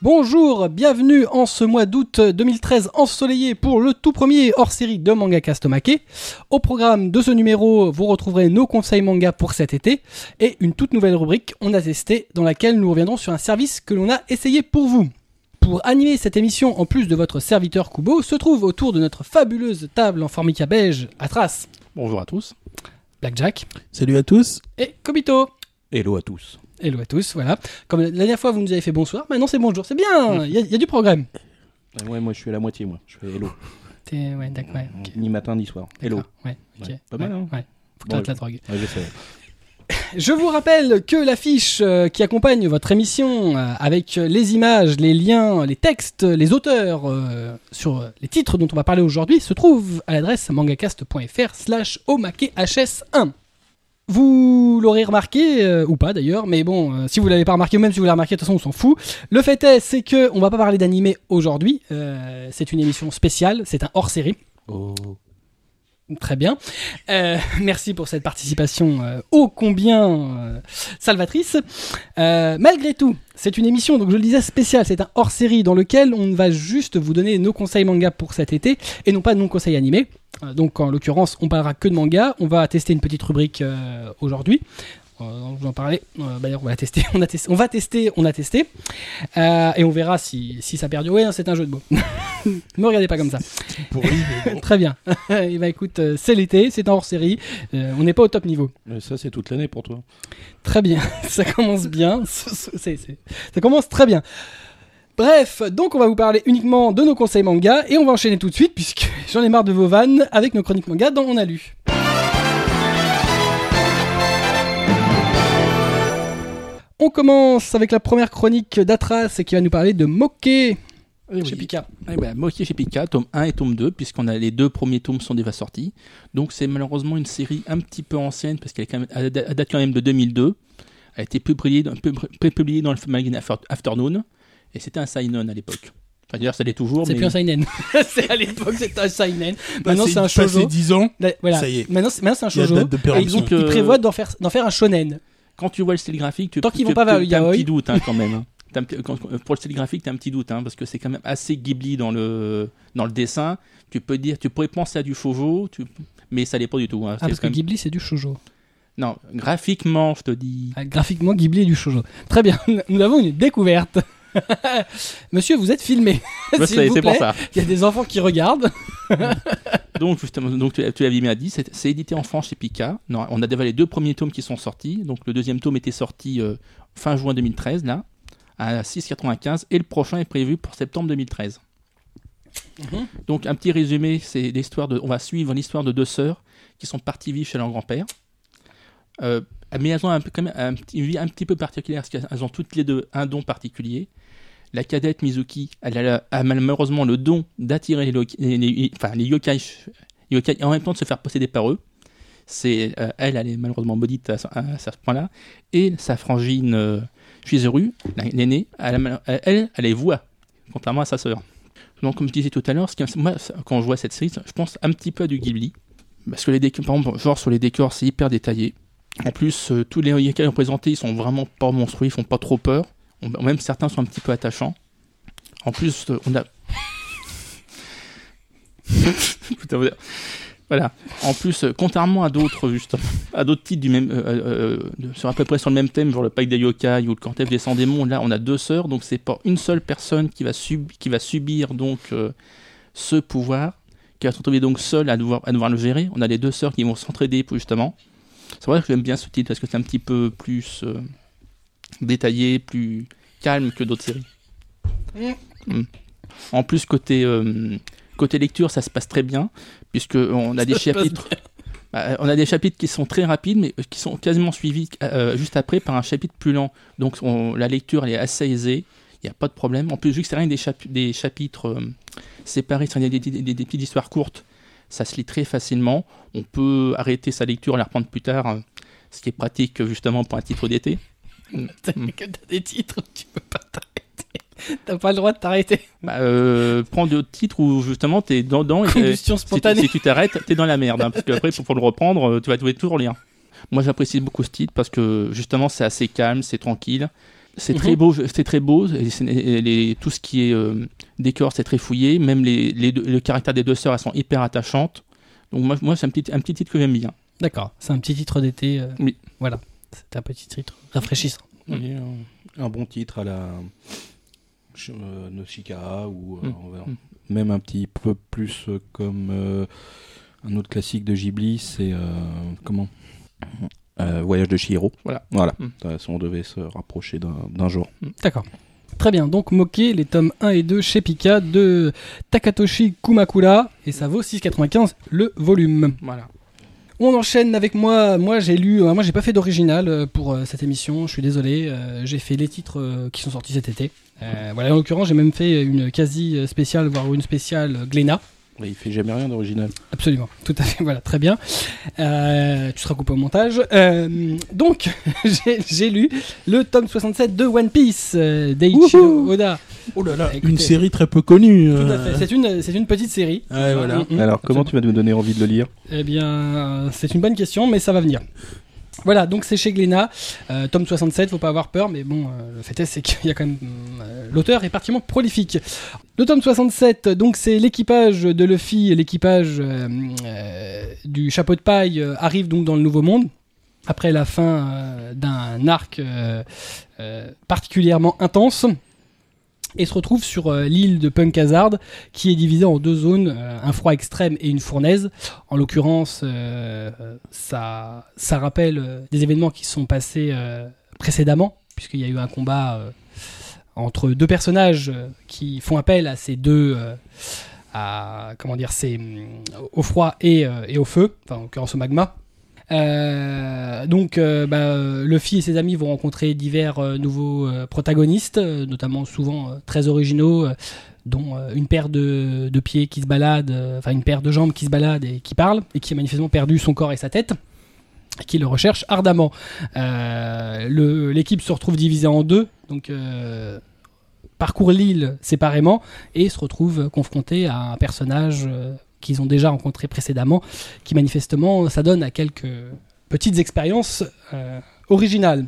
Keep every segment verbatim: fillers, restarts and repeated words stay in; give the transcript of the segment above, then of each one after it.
Bonjour, bienvenue en ce mois d'août deux mille treize ensoleillé pour le tout premier hors-série de Mangacast Make. Au programme de ce numéro, vous retrouverez nos conseils manga pour cet été et une toute nouvelle rubrique On a testé dans laquelle nous reviendrons sur un service que l'on a essayé pour vous. Pour animer cette émission, en plus de votre serviteur Kubo, se trouve autour de notre fabuleuse table en formica beige Atras. Bonjour à tous. Blackjack. Salut à tous. Et Kobito. Hello à tous. Hello à tous, voilà. Comme la dernière fois, vous nous avez fait bonsoir, maintenant c'est bonjour, c'est bien, il y, y a du programme. Ouais, moi je suis à la moitié, moi. Je fais hello. T'es... Ouais, d'accord, ouais. Okay. Ni matin, ni soir. Hello. D'accord, ouais, ok. Ouais, pas mal, ouais, hein. Ouais, faut que bon, t'arrêtes la drogue. Ouais, je sais. Je vous rappelle que l'affiche euh, qui accompagne votre émission, euh, avec les images, les liens, les textes, les auteurs, euh, sur les titres dont on va parler aujourd'hui, se trouve à l'adresse mangacast.fr slash omakehs1. Vous l'aurez remarqué, euh, ou pas d'ailleurs, mais bon, euh, si vous l'avez pas remarqué, ou même si vous l'avez remarqué, de toute façon on s'en fout. Le fait est, c'est que on va pas parler d'animé aujourd'hui, euh, c'est une émission spéciale, c'est un hors-série. Oh. Très bien. Euh, merci pour cette participation euh, ô combien euh, salvatrice. Euh, malgré tout, c'est une émission, donc je le disais, spéciale. C'est un hors-série dans lequel on va juste vous donner nos conseils manga pour cet été et non pas nos conseils animés. Euh, donc en l'occurrence, on parlera que de manga. On va tester une petite rubrique euh, aujourd'hui. Euh, je vais en parler. Euh, bah, d'ailleurs, on va la tester. On a testé. On va tester. On a testé. Euh, et on verra si, si ça perdure. Ouais, c'est un jeu de mots. Ne me regardez pas comme ça. Pourri, mais bon. Très bien. Et bah écoute, euh, c'est l'été, c'est un hors-série. Euh, on n'est pas au top niveau. Mais ça, c'est toute l'année pour toi. Très bien. Ça commence bien. C'est, c'est, ça commence très bien. Bref, donc on va vous parler uniquement de nos conseils manga et on va enchaîner tout de suite puisque j'en ai marre de vos vannes avec nos chroniques manga dont on a lu. On commence avec la première chronique d'Atras qui va nous parler de Moke Eh chez oui. Pika. Eh ben, Moke chez Pika, tome un et tome deux, puisqu'on a les deux premiers tomes sont déjà sortis. Donc c'est malheureusement une série un petit peu ancienne, parce qu'elle est quand même, elle date quand même de deux mille deux. Elle a été publiée dans, publiée dans le magazine Afternoon, et c'était un seinen à l'époque. Enfin d'ailleurs ça l'est toujours. C'est mais... plus un seinen. C'est à l'époque c'était un seinen. Maintenant Passé- c'est un shoujo. Passé dix ans, Là, voilà. ça y est. Maintenant c'est, maintenant c'est un il y a shoujo. date de Et péremption. donc, ils prévoient d'en faire, d'en faire un shonen. Quand tu vois le style graphique, tu Tant qu'ils tu- vont pas tu- vers le t'as un yaoi. petit doute hein, quand même. Hein. T'as un petit- quand- pour le style graphique, tu as un petit doute, hein, parce que c'est quand même assez Ghibli dans le, dans le dessin. Tu peux dire, tu pourrais penser à du shoujo, tu... mais ça l'est pas du tout. Hein. Ah C'est parce que quand même- Ghibli c'est du shoujo. Non, graphiquement, je te dis. Ah, graphiquement, Ghibli est du shoujo. Très bien, nous avons une découverte. Monsieur, vous êtes filmé. Je S'il sais, vous c'est pour plaît. ça. Il y a des enfants qui regardent. Donc, justement, donc, tu, tu l'avais bien dit, c'est, c'est édité en France chez Pika. Non, on a déjà les deux premiers tomes qui sont sortis. Donc, le deuxième tome était sorti euh, fin juin deux mille treize, là, à six virgule quatre-vingt-quinze. Et le prochain est prévu pour septembre deux mille treize. Mhm. Donc, un petit résumé, c'est l'histoire de, on va suivre l'histoire de deux sœurs qui sont parties vivre chez leur grand-père. Euh, mais elles ont un peu, quand même un petit- une vie un petit peu particulière parce qu'elles ont toutes les deux un don particulier. La cadette Mizuki, elle a, la- a malheureusement le don d'attirer les, lo- les, les- enfin, les yokai, yokai et en même temps de se faire posséder par eux. C'est, euh, elle, elle est malheureusement maudite à, ce- à ce point-là. Et sa frangine euh, Chizuru, la- l'aînée, elle, a mal- elle, elle les voit, contrairement à sa sœur. Donc, comme je disais tout à l'heure, ce qui- moi, quand je vois cette série, je pense un petit peu à du Ghibli. Parce que les décors, par exemple, genre sur les décors, c'est hyper détaillé. En plus, euh, tous les yokai représentés, ils sont vraiment pas monstrueux, ils font pas trop peur. On- même certains sont un petit peu attachants. En plus, euh, on a. Putain, voilà. En plus, euh, contrairement à d'autres, justement, à d'autres titres du même, euh, euh, de- sur à peu près sur le même thème, genre le Pacte des Yokai ou le Cortège des Cent Démons, là, on a deux sœurs, donc c'est pas une seule personne qui va, sub- qui va subir donc euh, ce pouvoir, qui va se retrouver donc seule à devoir, à devoir le gérer. On a les deux sœurs qui vont s'entraider, pour, justement. C'est vrai que j'aime bien ce titre parce que c'est un petit peu plus euh, détaillé, plus calme que d'autres séries. Mm. En plus, côté, euh, côté lecture, ça se passe très bien, puisqu'on a des Ça se passe chapitres. Bah, on a des chapitres qui sont très rapides, mais qui sont quasiment suivis euh, juste après par un chapitre plus lent. Donc on- la lecture elle est assez aisée, il n'y a pas de problème. En plus, vu que c'est rien que des, chapi- des chapitres euh, séparés, c'est des, des, des- des petites histoires courtes, ça se lit très facilement. On peut arrêter sa lecture et la reprendre plus tard, euh, ce qui est pratique justement pour un titre d'été. T'as que t'as des titres, tu peux pas t'arrêter. T'as pas le droit de t'arrêter. Bah, euh, prends d'autres titres où justement t'es dedans et Combustion si, spontanée. si tu t'arrêtes, t'es dans la merde. Hein, parce qu'après, pour, pour le reprendre, euh, tu vas, tu vas toujours lire. Moi, j'apprécie beaucoup ce titre parce que justement, c'est assez calme, c'est tranquille. C'est Mhm. très beau, c'est très beau. Et c'est- et les- tout ce qui est euh, décor, c'est très fouillé. Même les, les deux- le caractère des deux sœurs, elles sont hyper attachantes. Donc moi, moi c'est un petit, un petit titre que j'aime bien. D'accord, c'est un petit titre d'été. euh, Oui. Voilà, c'est un petit titre rafraîchissant. Oui, un, un bon titre à la euh, Nausicaa ou euh, Mm. on verra. Mm. Même un petit peu plus euh, comme euh, un autre classique de Ghibli, c'est euh, comment Euh, Voyage de Chihiro. Voilà. Voilà. Mm. De toute façon, on devait se rapprocher d'un, d'un jour. D'accord. Très bien, donc Moke, les tomes un et deux chez Pika de Takatoshi Kumakura, et ça vaut six virgule quatre-vingt-quinze le volume. Voilà. On enchaîne avec moi. Moi, j'ai lu. euh, moi, j'ai pas fait d'original euh, pour euh, cette émission. Je suis désolé. Euh, j'ai fait les titres euh, qui sont sortis cet été. Euh, voilà. En l'occurrence, j'ai même fait une quasi euh, spéciale, voire une spéciale euh, Glénat. Mais il fait jamais rien d'original. Absolument. Tout à fait. Voilà. Très bien. Euh, tu seras coupé au montage. Euh, donc, j'ai, j'ai lu le tome soixante-sept de One Piece euh, d'Eiichiro Wouhou. Oda. Oh là là, Écoutez, une série très peu connue. Tout à euh. fait. C'est une, c'est une petite série. Ouais, voilà. Mm, mm. Alors, comment tu vas nous donner envie de le lire? Eh bien, euh, c'est une bonne question, mais ça va venir. Voilà, donc c'est chez Glénat, euh, tome soixante-sept, faut pas avoir peur, mais bon, euh, le fait est, c'est qu'il y a quand même... euh, l'auteur est particulièrement prolifique. Le tome soixante-sept, donc c'est l'équipage de Luffy, l'équipage euh, euh, du chapeau de paille euh, arrive donc dans le Nouveau Monde, après la fin euh, d'un arc euh, euh, particulièrement intense, et se retrouve sur euh, l'île de Punk Hazard, qui est divisée en deux zones, euh, un froid extrême et une fournaise. En l'occurrence, euh, euh, ça, ça rappelle euh, des événements qui se sont passés euh, précédemment, puisqu'il y a eu un combat euh, entre deux personnages euh, qui font appel à ces deux... euh, à, comment dire, ces, euh, au froid et, euh, et au feu, enfin en l'occurrence au magma. Euh, donc euh, bah, Luffy et ses amis vont rencontrer divers euh, nouveaux euh, protagonistes, euh, notamment souvent euh, très originaux, euh, dont euh, une paire de, de pieds qui se baladent, euh, enfin une paire de jambes qui se baladent et qui parle, et qui a manifestement perdu son corps et sa tête, et qui le recherche ardemment. Euh, le, l'équipe se retrouve divisée en deux, donc euh, parcourt l'île séparément, et se retrouve confronté à un personnage... Euh, qu'ils ont déjà rencontré précédemment, qui manifestement s'adonne à quelques petites expériences euh, originales.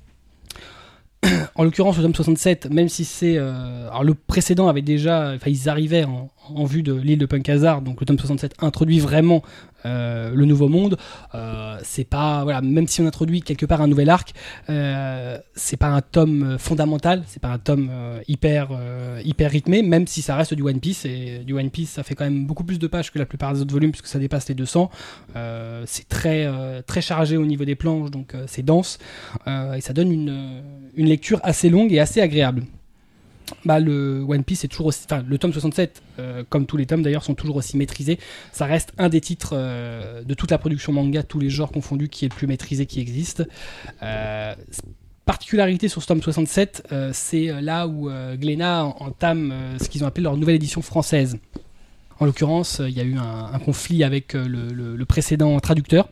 En l'occurrence, le tome soixante-sept, même si c'est... Euh, alors le précédent avait déjà... Enfin, ils arrivaient en, en vue de l'île de Punk Hazard, donc le tome soixante-sept introduit vraiment euh, le Nouveau Monde. Euh, c'est pas... Voilà, même si on introduit quelque part un nouvel arc, euh, c'est pas un tome fondamental, c'est pas un tome euh, hyper, euh, hyper rythmé, même si ça reste du One Piece, et du One Piece, ça fait quand même beaucoup plus de pages que la plupart des autres volumes, puisque ça dépasse les deux cents. Euh, c'est très, euh, très chargé au niveau des planches, donc euh, c'est dense, euh, et ça donne une, une lecture assez longue et assez agréable. Bah, le One Piece est toujours aussi, enfin le tome soixante-sept, euh, comme tous les tomes d'ailleurs, sont toujours aussi maîtrisés. Ça reste un des titres euh, de toute la production manga, tous les genres confondus, qui est le plus maîtrisé qui existe. Euh, particularité sur ce tome soixante-sept, euh, c'est là où euh, Glénat entame euh, ce qu'ils ont appelé leur nouvelle édition française. En l'occurrence, il y a eu un, un conflit avec euh, le, le, le précédent traducteur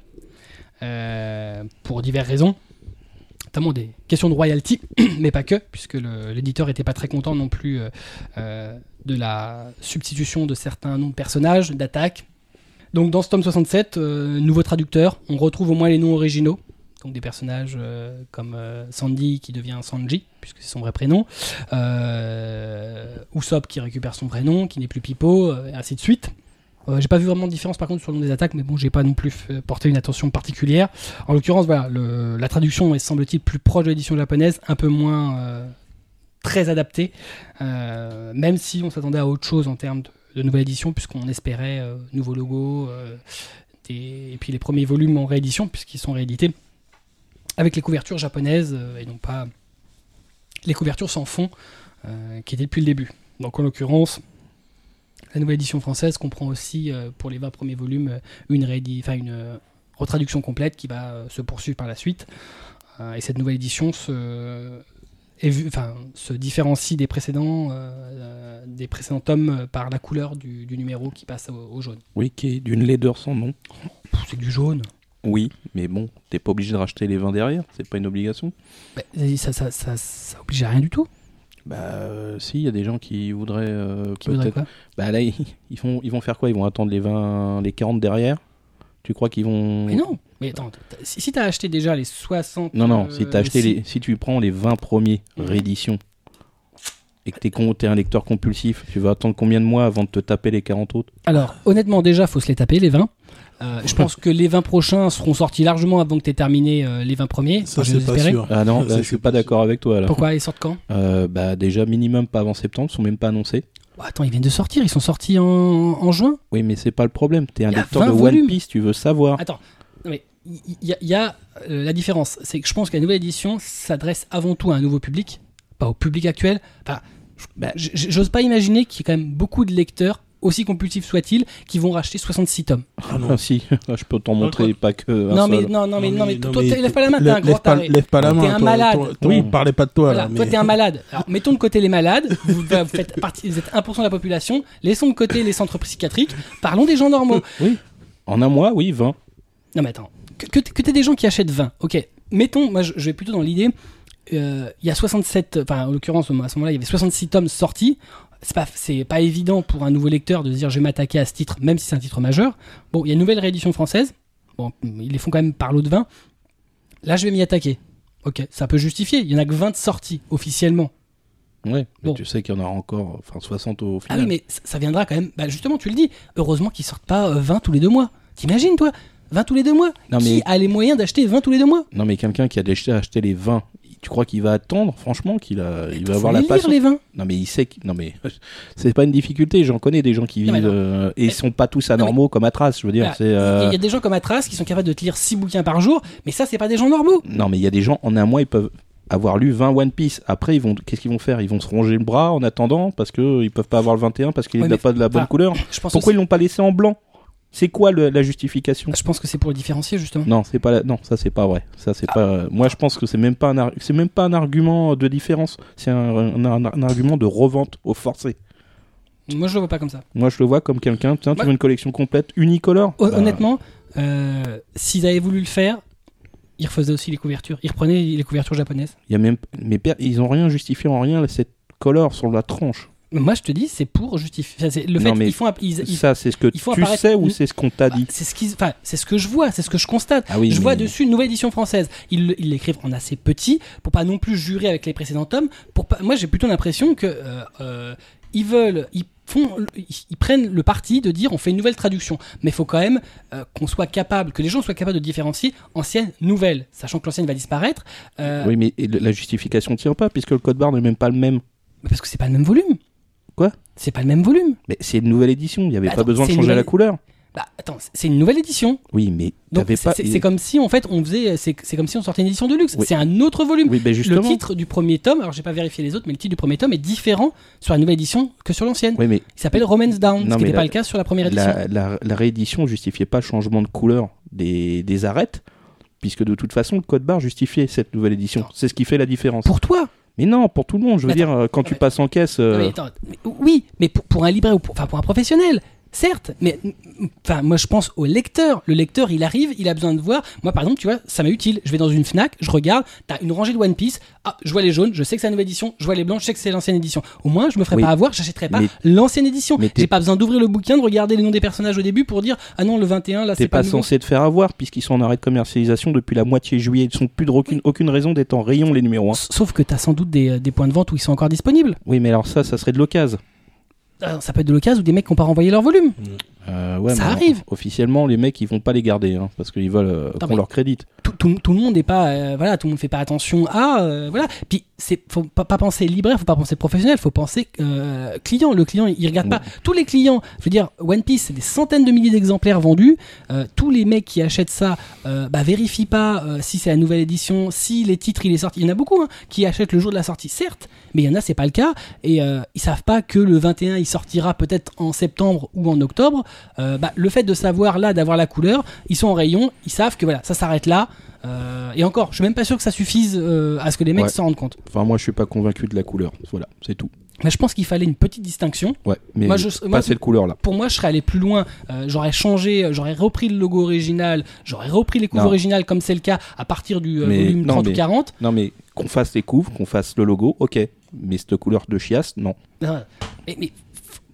euh, pour diverses raisons. Notamment des questions de royalty, mais pas que, puisque le, l'éditeur n'était pas très content non plus euh, euh, de la substitution de certains noms de personnages, d'attaques. Donc dans ce tome soixante-sept, euh, nouveau traducteur, on retrouve au moins les noms originaux, donc des personnages euh, comme euh, Sandy qui devient Sanji, puisque c'est son vrai prénom, euh, Usopp qui récupère son vrai nom, qui n'est plus Pipo, euh, et ainsi de suite. Euh, j'ai pas vu vraiment de différence par contre sur le nom des attaques, mais bon, j'ai pas non plus fait, porté une attention particulière. En l'occurrence, voilà, le, la traduction est semble-t-il plus proche de l'édition japonaise, un peu moins euh, très adaptée, euh, même si on s'attendait à autre chose en termes de, de nouvelle édition, puisqu'on espérait euh, nouveau logo, euh, des, et puis les premiers volumes en réédition, puisqu'ils sont réédités avec les couvertures japonaises euh, et non pas les couvertures sans fond euh, qui étaient depuis le début. Donc en l'occurrence, la nouvelle édition française comprend aussi, euh, pour les vingt premiers volumes, une, réédi- enfin, une euh, retraduction complète qui va euh, se poursuivre par la suite. Euh, et cette nouvelle édition se, est vue, enfin, se différencie des précédents, euh, des précédents tomes par la couleur du, du numéro qui passe au, au jaune. Oui, qui est d'une laideur sans nom. Pff, c'est du jaune. Oui, mais bon, t'es pas obligé de racheter les vingt derrière, c'est pas une obligation. Bah, ça, ça, ça, ça oblige à rien du tout. Bah euh, si, il y a des gens qui voudraient... Euh, Qui voudrait peut-être- quoi Bah là, ils, ils, font, ils vont faire quoi? Ils vont attendre les vingt, les quarante derrière? Tu crois qu'ils vont... Mais non, Mais attends, t'as- si, si t'as acheté déjà les soixante... Non, non, euh, si, t'as acheté si- les, si tu prends les vingt premiers Mhm. rééditions et que t'es, con, t'es un lecteur compulsif, tu vas attendre combien de mois avant de te taper les quarante autres? Alors, honnêtement, déjà, faut se les taper, les vingt. Euh, je pense que les vingt prochains seront sortis largement avant que t'aies terminé euh, les vingt premiers. Ça, Enfin, c'est j'ose pas espérer. sûr. Ah non, Ça, là, je suis pas d'accord avec toi là. Pourquoi ils sortent quand? Euh, bah déjà minimum pas avant septembre, ils sont même pas annoncés. Bah, attends, ils viennent de sortir, ils sont sortis en, en juin. Oui, mais c'est pas le problème. T'es un Il y a lecteur vingt de volumes. One Piece, tu veux savoir. Attends, non, mais il y, y a- y a euh, la différence, c'est que je pense que la nouvelle édition s'adresse avant tout à un nouveau public, pas au public actuel. Enfin, Bah, j- j- j'ose pas imaginer qu'il y ait quand même beaucoup de lecteurs, aussi compulsifs soient-ils, qui vont racheter soixante-six tomes. Ah non. Ah si, je peux t'en montrer pas que un Non mais, seul. non, non, mais, non, mais, non, toi, mais- t'es- lève pas la main, t'es lève- un grand lève pas, taré. lève pas la T'es main. un toi, malade. toi, toi, Oui. on parlait pas de toi Voilà, là. toi mais- t'es un malade. Alors mettons de côté les malades, vous, vous faites partie, vous êtes un pour cent de la population, laissons de côté les centres psychiatriques, parlons des gens normaux. Oui. En un mois, oui, vingt. Non mais attends, que, que, que t'aies des gens qui achètent vingt, ok, mettons, moi je, je vais plutôt dans l'idée, euh, il y a soixante-sept, enfin en l'occurrence à ce moment-là il y avait soixante-six tomes sortis, c'est pas, c'est pas évident pour un nouveau lecteur de se dire je vais m'attaquer à ce titre, même si c'est un titre majeur. Bon, il y a une nouvelle réédition française, bon, ils les font quand même par lot de vingt, là je vais m'y attaquer. Ok, ça peut justifier, il y en a que vingt sortis officiellement. Ouais. Mais Bon. tu sais qu'il y en aura encore, enfin soixante au Ah final. oui, mais ça, ça viendra quand même. Bah justement, tu le dis. Heureusement qu'ils sortent pas euh, vingt tous les deux mois. T'imagines, toi vingt tous les deux mois Non, Qui mais- a les moyens d'acheter vingt tous les deux mois Non mais quelqu'un qui a déjà acheté les vingt, tu crois qu'il va attendre? Franchement, qu'il a, il va Faut avoir les la lire, patience. les vingt. Non mais il sait que... Non mais c'est pas une difficulté, j'en connais des gens qui Non, mais vivent non. euh, et ils Mais- sont pas tous mais- anormaux comme Atras, je veux dire. Voilà. c'est, Il y a- euh, il y a des gens comme Atras qui sont capables de te lire six bouquins par jour, mais ça, c'est pas des gens normaux. Non mais il y a des gens, en un mois, ils peuvent avoir lu vingt One Piece. Après, ils vont, qu'est-ce qu'ils vont faire? Ils vont se ronger le bras en attendant parce que ils peuvent pas avoir le vingt et un parce qu'il Ouais, n'a mais- pas de la bonne enfin, couleur. Je pense, Pourquoi aussi- ils l'ont pas laissé en blanc? C'est quoi le- la justification? je pense que c'est pour le différencier, justement. Non, c'est pas la- non, ça c'est pas vrai. Ça c'est pas. Moi, je pense que c'est même pas un, ar- c'est même pas un argument de différence. C'est un, un- un- un argument de revente au forcé. Moi, je le vois pas comme ça. Moi, je le vois comme quelqu'un. Tiens, tu Bah- veux une collection complète unicolore? Hon- Bah, Honnêtement, euh, s'ils avaient voulu le faire, ils refaisaient aussi les couvertures. Ils reprenaient les couvertures japonaises. il y a même. Mais per- ils ont rien justifié en rien cette color sur la tranche. Mais moi, je te dis, c'est pour justifier. Enfin, c'est le Non, fait mais qu'ils font. app- Ils, ils- Ça, c'est ce que il faut tu apparaître- sais ou Mm. c'est ce qu'on t'a dit? Bah, c'est ce qu'ils, enfin, c'est ce que je vois, c'est ce que je constate. Ah oui, je mais- vois dessus une nouvelle édition française. Ils, le- ils l'écrivent en assez petit pour pas non plus jurer avec les précédents tomes. Pour pas, moi, j'ai plutôt l'impression que euh, euh, ils veulent, ils font, ils, ils prennent le parti de dire on fait une nouvelle traduction, mais il faut quand même euh, qu'on soit capable, que les gens soient capables de différencier ancienne, nouvelle, sachant que l'ancienne va disparaître. Euh, Oui, mais la justification tient pas puisque le code barre n'est même pas le même. mais parce que c'est pas le même volume. Quoi? C'est pas le même volume. Mais c'est une nouvelle édition. Il n'y avait Bah pas attends, besoin de c'est une changer nouvelle- la couleur. Bah attends, c'est- c'est une nouvelle édition. Oui, mais Donc t'avais c'est pas. c'est- c'est comme si en fait on faisait, c'est c'est comme si on sortait une édition de luxe. Oui. C'est un autre volume. Oui, ben justement. Le titre du premier tome, alors j'ai pas vérifié les autres, mais le titre du premier tome est différent sur la nouvelle édition que sur l'ancienne. Oui, mais Il s'appelle Romance Down, Non, ce qui mais n'était la- pas le cas sur la première édition. la, la, la réédition justifiait pas le changement de couleur des, des arêtes, puisque de toute façon, le code barre justifiait cette nouvelle édition. Non. C'est ce qui fait la différence. Pour toi. Mais non, pour tout le monde. Je veux Mais dire, euh, quand non, tu mais- passes en caisse. euh, Non, mais attends, mais- oui, mais pour, pour un libraire ou pour, enfin pour un professionnel. Certes, mais mm, enfin moi je pense au lecteur. Le lecteur, il arrive, il a besoin de voir. Moi par exemple, tu vois, ça m'est utile. Je vais dans une Fnac, je regarde, t'as une rangée de One Piece. Ah, je vois les jaunes, je sais que c'est la nouvelle édition. Je vois les blancs, je sais que c'est l'ancienne édition. Au moins, je me ferai Oui. pas avoir, j'achèterai pas Mais- l'ancienne édition. mais t'es- J'ai pas besoin d'ouvrir le bouquin, de regarder les noms des personnages au début pour dire ah non le vingt et un là T'es c'est pas, pas le nouveau. censé te faire avoir, puisqu'ils sont en arrêt de commercialisation depuis la moitié juillet. Ils sont plus de aucune, aucune raison d'être en rayon, les numéros un. Sauf que t'as sans doute des, des points de vente où ils sont encore disponibles. Oui, mais alors ça, ça serait de l'occasion. Alors, ça peut être de l'occasion ou des mecs qui n'ont pas renvoyé leur volume. Euh, ouais, Ça mais arrive. alors, officiellement, les mecs, ils vont pas les garder, hein, parce qu'ils veulent euh, Attends, qu'on mais- leur crédite. Tout, tout- tout le monde n'est pas euh, voilà, tout le monde fait pas attention à euh, voilà. Puis c'est faut pas, pas penser libraire, faut pas penser professionnel, faut penser euh, client. Le client il regarde Ouais. pas. Tous les clients, je veux dire, One Piece c'est des centaines de milliers d'exemplaires vendus. Euh, tous les mecs qui achètent ça, euh, bah vérifient pas euh, si c'est la nouvelle édition, si les titres il est sorti. Il y en a beaucoup hein, qui achètent le jour de la sortie, certes, mais il y en a c'est pas le cas et euh, ils savent pas que le vingt et un il sortira peut-être en septembre ou en octobre. Euh, bah, le fait de savoir là, d'avoir la couleur, ils sont en rayon, ils savent que voilà, ça s'arrête là. Euh, et encore, je suis même pas sûr que ça suffise euh, à ce que les mecs Ouais. s'en rendent compte. Enfin, moi, je suis pas convaincu de la couleur. Voilà, c'est tout. Mais je pense qu'il fallait une petite distinction. Ouais, mais Moi, je- pas moi, cette couleur-là. Pour moi, je serais allé plus loin. Euh, j'aurais changé, euh, j'aurais repris le logo original, j'aurais repris les couves Non. originales comme c'est le cas à partir du euh, Mais- volume non, trente mais- ou quarante. Non, mais qu'on fasse les couves, qu'on fasse le logo, ok. Mais cette couleur de chiasse, non. Euh, mais, mais f-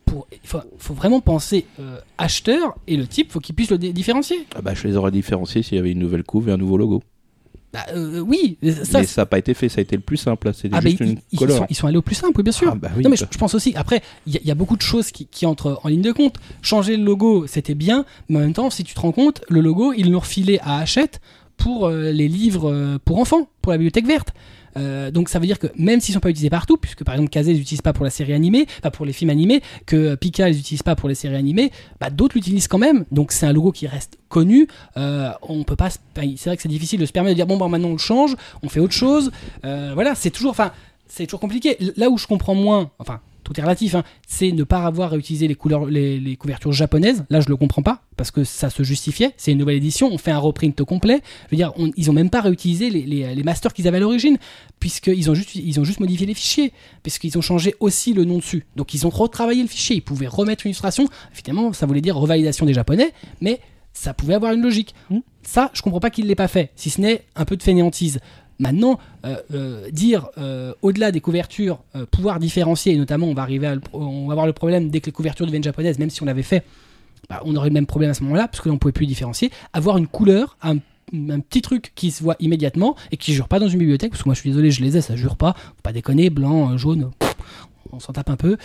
pour, il faut, faut vraiment penser euh, acheteur et le type, faut qu'il puisse le dé- différencier. Ah bah, je les aurais différenciés s'il y avait une nouvelle couve et un nouveau logo. Bah, euh, oui, ça, Mais c'est- ça n'a pas été fait, ça a été le plus simple. Là. C'était ah, bah, juste ils, une ils couleur. sont, ils sont allés au plus simple, oui, bien sûr. Ah bah oui, non, mais je, bah. je pense aussi, après, il y, a- y a beaucoup de choses qui, qui entrent en ligne de compte. Changer le logo, c'était bien, mais en même temps, si tu te rends compte, le logo, ils l'ont refilé à Hachette pour euh, les livres euh, pour enfants, pour la bibliothèque verte. Euh, donc ça veut dire que même s'ils sont pas utilisés partout, puisque par exemple Kazé les utilise pas pour la série animée, enfin pour les films animés, que euh, Pika les utilise pas pour les séries animées, bah, d'autres l'utilisent quand même. Donc c'est un logo qui reste connu. Euh, on peut pas, se- enfin, c'est vrai que c'est difficile de se permettre de dire bon bah maintenant on le change, on fait autre chose. Euh, voilà, c'est toujours, enfin c'est toujours compliqué. Là où je comprends moins, enfin tout est relatif, hein, c'est ne pas avoir réutilisé les couleurs, les, les couvertures japonaises. Là, je le comprends pas parce que ça se justifiait. C'est une nouvelle édition, on fait un reprint complet. Je veux dire, on- ils ont même pas réutilisé les, les, les masters qu'ils avaient à l'origine, puisqu'ils ont juste, ils ont juste modifié les fichiers, puisqu'ils ont changé aussi le nom dessus. Donc, ils ont retravaillé le fichier. Ils pouvaient remettre une illustration. Évidemment, ça voulait dire revalidation des japonais, mais ça pouvait avoir une logique. Mmh. Ça, je comprends pas qu'il l'ait pas fait, si ce n'est un peu de fainéantise. Maintenant, euh, euh, dire euh, au-delà des couvertures, euh, pouvoir différencier, et notamment on va arriver, à le- on va avoir le problème dès que les couvertures deviennent japonaises, même si on l'avait fait, bah, on aurait le même problème à ce moment-là, parce que là, on pouvait plus différencier. Avoir une couleur, un, un petit truc qui se voit immédiatement et qui jure pas dans une bibliothèque, parce que moi je suis désolé, je les ai, ça jure pas, faut pas déconner, blanc, euh, jaune, pff, on s'en tape un peu.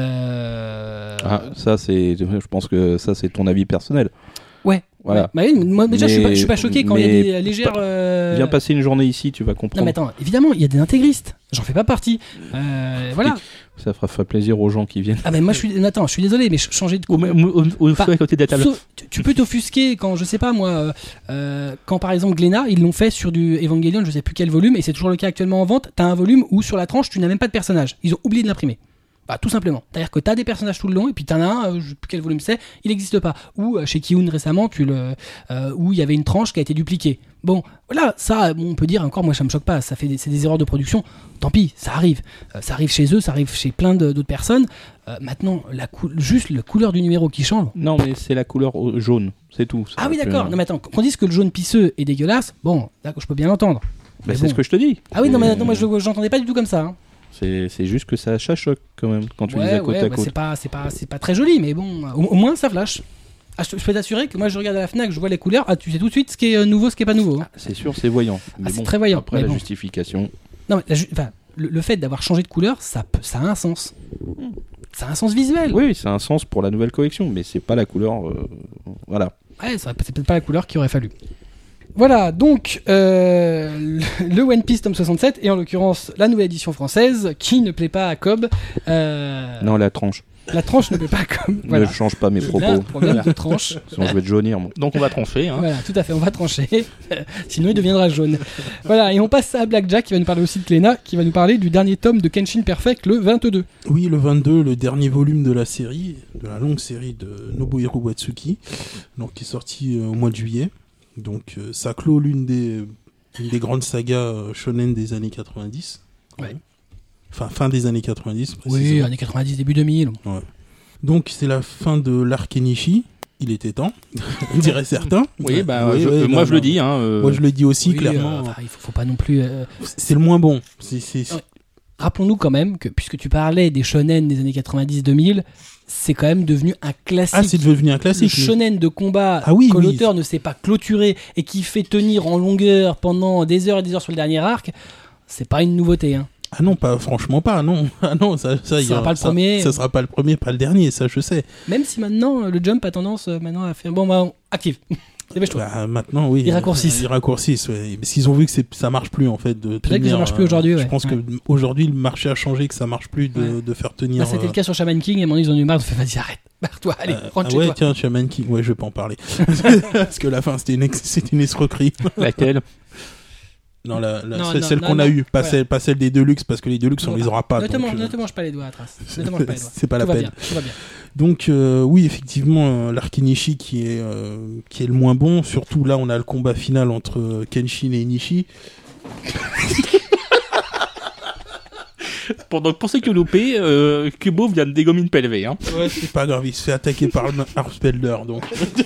Euh... Ah, ça, c'est. Je pense que ça, c'est ton avis personnel. Ouais. Voilà. Ouais. Bah oui, moi déjà, je suis pas, je suis pas choqué quand il y a Mais- des légères. euh, Viens passer une journée ici, tu vas Non comprendre. mais attends, évidemment, il y a des intégristes. J'en fais pas partie. Euh, voilà. Ça fera, fera plaisir aux gens qui viennent. Ah mais moi je suis. Attends, je suis désolé, mais ch- changer de Au, même- au, au, Enfin, à côté de la table. Sauf- tu, tu peux t'offusquer quand, je sais pas moi, euh, euh, quand par exemple Glénat, ils l'ont fait sur du Evangelion, je sais plus quel volume, et c'est toujours le cas actuellement en vente, t'as un volume où sur la tranche tu n'as même pas de personnage. Ils ont oublié de l'imprimer. Bah, tout simplement. C'est-à-dire que t'as des personnages tout le long, et puis t'en as un, euh, je sais plus quel volume c'est, il n'existe pas. Ou euh, chez Kiun récemment, tu le, euh, où il y avait une tranche qui a été dupliquée. Bon, voilà, ça, bon, on peut dire encore, moi ça me choque pas, ça fait des, c'est des erreurs de production, tant pis, ça arrive. Euh, ça arrive chez eux, ça arrive chez plein de- d'autres personnes. Euh, maintenant, la cou- juste la couleur du numéro qui change. Non, mais c'est la couleur au- jaune, c'est tout. Ah oui, Ça, d'accord. euh, Non, mais attends, qu'on dise que le jaune pisseux est dégueulasse, bon, d'accord, je peux bien l'entendre. bah, Mais c'est bon. ce que je te dis. Ah oui, non, mais C'est- attends, moi je j'entendais pas du tout comme ça. Hein. C'est c'est juste que ça choque quand même quand tu les Ouais, as côte ouais, à bah, côte. c'est pas, c'est pas, c'est pas très joli, mais bon, au, au moins ça flash. Ah, je, je peux t'assurer que moi je regarde à la Fnac, je vois les couleurs, ah, tu sais tout de suite ce qui est euh, nouveau, ce qui est pas nouveau. Hein. C'est sûr, c'est voyant. Mais c'est bon, très voyant, Après mais la bon. justification. Non, mais la ju- enfin, le, le fait d'avoir changé de couleur, ça, peut- ça a un sens. Ça a un sens visuel. Oui, c'est un sens pour la nouvelle collection, mais c'est pas la couleur. euh, Voilà. Ouais, ça- c'est peut-être pas la couleur qu'il aurait fallu. Voilà, donc euh, le One Piece tome soixante-sept, et en l'occurrence la nouvelle édition française, qui ne plaît pas à Cobb. Euh, Non, la tranche. La tranche ne plaît pas à Cobb. Voilà. Ne change pas mes Là, propos. problème de tranche. Sinon, je vais te jaunir, moi. Donc on va trancher. Hein. Voilà, tout à fait, on va trancher. Sinon, il deviendra jaune. Voilà, et on passe à Blackjack, qui va nous parler aussi de Cléna, qui va nous parler du dernier tome de Kenshin Perfect, le vingt-deux. Oui, le vingt-deux, le dernier volume de la série, de la longue série de Nobuhiro Watsuki, donc qui est sorti euh, au mois de juillet. Donc euh, ça clôt l'une des, une des grandes sagas euh, shonen des années quatre-vingt-dix. Ouais. Enfin, fin des années quatre-vingt-dix. Oui, précisément. années quatre-vingt-dix, début deux mille. Donc c'est la fin de l'arc Enishi. Il était temps, on dirait certains. Oui, bah, Ouais, je- ouais, euh, non, moi je non. le dis. Hein, euh, Moi je le dis aussi, Oui, clairement. euh, enfin, il faut, faut pas non plus... euh, C'est le moins bon. C'est, c'est... Ouais. Rappelons-nous quand même que, puisque tu parlais des shonen des années quatre-vingt-dix deux mille, c'est quand même devenu un classique. Ah, c'est devenu un Le classique. shonen de combat Ah oui, que oui. l'auteur ne sait pas clôturer et qui fait tenir en longueur pendant des heures et des heures sur le dernier arc, c'est pas une nouveauté. Hein. Ah non, pas franchement pas, non. Ah non, ça, ça, Ça y a- sera pas le ça- premier. Ça sera pas le premier, pas le dernier, ça je sais. Même si maintenant, euh, le jump a tendance euh, maintenant à faire... Bon, bah, on- active. Dépêche-toi. Bah, maintenant, oui. Ils raccourcissent. Ils raccourcissent, ouais. Parce qu'ils ont vu que c'est, ça marche plus, en fait, de que ça tenir. marche plus euh, aujourd'hui, ouais. Je pense Ouais. que aujourd'hui, le marché a changé, que ça marche plus de, Ouais. de faire tenir. Bah, c'était euh, le cas sur Shaman King et à un moment, ils en ont eu marre. Ils ont fait vas-y, arrête. Barre-toi, allez, euh, rentre ah chez ouais, toi. tiens, Shaman King, ouais, je vais pas en parler. Parce que la fin, c'était une, ex- c'était une escroquerie. Laquelle Non, la, la- Non, celle, non, celle non, qu'on non. a eue, pas, Voilà. celle, pas celle des Deluxe, parce que les Deluxe, on Non, les aura pas. Ne te donc, mange euh, ne te mange pas les doigts, Atras. Ne te mange pas les doigts. c'est pas la Tout va peine. bien, tout va bien. Donc euh, oui, effectivement, euh, l'arc Enishi qui est euh, qui est le moins bon. Surtout là, on a le combat final entre euh, Kenshin et Enishi. pour, donc, pour ceux qui ont loupé, euh, Kubo vient de dégommer une P L V. Hein. Ouais, c'est pas grave, il se fait attaquer par le Harpspelder, donc.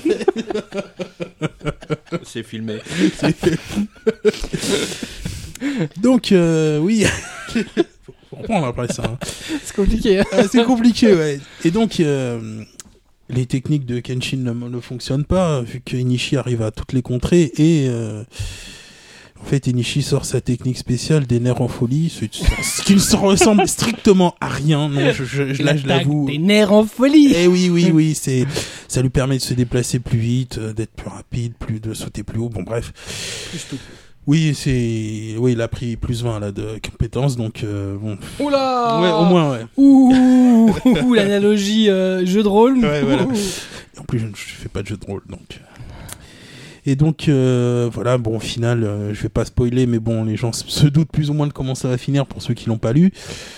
C'est filmé. Donc euh, oui, Faut reprendre après ça. Hein. C'est compliqué. Hein. Ah, c'est compliqué, ouais. Et donc, euh, les techniques de Kenshin ne, ne fonctionnent pas, vu que Inishi arrive à toutes les contrer. Et euh, en fait, Inishi sort sa technique spéciale des nerfs en folie, ce, ce qui ne se ressemble strictement à rien. Non, je, je, je, là, je l'avoue. Des nerfs en folie. Eh oui, oui, oui. C'est, ça lui permet de se déplacer plus vite, d'être plus rapide, plus, de sauter plus haut. Bon, bref. Plus tout. Oui, c'est, oui, il a pris plus vingt là de compétences, donc euh, bon. Oula. Ouais, au moins, ouais. Ouh, ouh, l'analogie euh, jeu de rôle. Ouais, voilà. En plus, je ne fais pas de jeu de rôle, donc. Et donc, euh, voilà, bon, au final, euh, je vais pas spoiler, mais bon, les gens se doutent plus ou moins de comment ça va finir pour ceux qui l'ont pas lu.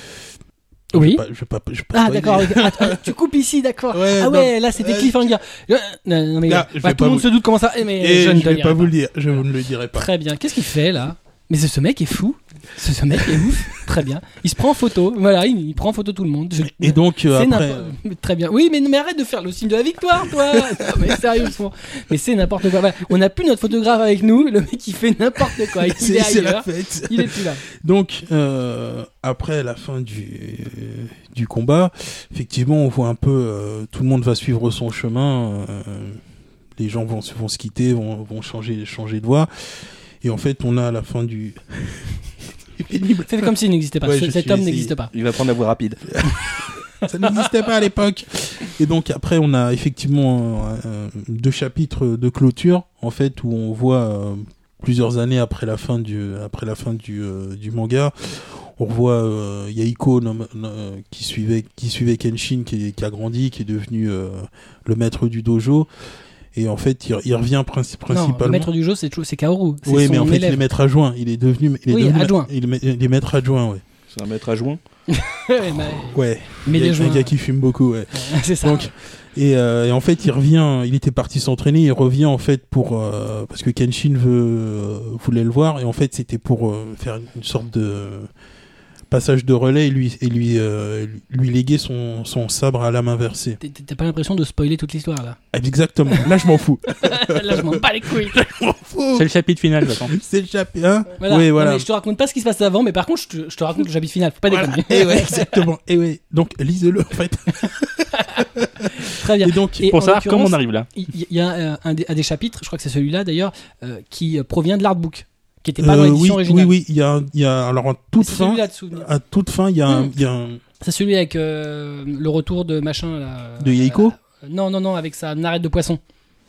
Oui. Je vais pas, je vais pas, je vais pas Ah, spoiler. d'accord. Attends, tu coupes ici, d'accord. Ouais, ah ouais, non, là, c'était euh, cliffhanger. Euh, non, non, mais Là, je bah, vais tout pas le monde vous- se doute comment ça. Eh, mais Et je je ne ne te vais dirai pas vous le dire, je vous ne le dirai pas. Très bien. Qu'est-ce qu'il fait là? Mais ce, ce mec est fou. Ce, ce mec est ouf. Très bien. Il se prend en photo. Voilà, il, il prend en photo tout le monde. Je- Et donc, euh, c'est après, n'importe- Très bien. Oui, mais, mais arrête de faire le signe de la victoire, toi. Non, mais sérieusement. Mais c'est n'importe quoi. Voilà. On n'a plus notre photographe avec nous. Le mec, il fait n'importe quoi. Il c'est, est c'est la ailleurs. fête. Il est plus là. Donc, euh, après la fin du, du combat, effectivement, on voit un peu, euh, tout le monde va suivre son chemin, euh, les gens vont, se- vont se quitter, vont, vont changer, changer de voie, et en fait, on a à la fin du... C'est pénible. Faites comme s'il n'existait pas. Ouais, Ce- je Cet suis homme essayé. n'existe pas. Il va prendre la voie rapide. Ça n'existait pas à l'époque. Et donc après, on a effectivement euh, euh, deux chapitres de clôture, en fait, où on voit euh, plusieurs années après la fin du, après la fin du, euh, du manga, on revoit euh, Yahiko nom- nom- euh, qui suivait, qui suivait Kenshin, qui, est- qui a grandi, qui est devenu euh, le maître du dojo. Et en fait, il, il revient princi- Non, le principalement. maître du jeu, c'est c'est Kaoru. C'est Oui, son mais en fait, élève. il est maître adjoint. Il est devenu, il est Oui, devenu adjoint. Il est, ma- il est maître adjoint, ouais. C'est un maître adjoint. Ouais, mais- Ouais. mais il y a les un joints. gars qui fume beaucoup, ouais. C'est ça. Donc, et, euh, et en fait, il revient. Il était parti s'entraîner. Il revient en fait pour euh, parce que Kenshin veut euh, voulait le voir et en fait, c'était pour euh, faire une sorte de passage de relais et lui et lui euh, lui léguer son son sabre à la main versée. T'as- T'as pas l'impression de spoiler toute l'histoire là? Exactement. Là, je m'en fous. Là, je m'en bats les couilles. C'est le chapitre final, j'attends. C'est le chapitre. Hein Voilà. Oui, Non, voilà. mais je te raconte pas ce qui se passe avant, mais par contre, je te, je te raconte le chapitre final. Faut pas Voilà. déconner. Et ouais, exactement. Et ouais. Donc, lisez-le en fait. Très bien. Et donc, Et Pour en savoir comment on l'occurrence, arrive là. Il il y, a euh, un, des, un des chapitres, je crois que c'est celui-là d'ailleurs, euh, qui euh, provient de l'artbook, qui était pas dans euh, l'édition oui, originale. oui, oui. Il y a, il y a alors à toute C'est fin, celui-là de souvenir. à toute fin, il y a, un, Hmm. il y a un C'est celui avec euh, le retour de machin là. de Yahiko. Euh, non, non, non, avec sa narette de poisson.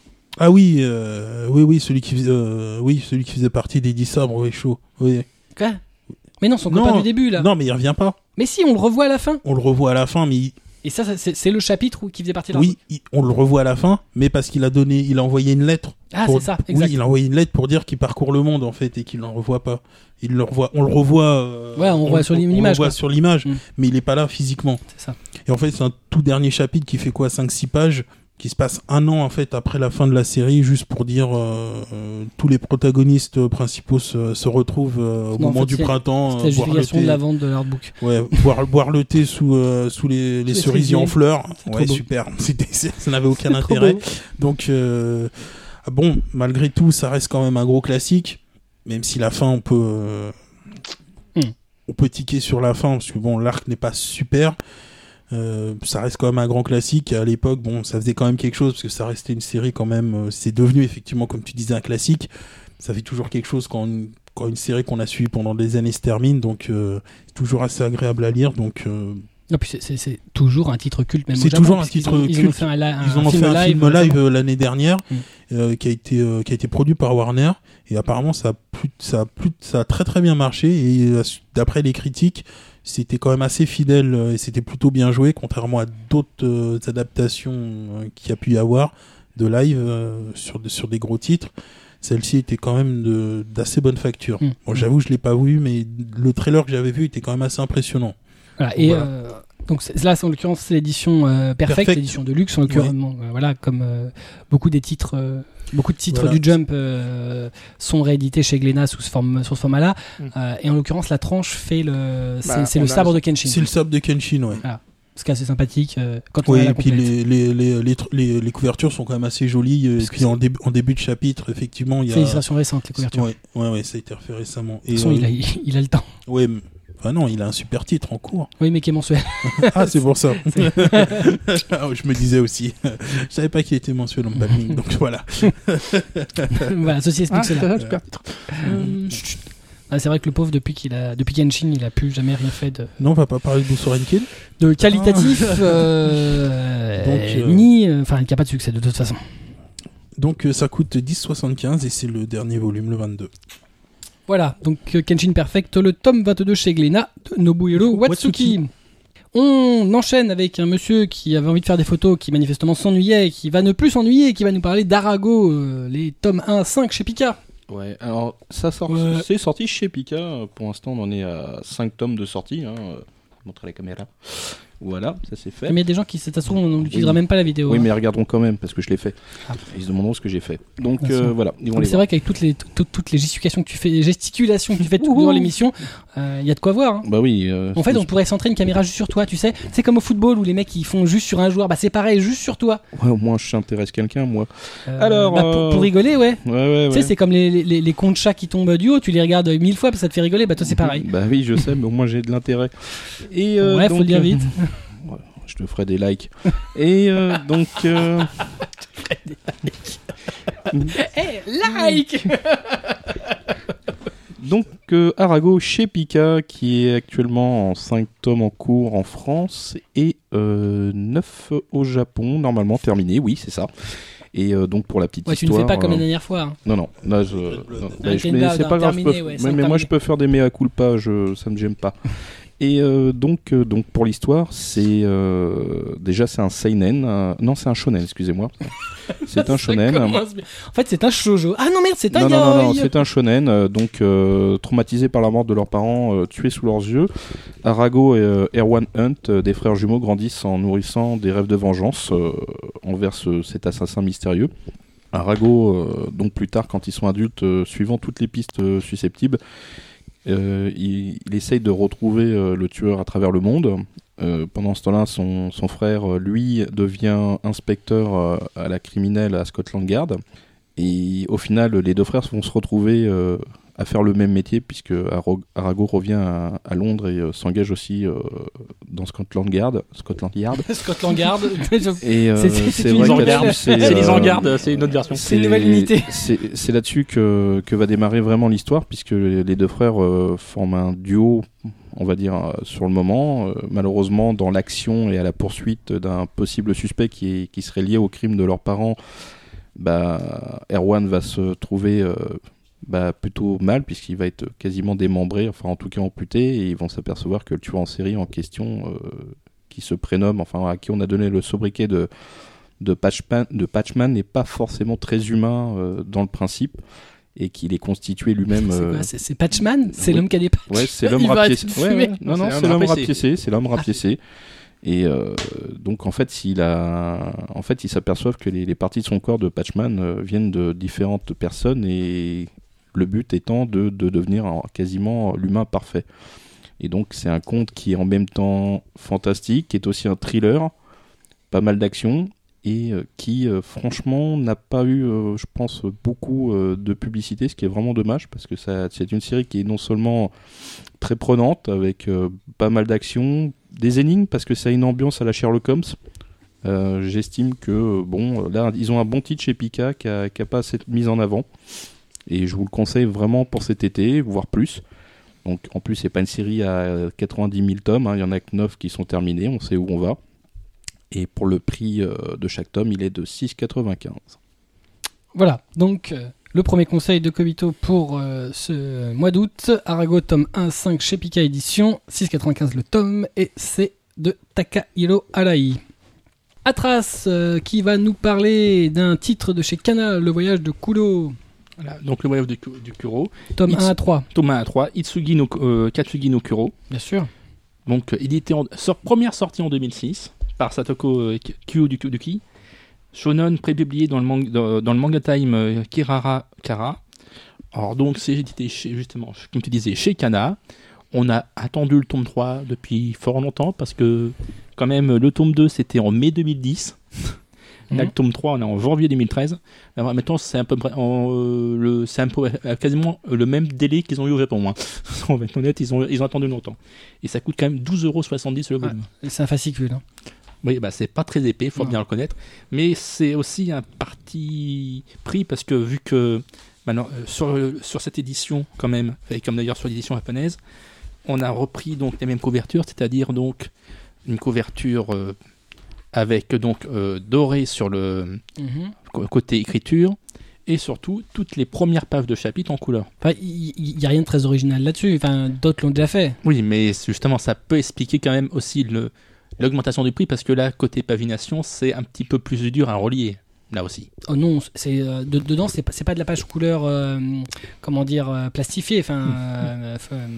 Ah oui, euh, oui, oui, celui qui faisait, euh, oui, celui qui faisait partie des dix sabres, oui, chaud. Oui. Quoi? Mais non, son Non, copain du début là. Non, mais il revient pas. Mais si, on le revoit à la fin. On le revoit à la fin, mais il- Et ça, ça, c'est c'est le chapitre où, qui faisait partie de oui, il- on le revoit à la fin, mais parce qu'il a donné, il a envoyé une lettre. Ah, pour- c'est ça, exact. Oui, il a envoyé une lettre pour dire qu'il parcourt le monde en fait et qu'il n'en revoit pas. Il le revoit, on le revoit. euh, Ouais, on revoit sur on l'image, le voit quoi. sur l'image, Mm. mais il est pas là physiquement. C'est ça. Et en fait, c'est un tout dernier chapitre qui fait quoi, cinq six pages, qui se passe un an en fait après la fin de la série, juste pour dire euh, euh, tous les protagonistes principaux se, se retrouvent euh, au Non, en moment fait, du c'est- printemps, C'est la euh, boire le justification thé, de la vente de l'artbook. ouais, boire, boire le thé sous euh, sous les, les les cerisiers en cerisiers. fleurs. C'est Ouais, trop beau. super. C'était, c'est- ça n'avait aucun C'est trop intérêt. beau. Donc euh, ah bon, malgré tout, ça reste quand même un gros classique, même si la fin on peut euh, Hmm. on peut tiquer sur la fin parce que bon, l'arc n'est pas super. Euh, ça reste quand même un grand classique. Et à l'époque, bon, ça faisait quand même quelque chose parce que ça restait une série quand même. euh, c'est devenu effectivement, comme tu disais, un classique. Ça fait toujours quelque chose quand une, quand une série qu'on a suivie pendant des années se termine. Donc, euh, c'est toujours assez agréable à lire. Donc, euh, Non, puis c'est- c'est c'est toujours un titre culte, même au C'est Japon, toujours un puisqu'ils titre ont- Ils en ont culte. fait un, li- un ils en ont film fait un live. film live récemment. euh, l'année dernière Mm. euh, qui a été euh, qui a été produit par Warner et apparemment ça a plus ça a plus ça a très très bien marché et euh, d'après les critiques c'était quand même assez fidèle euh, et c'était plutôt bien joué contrairement à d'autres euh, adaptations euh, qu'il y a pu y avoir de live euh, sur de- sur des gros titres. Celle-ci était quand même de d'assez bonne facture. Mm. Bon, j'avoue je l'ai pas vu mais le trailer que j'avais vu était quand même assez impressionnant. Voilà, et Voilà. euh, donc c'est- là, c'est- en l'occurrence, c'est l'édition euh, perfecte, Perfect. l'édition de luxe. En l'occurrence, Oui. bon, euh, voilà, comme euh, beaucoup des titres, euh, beaucoup de titres Voilà. du Jump euh, sont réédités chez Glénat sous ce forme, sous ce format-là. Mm. Euh, et en l'occurrence, la tranche fait le, c'est Bah, c'est on le a sabre le- de Kenshin. C'est le sable de Kenshin, ouais. Ce qui est assez sympathique euh, quand on a Oui, la et puis complète. les, les, les, les, tr- les, les couvertures sont quand même assez jolies. euh, Et Parce que puis en, début en début de chapitre, effectivement, il y C'est a. une illustration récente, les couvertures. Ouais, ouais, ouais, ça a été refait récemment. De Et toute façon, euh, il, a, il a le temps. ouais, m- Ah non, il a un super titre en cours. Oui, mais qui est mensuel. Ah, c'est pour ça. Ah, je me disais aussi. Je savais pas qu'il était mensuel en Palming, donc voilà. Voilà, ceci explique Ah, cela. c'est ça, super titre. Euh, chut. Ah, c'est vrai que le pauvre, depuis qu'il a, depuis Genshin, il a plus jamais rien fait de, Non, on va pas parler de Boussorenkin. de qualitatif, euh, Donc, euh, ni, euh, enfin, qui a pas de succès de toute façon. Donc euh, ça coûte dix soixante-quinze et c'est le dernier volume, le vingt-deux. Voilà, donc euh, Kenshin Perfect, le tome vingt-deux chez Glénat de Nobuhiro Watsuki. On enchaîne avec un monsieur qui avait envie de faire des photos, qui manifestement s'ennuyait, et qui va ne plus s'ennuyer, et qui va nous parler d'Arago, euh, les tomes un à cinq chez Pika. Ouais, alors ça sort, Ouais. c'est sorti chez Pika. Pour l'instant, on en est à cinq tomes de sortie. Hein. euh, Montrer la caméra. Voilà, ça c'est fait. Mais il y a des gens qui, de toute façon, on n'utilisera Oui. même pas la vidéo. Oui, hein. mais ils regarderont quand même parce que je l'ai fait. Ah. Ils se demanderont ce que j'ai fait. Donc Bien euh, sûr. voilà, ils vont Mais les c'est voir. vrai qu'avec toutes les, tout- toutes les gesticulations que tu fais, les gesticulations que tu fais tout durant l'émission, il y a de quoi voir. hein. Bah oui. euh, En fait, c'est- on pourrait centrer une caméra juste sur toi, tu sais. C'est comme au football où les mecs ils font juste sur un joueur. Bah c'est pareil, juste sur toi. Ouais, au moins, je s'intéresse quelqu'un, moi. Euh, Alors, bah, pour, euh, pour rigoler, ouais. Ouais, ouais, Tu sais, ouais. c'est comme les, les, les contes chats qui tombent du haut. Tu les regardes mille fois parce que ça te fait rigoler. Bah toi, c'est pareil. Bah oui, je sais, mais au moins j'ai de l'intérêt. Et euh, Ouais, donc, faut le dire euh, vite. ouais, je te ferai des likes. Et euh, donc. euh, Hey, like. Donc euh, Arago chez Pika qui est actuellement en cinq tomes en cours en France et euh, neuf au Japon, normalement terminé, oui c'est ça. Et euh, donc pour la petite Ouais, tu ne histoire... fais pas comme euh, la dernière fois. hein. Non, non, là je... non, Ah, bah, je- Ken mais Blood, c'est hein, pas grave, je terminé, peux- ouais, mais, cinq mais moi terminé. je peux faire des mea culpa, je... ça me gêne pas. Et euh, donc, euh, donc pour l'histoire, c'est euh, déjà c'est un seinen, euh, non c'est un shonen, excusez-moi. C'est un Ça shonen. commence bien. En fait, c'est un shoujo. Ah non, merde, c'est un Non, non, non, non, yaoi. c'est un shonen, euh, donc euh, traumatisés par la mort de leurs parents, euh, tués sous leurs yeux. Arago et euh, Erwan Hunt, euh, des frères jumeaux, grandissent en nourrissant des rêves de vengeance euh, envers ce- cet assassin mystérieux. Arago, euh, donc plus tard, quand ils sont adultes, euh, suivant toutes les pistes euh, susceptibles, euh, il, il essaye de retrouver euh, le tueur à travers le monde. Euh, pendant ce temps-là, son, son frère, euh, lui, devient inspecteur euh, à la criminelle à Scotland Yard. Et au final, les deux frères vont se retrouver euh, à faire le même métier, puisque Aro- Arago revient à, à Londres et euh, s'engage aussi euh, dans Scotland Yard. Scotland Yard. Scotland Yard. Et euh, C'est- c'est- c'est c'est une vrai que nouvelle- là-dessus, C'est c'est les euh, Engardes, c'est une autre version. C'est une nouvelle unité. C'est c'est là-dessus que, que va démarrer vraiment l'histoire, puisque les les deux frères euh, forment un duo, on va dire, euh, sur le moment. Euh, malheureusement, dans l'action et à la poursuite d'un possible suspect qui, est, qui serait lié au crime de leurs parents, bah, Erwan va se trouver euh, bah, plutôt mal, puisqu'il va être quasiment démembré, enfin en tout cas amputé, et ils vont s'apercevoir que le tueur en série en question, euh, qui se prénomme, enfin à qui on a donné le sobriquet de de Patchman, de Patchman n'est pas forcément très humain euh, dans le principe et qu'il est constitué lui-même. C'est euh, quoi, c'est- c'est Patchman. C'est oui. l'homme qui a des patchs. Ouais, c'est l'homme Il va rapiécé. être Ouais, fumé. ouais. Non, C'est non, l'homme c'est l'homme rapiécé. rapiécé. C'est l'homme rapiécé. Et euh, donc en fait, s'il a, en fait, ils s'aperçoivent que les, les parties de son corps de Patchman euh, viennent de différentes personnes et le but étant de, de devenir euh, quasiment l'humain parfait. Et donc c'est un conte qui est en même temps fantastique, qui est aussi un thriller, pas mal d'action et euh, qui euh, franchement n'a pas eu, euh, je pense, beaucoup euh, de publicité, ce qui est vraiment dommage parce que ça, c'est une série qui est non seulement très prenante avec euh, pas mal d'action, des énigmes parce que ça a une ambiance à la Sherlock Holmes. Euh, j'estime que euh, bon, là ils ont un bon titre chez Pika qui a, qui a pas assez mise en avant et je vous le conseille vraiment pour cet été, voire plus. Donc en plus c'est pas une série à quatre-vingt-dix mille tomes, hein, il y en a que neuf qui sont terminés, on sait où on va. Et pour le prix euh, de chaque tome, il est de six quatre-vingt-quinze. Voilà, donc euh, le premier conseil de Kobito pour euh, ce mois d'août, Arago tome un cinq chez Pika Édition, six quatre-vingt-quinze le tome, et c'est de Takahiro Arai. Atras, euh, qui va nous parler d'un titre de chez Kana, Le Voyage de Kudo, Voilà, donc le voyage du, Ku- du Kuro. tome It's- un à trois, Tome un à trois, Itsugi no, euh, Katsugi no Kuro. bien sûr. Donc, euh, il était en sort, première sortie en deux mille six par Satoko euh, Kyuduki. Shonen prépublié dans le, mang- dans, dans le Manga Time euh, Kirara Kara. Alors, donc, c'est édité chez, justement, comme tu disais, chez Kana. On a attendu le tome trois depuis fort longtemps parce que, quand même, le tome deux c'était en mai deux mille dix. Là, le tome trois, on est en janvier deux mille treize. Alors, maintenant, c'est, à peu près, en, euh, le, c'est un peu, euh, quasiment le même délai qu'ils ont eu au Japon. Hein. On va être honnête, ils ont, ils ont attendu longtemps. Et ça coûte quand même douze euros soixante-dix le volume. Ouais, c'est un fascicule. Hein. Oui, bah, c'est pas très épais, il faut Non. bien le reconnaître. Mais c'est aussi un parti pris parce que vu que maintenant, euh, sur, sur cette édition, quand même, et comme d'ailleurs sur l'édition japonaise, on a repris donc les mêmes couvertures, c'est-à-dire donc une couverture euh, avec donc euh, doré sur le Mm-hmm. côté écriture et surtout toutes les premières pages de chapitres en couleur. Enfin, il n'y a rien de très original là-dessus. Enfin, d'autres l'ont déjà fait. Oui, mais justement, ça peut expliquer quand même aussi le, l'augmentation du prix parce que là, côté pagination, c'est un petit peu plus dur à relier. Là aussi. Oh non, c'est euh, de, dedans c'est pas c'est pas de la page couleur euh, comment dire euh, plastifiée. Enfin, euh,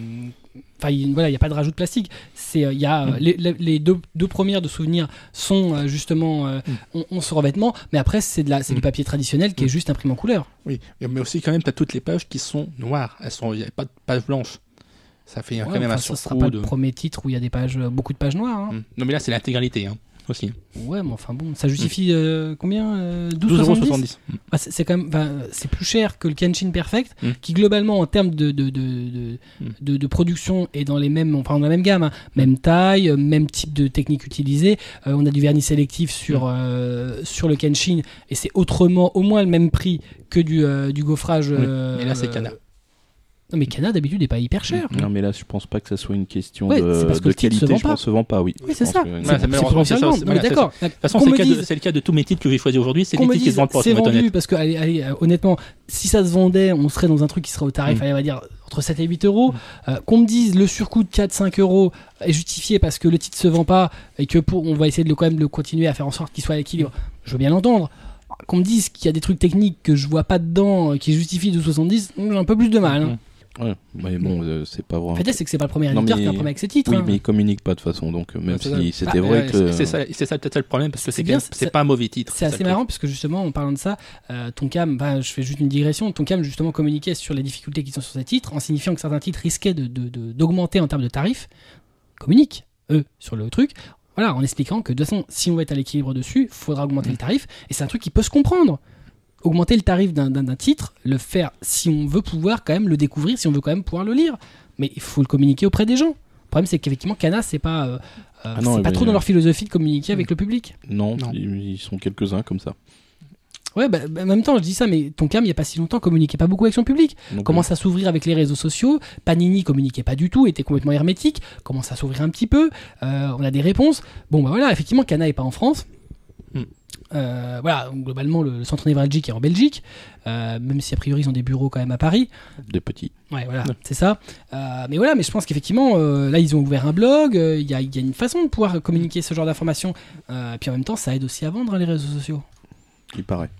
enfin il, voilà, il y a pas de rajout de plastique. C'est il euh, y a euh, les, les, les deux, deux premières de souvenirs sont euh, justement euh, ont, ont ce revêtement, mais après c'est de la c'est du papier traditionnel qui est juste imprimé en couleur. Oui, mais aussi quand même t'as toutes les pages qui sont noires. Elles sont il y a pas de page blanche. Ça fait Ouais, quand même enfin, un ça surcoût. sera pas de... le premier titre où il y a des pages beaucoup de pages noires. Hein. Hum. Non mais là c'est l'intégralité hein, aussi. Ouais, mais enfin bon, ça justifie euh, combien euh, douze euros soixante-dix. Ah, c'est, c'est quand même, enfin, c'est plus cher que le Kenshin Perfect, Mm. qui globalement en termes de de, de, de, Mm. de, de production est dans les mêmes, enfin dans la même gamme, hein. Même taille, même type de technique utilisée. Euh, on a du vernis sélectif sur Mm. euh, sur le Kenshin et c'est autrement au moins le même prix que du euh, du gaufrage. Oui. Euh, Et là c'est Kana. Non mais Kana d'habitude n'est pas hyper cher. Non, mais là, je pense pas que ça soit une question Ouais, de, c'est parce que de le titre se qualité. vend Je pas. pense se vend pas, oui. Oui, c'est Je ça. pense que- Ouais, C'est, ça, c'est malheureusement, pour c'est faire ça, le c'est- vendre. Non, mais voilà, d'accord. De toute façon, Qu'on c'est me le, cas de, dise- c'est le cas de tous mes titres que j'ai choisis aujourd'hui. C'est Qu'on les me titres qui dise se vendent pas c'est pour être vendu honnête. parce que allez, allez, euh, honnêtement si ça se vendait on serait dans un truc qui serait au tarif Mm. allez, on va dire entre sept et huit euros. Euh, qu'on me dise le surcoût de quatre cinq euros est justifié parce que le titre se vend pas et que pour on va essayer de le, quand même de le continuer à faire en sorte qu'il soit à l'équilibre, je veux bien l'entendre. Qu'on me dise qu'il y a des trucs techniques que je vois pas dedans euh, qui justifient de soixante-dix, j'ai un peu plus de mal. Hein. Ouais, mais bon, euh, c'est pas vrai. Le fait est, c'est que c'est pas le premier Non, éditeur mais- qui a un problème avec ses titres. Oui, hein. mais il communique pas de toute façon, donc euh, même Ouais, c'est si ça. c'était Ah, vrai ouais, que. c'est ça, c'est ça peut-être le problème parce que C'est c'est, bien, quand même- c'est- c'est pas un mauvais titre. C'est ça, assez le marrant truc. parce que justement en parlant de ça, euh, Tonkam, bah, je fais juste une digression, Tonkam justement communiquait sur les difficultés qui sont sur ces titres en signifiant que certains titres risquaient de, de- de- d'augmenter en termes de tarifs, communiquent eux sur le truc, voilà, en expliquant que de toute façon si on veut être à l'équilibre dessus, il faudra augmenter le tarif et c'est un truc qui peut se comprendre. Augmenter le tarif d'un, d'un, d'un titre, le faire si on veut pouvoir quand même le découvrir, si on veut quand même pouvoir le lire, mais il faut le communiquer auprès des gens. Le problème c'est qu'effectivement Kana c'est pas, euh, euh, Ah non, c'est pas mais- trop dans leur philosophie de communiquer avec le public. Non, Non. Ils, ils sont quelques-uns comme ça. Ouais, bah, bah, en même temps, je dis ça, mais Tonkam, il n'y a pas si longtemps, communiquait pas beaucoup avec son public. Donc, Commence à s'ouvrir avec les réseaux sociaux. Panini communiquait pas du tout, était complètement hermétique. Commence à s'ouvrir un petit peu. Euh, on a des réponses. Bon, bah voilà, effectivement, Kana est pas en France. Hmm. Euh, voilà, donc, globalement, le, le centre névralgique est en Belgique, euh, même si a priori ils ont des bureaux quand même à Paris. des petits. Ouais, voilà, Ouais. c'est ça. Euh, mais voilà, mais je pense qu'effectivement, euh, là, ils ont ouvert un blog. euh, Il y, a, il y a une façon de pouvoir communiquer ce genre d'informations. Euh, puis en même temps, ça aide aussi à vendre hein, les réseaux sociaux. Il paraît.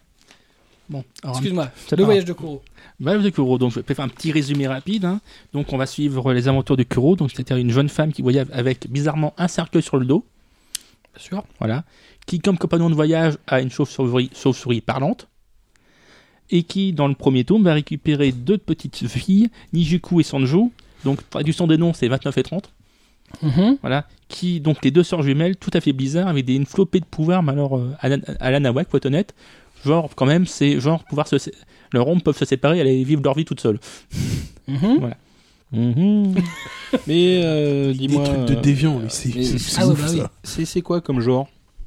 Bon, alors, Excuse-moi, c'est le pas voyage de Kuro. Voyage de Kuro, donc je vais faire un petit résumé rapide. hein. Donc on va suivre les aventures de Kuro, donc c'est-à-dire une jeune femme qui voyage avec bizarrement un cercueil sur le dos, Bien sûr. voilà, qui comme compagnon de voyage a une chauve-souris, chauve-souris parlante, et qui dans le premier tome va récupérer deux petites filles, Nijuku et Sanju, donc traduction des noms c'est vingt-neuf et trente, Mhm. voilà, qui donc les deux sœurs jumelles tout à fait bizarres avec des, une flopée de pouvoirs, mais alors euh, à la, à la Nawak, faut être honnête, genre quand même c'est genre pouvoir se, sé- leurs ombres peuvent se séparer et aller vivre leur vie toutes seules. Mhm. Mhm. Mais euh, Des dis-moi. trucs de euh, déviant, lui, c'est, mais- c'est, c'est Ah ouais, ouf, bah oui. ça. C'est c'est quoi comme genre?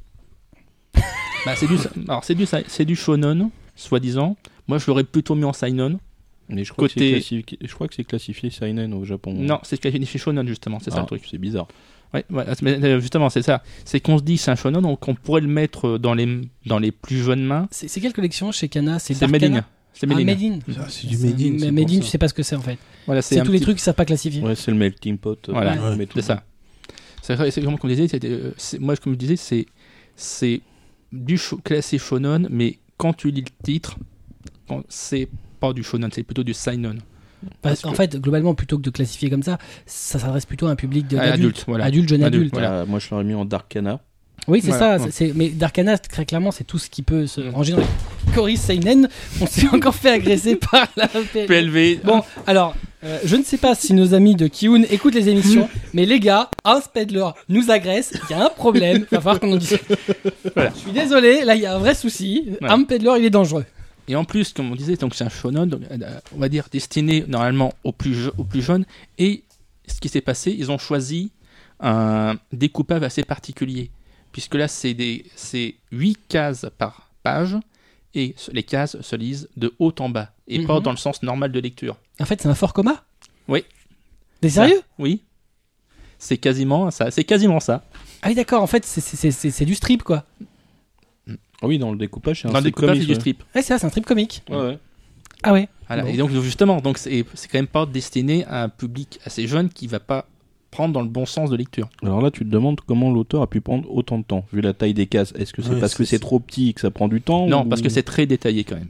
Bah, c'est du, alors c'est du, c'est du shonen, soi-disant. Moi, je l'aurais plutôt mis en seinen. Mais je crois, Côté- que c'est classifié, je crois que c'est classifié seinen au Japon. Non, c'est classifié shonen justement, c'est ça Ah, le truc. C'est bizarre. Ouais, ouais, mais euh, justement, c'est ça. C'est qu'on se dit c'est un shonen, donc on pourrait le mettre dans les dans les plus jeunes mains. C'est, c'est quelle collection chez Kana? C'est, C'est Dark Made in. Kana C'est Ah, Made in. Made in. Ah, c'est du made in. Mais c'est Made pour in, ça. tu sais pas ce que c'est en fait. Voilà, C'est, un tous les petit- trucs qui savent pas classifier. Ouais, c'est le melting pot. euh, Voilà, on met tout c'est ça. C'est vrai, c'est vraiment comme je disais. c'était, euh, c'est- moi, comme je disais, c'est c'est du sho- classé shonen, mais quand tu lis le titre, quand- c'est pas du shonen, c'est plutôt du seinen. Parce Parce en que- fait, globalement, plutôt que de classifier comme ça, ça s'adresse plutôt à un public de, À d'adulte. l'adulte, voilà. Adulte, jeune Adulte, adulte. voilà. Voilà, moi je l'aurais mis en Dark Kana. Oui, c'est Voilà. ça. c'est- c'est- Mais Darkana, très clairement, c'est tout ce qui peut se ranger dans les Cory Seinen. On s'est encore fait agresser par la P L V. Bon, alors, euh, je ne sais pas si nos amis de Kiun écoutent les émissions, mais les gars, Hans Pedler nous agresse, il y a un problème, il va falloir qu'on en discute. Voilà. Je suis désolé, là il y a un vrai souci. Ouais. Hans Pedler, il est dangereux. Et en plus, comme on disait, donc c'est un shonen, donc, euh, on va dire destiné normalement aux plus, je- aux plus jeunes. Et ce qui s'est passé, ils ont choisi un découpage assez particulier. Puisque là, c'est des, c'est huit cases par page. Et les cases se lisent de haut en bas. Et pas Mhm. dans le sens normal de lecture. En fait, c'est un fort coma. Oui. T'es sérieux? Ça, oui. C'est quasiment ça. C'est quasiment ça. Ah oui, d'accord, en fait, c'est- c'est c'est- c'est du strip, quoi. Ah oui, dans le découpage, c'est un Dans le strip découpage, c'est comics, du ouais. strip. Ouais, c'est ça, c'est un strip comique. Ouais, ouais. Ah ouais. Voilà. Bon. Et donc, justement, donc c'est, c'est quand même pas destiné à un public assez jeune qui va pas prendre dans le bon sens de lecture. Alors là, tu te demandes comment l'auteur a pu prendre autant de temps, vu la taille des cases. Est-ce que c'est Ouais, parce que c'est- c'est trop petit et que ça prend du temps Non, ou- parce que c'est très détaillé quand même.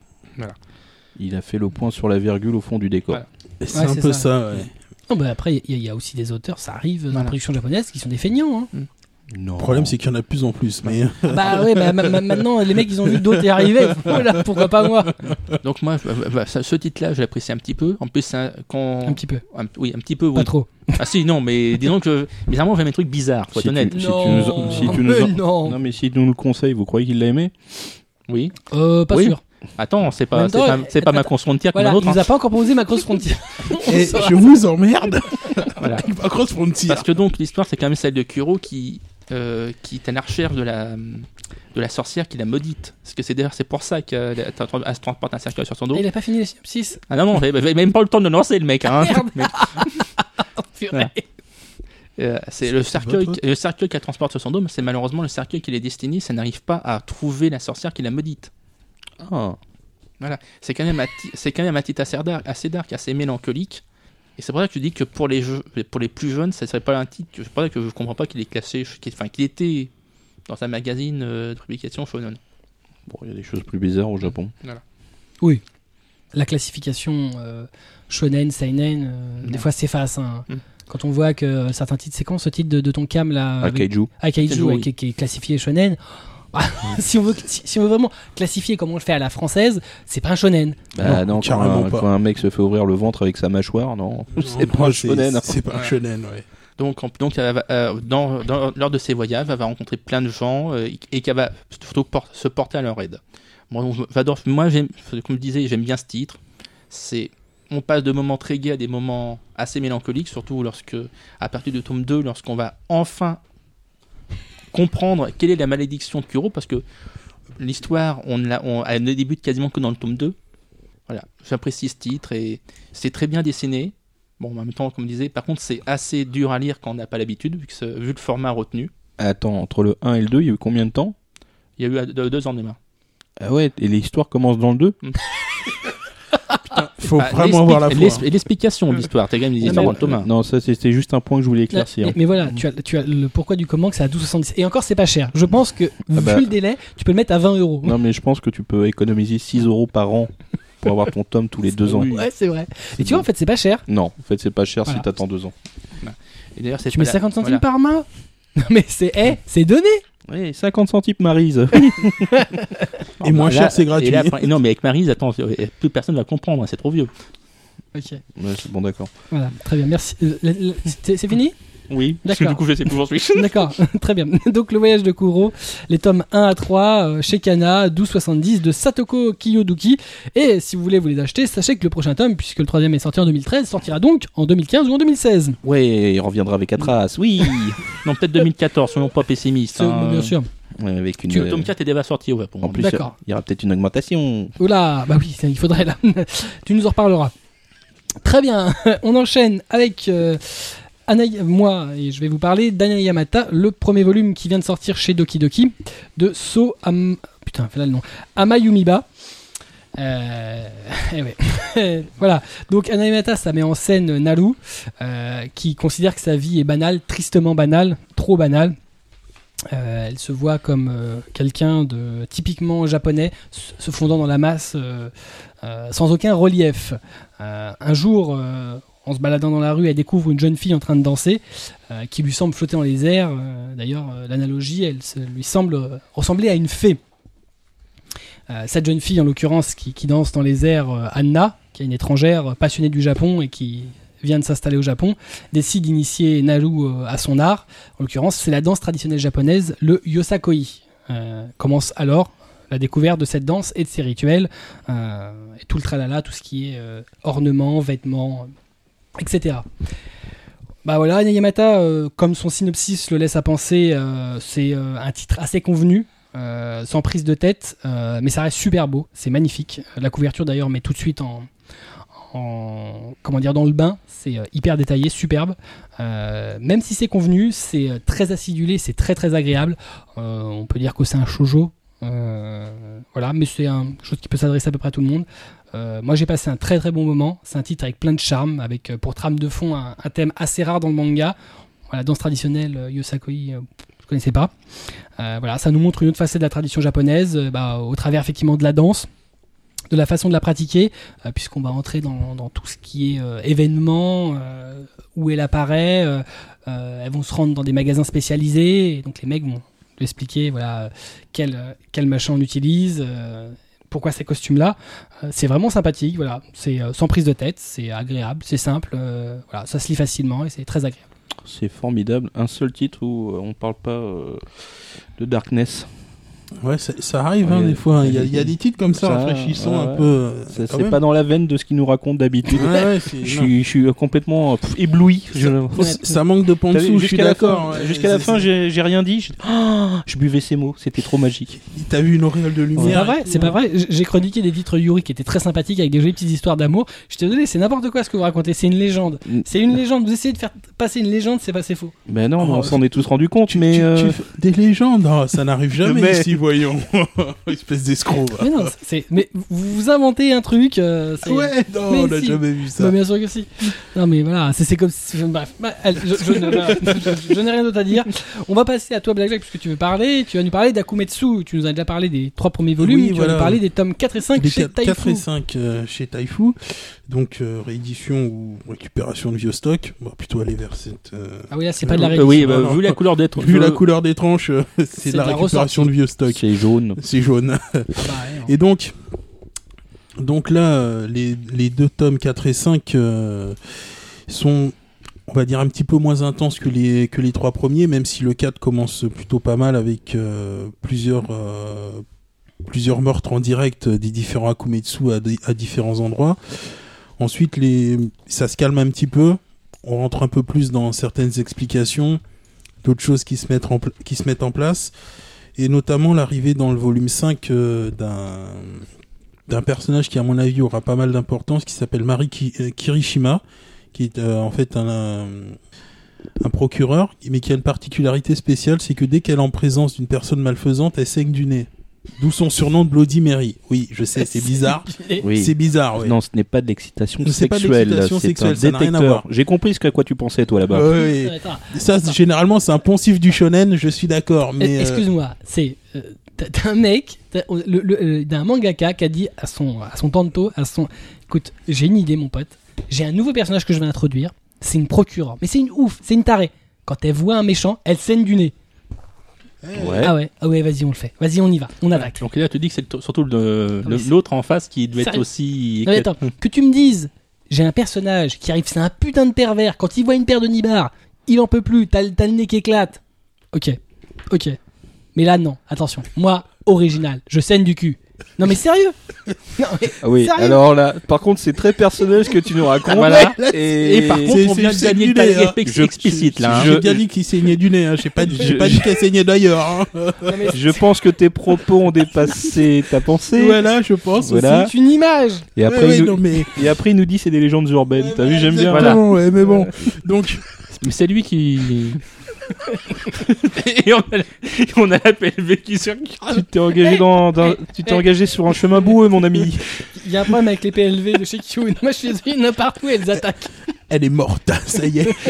Il a fait le point sur la virgule au fond du décor. Voilà. Et c'est Ouais, un c'est peu ça. ça, ouais. Non, bah après, il y, a- il y a aussi des auteurs, ça arrive dans la Voilà. production japonaise, qui sont des feignants. Hein. Non. Le problème, c'est qu'il y en a de plus en plus. Mais Bah ouais, bah, ma- ma- maintenant, les mecs, ils ont vu que d'autres y arrivaient. Voilà, pourquoi pas moi? Donc moi, euh, bah, ça- ce titre-là, je l'apprécie un petit peu. En plus, c'est un- quand... Un petit peu. un- oui, un petit peu, oui. Pas trop. Ah si, non, mais disons que bizarrement, j'aime les trucs bizarres, faut Si être tu- honnête. Si non, tu nous- si tu nous mais en- non. Non, mais si tu nous le conseilles, vous croyez qu'il l'a aimé? Oui. Euh, pas Oui. sûr. Attends, c'est En pas, même c'est temps, pas, c'est pas attends, Macron Frontier comme Voilà, un il autre. nous hein. a pas encore proposé Macross Frontier. Et saura. je vous emmerde. Voilà. Macross Frontier. Parce que donc l'histoire, c'est quand même celle de Kuro qui, euh, qui est à la recherche de la, de la sorcière qui la maudite. Parce que c'est d'ailleurs c'est pour ça qu'elle elle se transporte un cercueil sur son dos. Il a pas fini les synopsis. Ah non, non, j'avais même pas le temps de lancer le mec. Hein. Merde. Mais, Purée. Voilà. euh, c'est le C'est cercueil, votre- le cercueil qu'elle transporte sur son dos, mais c'est malheureusement le cercueil qui est destiné, ça n'arrive pas à trouver la sorcière qui la maudite. Ah. Voilà, c'est quand même un ti- c'est quand même un titre assez dark, assez dark, assez mélancolique. Et c'est pour ça que je dis que pour les jeux, pour les plus jeunes, ça serait pas un titre. que- C'est pour ça que je comprends pas qu'il est classé, qu'il- enfin qu'il était dans un magazine euh, de publication shonen. Bon, il y a des choses plus bizarres au Japon. Oui. La classification euh, shonen, seinen, euh, Non. des fois s'efface. Hein. Mm. Quand on voit que euh, certains titres, c'est quand ce titre de, de ton cam là, À avec- Kaiju. Ah, Kaiju, Kaiju, ouais, oui. qui, qui est classifié shonen. Ah, si, on veut, si, si on veut vraiment classifier comme on le fait à la française, c'est pas un shonen. Bah non, quand, carrément un, pas. quand un mec se fait ouvrir le ventre avec sa mâchoire, non, c'est pas un Non, shonen. hein. C'est pas un shonen, ouais. Donc, en- donc elle va, euh, dans, dans- lors de ses voyages, elle va rencontrer plein de gens euh, et qu'elle va surtout por- se porter à leur aide. Bon, donc, j'adore- moi, j'aime, comme je disais, j'aime bien ce titre. C'est, on passe de moments très gais à des moments assez mélancoliques, surtout lorsque, à partir du tome deux, lorsqu'on va enfin comprendre quelle est la malédiction de Kuro, parce que l'histoire, on, l'a- on, elle ne débute quasiment que dans le tome deux. Voilà, j'apprécie ce titre et c'est très bien dessiné. Bon, en même temps, comme je disais, par contre, c'est assez dur à lire quand on n'a pas l'habitude, vu, que ce- vu le format retenu. Attends, entre le un et le deux, il y a eu combien de temps? Il y a eu euh, deux, deux ans de démarre. Ah ouais, et l'histoire commence dans le deux? Faut Bah, vraiment avoir la l'expli- foi. l'ex- L'explication de l'histoire, t'as quand même des Non, histoires mais- dans le tome un. Non, ça c'était juste un point que je voulais éclaircir. Mais, mais voilà, tu as, tu as le pourquoi du comment que c'est à douze soixante-dix. Et encore, c'est pas cher. Je pense que, vu bah. le délai, tu peux le mettre à vingt euros. Non, mais je pense que tu peux économiser six euros par an pour avoir ton tome tous les deux ans. Oui. Ouais, c'est vrai. Et tu vois, en fait, c'est pas cher. Non, en fait, c'est pas cher Voilà. si t'attends deux ans. Et d'ailleurs, c'est Tu pas mets la- cinquante centimes voilà. par main. Non, mais c'est, eh, c'est donné. Oui, cinquante centimes, Maryse. Et moins Là- cher, c'est et gratuit. là, après- non, mais avec Maryse, attends, euh, plus personne va comprendre, hein, c'est trop vieux. Ok. Ouais, c'est bon, d'accord. Voilà, très bien, merci. Euh, le- le- C'est c'est fini? Oui, parce que du coup, je sais plus où j'en suis. D'accord, très bien. Donc, le voyage de Kuro, les tomes un à trois, euh, chez Kana, douze soixante-dix, de Satoko Kiyoduki. Et si vous voulez vous les acheter, sachez que le prochain tome, puisque le troisième est sorti en deux mille treize, sortira donc en deux mille quinze ou en deux mille seize. Ouais, il reviendra avec Atras, oui. Non, peut-être deux mille quatorze, soyons pas pessimistes. C'est- hein. Bien sûr. Ouais, avec une. Tu- euh, Le tome quatre est déjà sorti au Japon. En plus, il y, D'accord. a- il y aura peut-être une augmentation. Oula, bah oui, ça, il faudrait là. Tu nous en reparleras. Très bien, on enchaîne avec euh, Ana- moi, et je vais vous parler d'Ana Yamata, le premier volume qui vient de sortir chez Doki Doki, de So Am... Putain, là le nom. Amayumiba. Euh... eh ouais. Voilà, donc Ana Yamata, ça met en scène Naru, euh, qui considère que sa vie est banale, tristement banale, trop banale. Euh, elle se voit comme euh, quelqu'un de typiquement japonais, se se fondant dans la masse, euh, euh, sans aucun relief. Euh, un jour, euh, en se baladant dans la rue, elle découvre une jeune fille en train de danser euh, qui lui semble flotter dans les airs. Euh, d'ailleurs, euh, l'analogie, elle se, lui semble euh, ressembler à une fée. Euh, cette jeune fille, en l'occurrence, qui, qui danse dans les airs, euh, Anna, qui est une étrangère passionnée du Japon et qui vient de s'installer au Japon, décide d'initier Naru euh, à son art. En l'occurrence, c'est la danse traditionnelle japonaise, le yosakoi. Euh, commence alors la découverte de cette danse et de ses rituels, euh, et tout le tralala, tout ce qui est euh, ornements, vêtements, et cetera. Bah voilà, Yamata, euh, comme son synopsis le laisse à penser, euh, c'est euh, un titre assez convenu, euh, sans prise de tête, euh, mais ça reste super beau, c'est magnifique. La couverture d'ailleurs met tout de suite en, en comment dire, dans le bain, c'est euh, hyper détaillé, superbe. Euh, même si c'est convenu, c'est euh, très acidulé, c'est très très agréable. Euh, on peut dire que c'est un shoujo. Euh, voilà, mais c'est un chose qui peut s'adresser à peu près à tout le monde. Euh, moi j'ai passé un très très bon moment. C'est un titre avec plein de charme, avec euh, pour trame de fond un, un thème assez rare dans le manga. Voilà, danse traditionnelle, euh, yosakoi, euh, je connaissais pas. Euh, voilà, ça nous montre une autre facette de la tradition japonaise, euh, bah, au travers effectivement de la danse, de la façon de la pratiquer, euh, puisqu'on va entrer dans, dans tout ce qui est euh, événement, euh, où elle apparaît. Euh, euh, elles vont se rendre dans des magasins spécialisés, et donc les mecs vont expliquer voilà quel quel machin on utilise, euh, pourquoi ces costumes là. Euh, c'est vraiment sympathique, voilà, c'est euh, sans prise de tête, c'est agréable, c'est simple, euh, voilà, ça se lit facilement et c'est très agréable. C'est formidable, un seul titre où euh, on parle pas euh, de Darkness. Ouais, ça, ça arrive Ouais, hein, des fois. Il y, a- ouais, il y a des titres comme ça, ça, rafraîchissants ouais, un peu. euh, Ça, quand c'est même. pas dans la veine de ce qu'il nous raconte d'habitude. Ouais, ouais, c'est- Je non. suis, je suis complètement pff, ébloui. Je- Ça, ça manque de pont T'as vu, dessous, je suis jusqu'à la d'accord. fin, ouais. jusqu'à la C'est- fin, c'est- j'ai j'ai rien dit. Je, Ah, je buvais ces mots, c'était trop magique. T'as vu une auréole de lumière. C'est pas vrai, et tout, c'est pas hein. vrai. J- J'ai chroniqué des titres Yuri qui étaient très sympathiques avec des jolies petites histoires d'amour. Je te désolé, c'est n'importe quoi ce que vous racontez. C'est une légende. C'est une légende. Vous essayez de faire passer une légende, c'est pas c'est faux. Ben non, mais Oh, on s'en est tous rendu compte, Tu, mais tu- euh, tu fais des légendes, oh, ça n'arrive jamais Mais- ici, voyons. Espèce d'escroc. va. Mais non, c'est mais vous vous inventez un truc. euh, c'est- Ouais, non, Mais on n'a si. jamais vu ça. Bah, bien sûr que si. Non mais voilà, c'est c'est comme si- bref. Bah, allez, je, je ne- voilà, je- je n'ai rien d'autre à dire. On va passer à toi Blackjack puisque tu veux parler. Tu vas nous parler d'Akumetsu. Tu nous as déjà parlé des trois premiers volumes. Oui, tu vas voilà. nous parler des tomes quatre et cinq Les chez quatre- Taifu. quatre et cinq euh, chez Taifu. Donc euh, réédition ou récupération de vieux stock. Bon, plutôt aller vers cette. euh, Ah oui là c'est pas de la Euh, réédition. oui, bah, non, non. vu la couleur d'être. Vu la couleur des tranches, euh, c'est C'est de la de la récupération ressortie. de vieux stock. c'est jaune. C'est jaune. Ah bah, ouais, non. Et donc, donc là, euh, les, les deux tomes quatre et cinq euh, sont, on va dire, un petit peu moins intenses que les, que les trois premiers, même si le quatre commence plutôt pas mal avec euh, plusieurs, euh, plusieurs meurtres en direct des différents Akumetsu à, di- à différents endroits. Ensuite, les, ça se calme un petit peu. On rentre un peu plus dans certaines explications, d'autres choses qui se mettent en, pl- qui se mettent en place. Et notamment l'arrivée dans le volume cinq euh, d'un d'un personnage qui à mon avis aura pas mal d'importance, qui s'appelle Mari Ki- euh, Kirishima, qui est euh, en fait un, un, un procureur, mais qui a une particularité spéciale, c'est que dès qu'elle est en présence d'une personne malfaisante, elle saigne du nez. D'où son surnom de Bloody Mary. Oui, je sais, c'est bizarre. Oui. C'est bizarre, ouais. Non, ce n'est pas de l'excitation C'est pas de sexuelle, l'excitation c'est sexuelle, un ça n'a rien à détecteur. voir. J'ai compris ce que- à quoi tu pensais, toi, là-bas. Ouais, ouais. Attends, Ça, c'est- généralement, c'est un poncif du shonen, je suis d'accord, mais... euh, excuse-moi, c'est euh, t'as t'as un mec, t'as le, le, euh, d'un mangaka qui a dit à son à son tanto, à son, écoute, j'ai une idée mon pote, j'ai un nouveau personnage que je vais introduire, c'est une procureure, mais c'est une ouf, c'est une tarée. Quand elle voit un méchant, elle saigne du nez. Ouais. Ah ouais, ah ouais, vas-y on le fait, vas-y on y va, on attaque. Donc là, tu dis que c'est t- surtout le- Ah, le- mais c'est- l'autre en face qui devait être Sérieux aussi. Non, mais attends, que tu me dises, j'ai un personnage qui arrive, c'est un putain de pervers, quand il voit une paire de nibards, il en peut plus, t'as le t'as le nez qui éclate. Ok, ok. Mais là non, attention, moi, original, je saigne du cul. Non mais sérieux. Non mais Ah oui, sérieux. alors là, par contre, c'est très personnel ce que tu nous racontes. Voilà. Et, Et par contre, c'est- on c'est vient de le gagner du ta nez, hein. ex- Je- explicite là. hein. J'ai je- bien dit qu'il saignait du nez, hein. J'ai pas, j'ai Je- pas dit qu'elle saignait d'ailleurs. Hein. Non, mais je pense que tes propos ont dépassé ta pensée. Voilà, je pense. Voilà. c'est une image. Et, après, Ouais, ouais, il nous... non, mais... et après, il nous dit c'est des légendes urbaines. T'as vu, j'aime bien. Exactement, ouais, mais bon. Donc, Mais c'est lui qui. Et on a, la- on a la P L V qui circule. Tu t'es engagé dans, dans- tu t'es eh. engagé sur un chemin boueux, mon ami. Il y a un problème avec les P L V de chez Kyun. Moi je suis désolé, il y en a partout, elles attaquent. elle est morte, ça y est.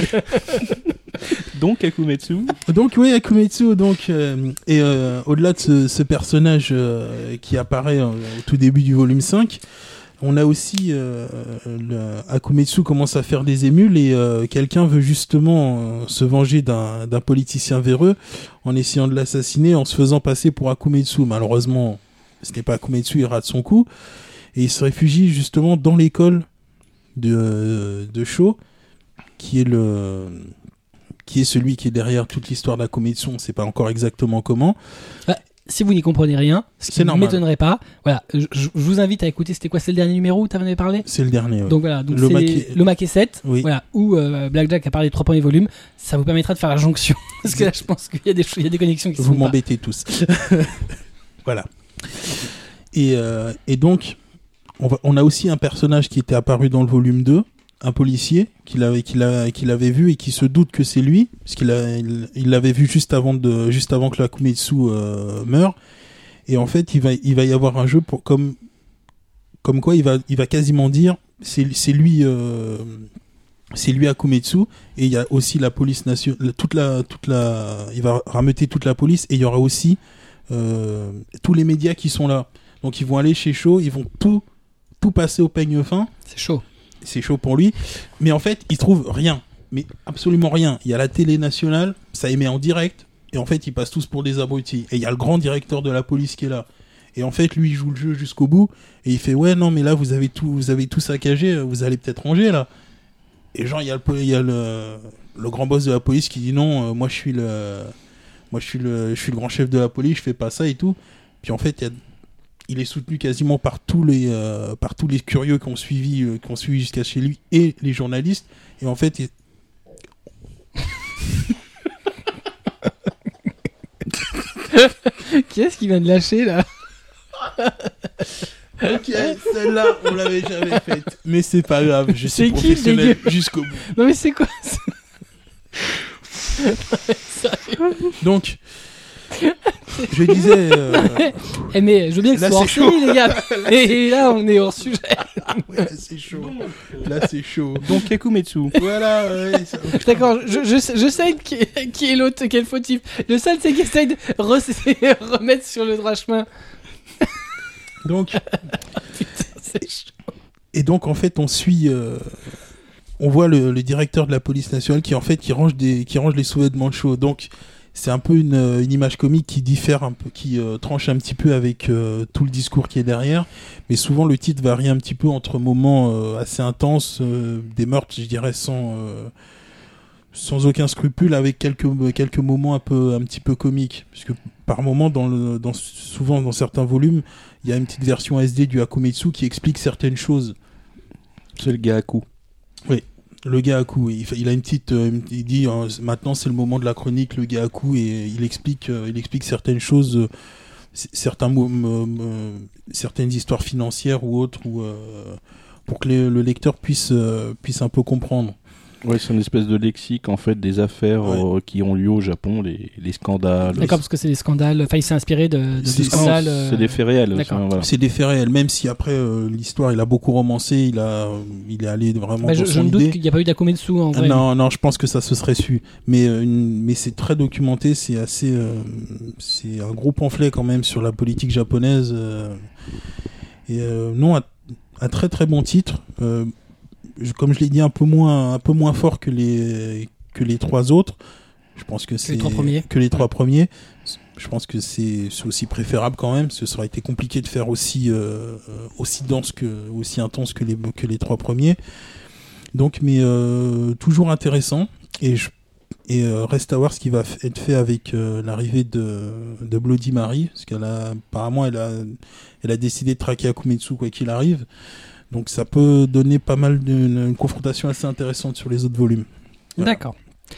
Donc, Akumetsu. Donc oui, Akumetsu, donc euh, et euh, au-delà de ce, ce personnage euh, qui apparaît euh, au tout début du volume cinq, on a aussi euh, le, Akumetsu commence à faire des émules et euh, quelqu'un veut justement euh, se venger d'un, d'un politicien véreux en essayant de l'assassiner en se faisant passer pour Akumetsu. Malheureusement, ce n'est pas Akumetsu, il rate son coup et il se réfugie justement dans l'école de, de Sho, qui est le qui est celui qui est derrière toute l'histoire d'Akumetsu. On ne sait pas encore exactement comment. Ah. Si vous n'y comprenez rien, ce qui ne m'étonnerait pas, voilà, je, je vous invite à écouter. C'était quoi, c'est le dernier numéro où tu en avais parlé ? C'est le dernier. Ouais. Donc voilà, donc le c'est Maquet... le Maquet sept, oui. voilà, où euh, Blackjack a parlé des trois premiers volumes. Ça vous permettra de faire la jonction, parce que là, je pense qu'il y a des il y a des connexions qui vous sont. Vous m'embêtez pas. tous. Voilà. Et euh, et donc, on, va, on a aussi un personnage qui était apparu dans le volume deux. Un policier qu'il avait, qu'il a, qu'il avait vu et qui se doute que c'est lui, parce qu'il a, il, il l'avait vu juste avant de, juste avant que l'Akumetsu euh, meure. Et en fait, il va, il va y avoir un jeu pour, comme, comme quoi il va, il va quasiment dire, c'est, c'est lui, euh, c'est lui Akumetsu. Et il y a aussi la police nationale, toute la, toute la, il va rameuter toute la police et il y aura aussi euh, tous les médias qui sont là. Donc ils vont aller chez Sho, ils vont tout, tout passer au peigne fin. C'est chaud. C'est chaud pour lui, mais en fait, il trouve rien, mais absolument rien. Il y a la télé nationale, ça émet en direct, et en fait, ils passent tous pour des abrutis. Et il y a le grand directeur de la police qui est là. Et en fait, lui, il joue le jeu jusqu'au bout, et il fait, ouais, non, mais là, vous avez tout, vous avez tout saccagé, vous allez peut-être ranger, là. Et genre, il y a le, il y a le, le grand boss de la police qui dit, non, euh, moi, je suis le, moi, je suis le, je suis le grand chef de la police, je fais pas ça et tout. Puis en fait, il y a il est soutenu quasiment par tous les euh, par tous les curieux qui ont suivi euh, qui ont suivi jusqu'à chez lui et les journalistes et en fait il... Qui est-ce qui vient de lâcher là? Ok, celle-là on l'avait jamais faite, mais c'est pas grave, je suis c'est professionnel jusqu'au bout. Non mais c'est quoi Donc je disais. Euh... Eh mais je veux bien que ce soit hors série, les gars. Et là, on est hors sujet. Ouais, là, c'est chaud. Là, c'est chaud. Donc, Akumetsu. Voilà. Ouais, ça... D'accord, je, je, je sais qui est, qui est l'autre, qui est le fautif. Le seul, c'est qu'il essaye de re- remettre sur le droit chemin. Donc. Putain, c'est chaud. Et donc, en fait, on suit. Euh... On voit le, le directeur de la police nationale qui, en fait, qui range des, qui range les sous-vêtements de Sho. Donc. C'est un peu une, une image comique qui diffère un peu, qui euh, tranche un petit peu avec euh, tout le discours qui est derrière. Mais souvent, le titre varie un petit peu entre moments euh, assez intenses, euh, des meurtres, je dirais, sans, euh, sans aucun scrupule, avec quelques, quelques moments un, peu, un petit peu comiques. Puisque par moment, dans le, dans, souvent dans certains volumes, il y a une petite version S D du Akumetsu qui explique certaines choses. C'est le gars à coup. Oui. Le gars à coup, il, il a une petite, euh, il dit euh, maintenant c'est le moment de la chronique, le gars à coup, et il explique, euh, il explique certaines choses, euh, certains mots, euh, certaines histoires financières ou autres, ou euh, pour que les, le lecteur puisse euh, puisse un peu comprendre. Ouais, c'est une espèce de lexique en fait des affaires ouais. euh, qui ont lieu au Japon, les, les scandales. D'accord, parce que c'est des scandales. Enfin, il s'est inspiré de, de c'est, des scandales. Euh... C'est des faits réels. D'accord. Ça, voilà. C'est des faits réels, même si après euh, l'histoire, il a beaucoup romancé, il a, il est allé vraiment. Bah, dans je son je me idée. doute qu'il n'y a pas eu d'Akumetsu en vrai. Non, non, je pense que ça se serait su. Mais euh, une, mais c'est très documenté, c'est assez, euh, c'est un gros pamphlet quand même sur la politique japonaise. Euh, et euh, non, un, un très très bon titre. Euh, Comme je l'ai dit, un peu moins, un peu moins fort que les, que les trois autres. Je pense que, que c'est les trois premiers. Que les trois premiers. Je pense que c'est, c'est aussi préférable quand même. Ce serait été compliqué de faire aussi, euh, aussi dense que, aussi intense que les, que les trois premiers. Donc, mais euh, toujours intéressant. Et, je, et euh, reste à voir ce qui va f- être fait avec euh, l'arrivée de, de Bloody Mary, parce qu'elle a, apparemment, elle a, elle a décidé de traquer Akumetsu quoi qu'il arrive. Donc ça peut donner pas mal d'une une confrontation assez intéressante sur les autres volumes. Voilà. D'accord.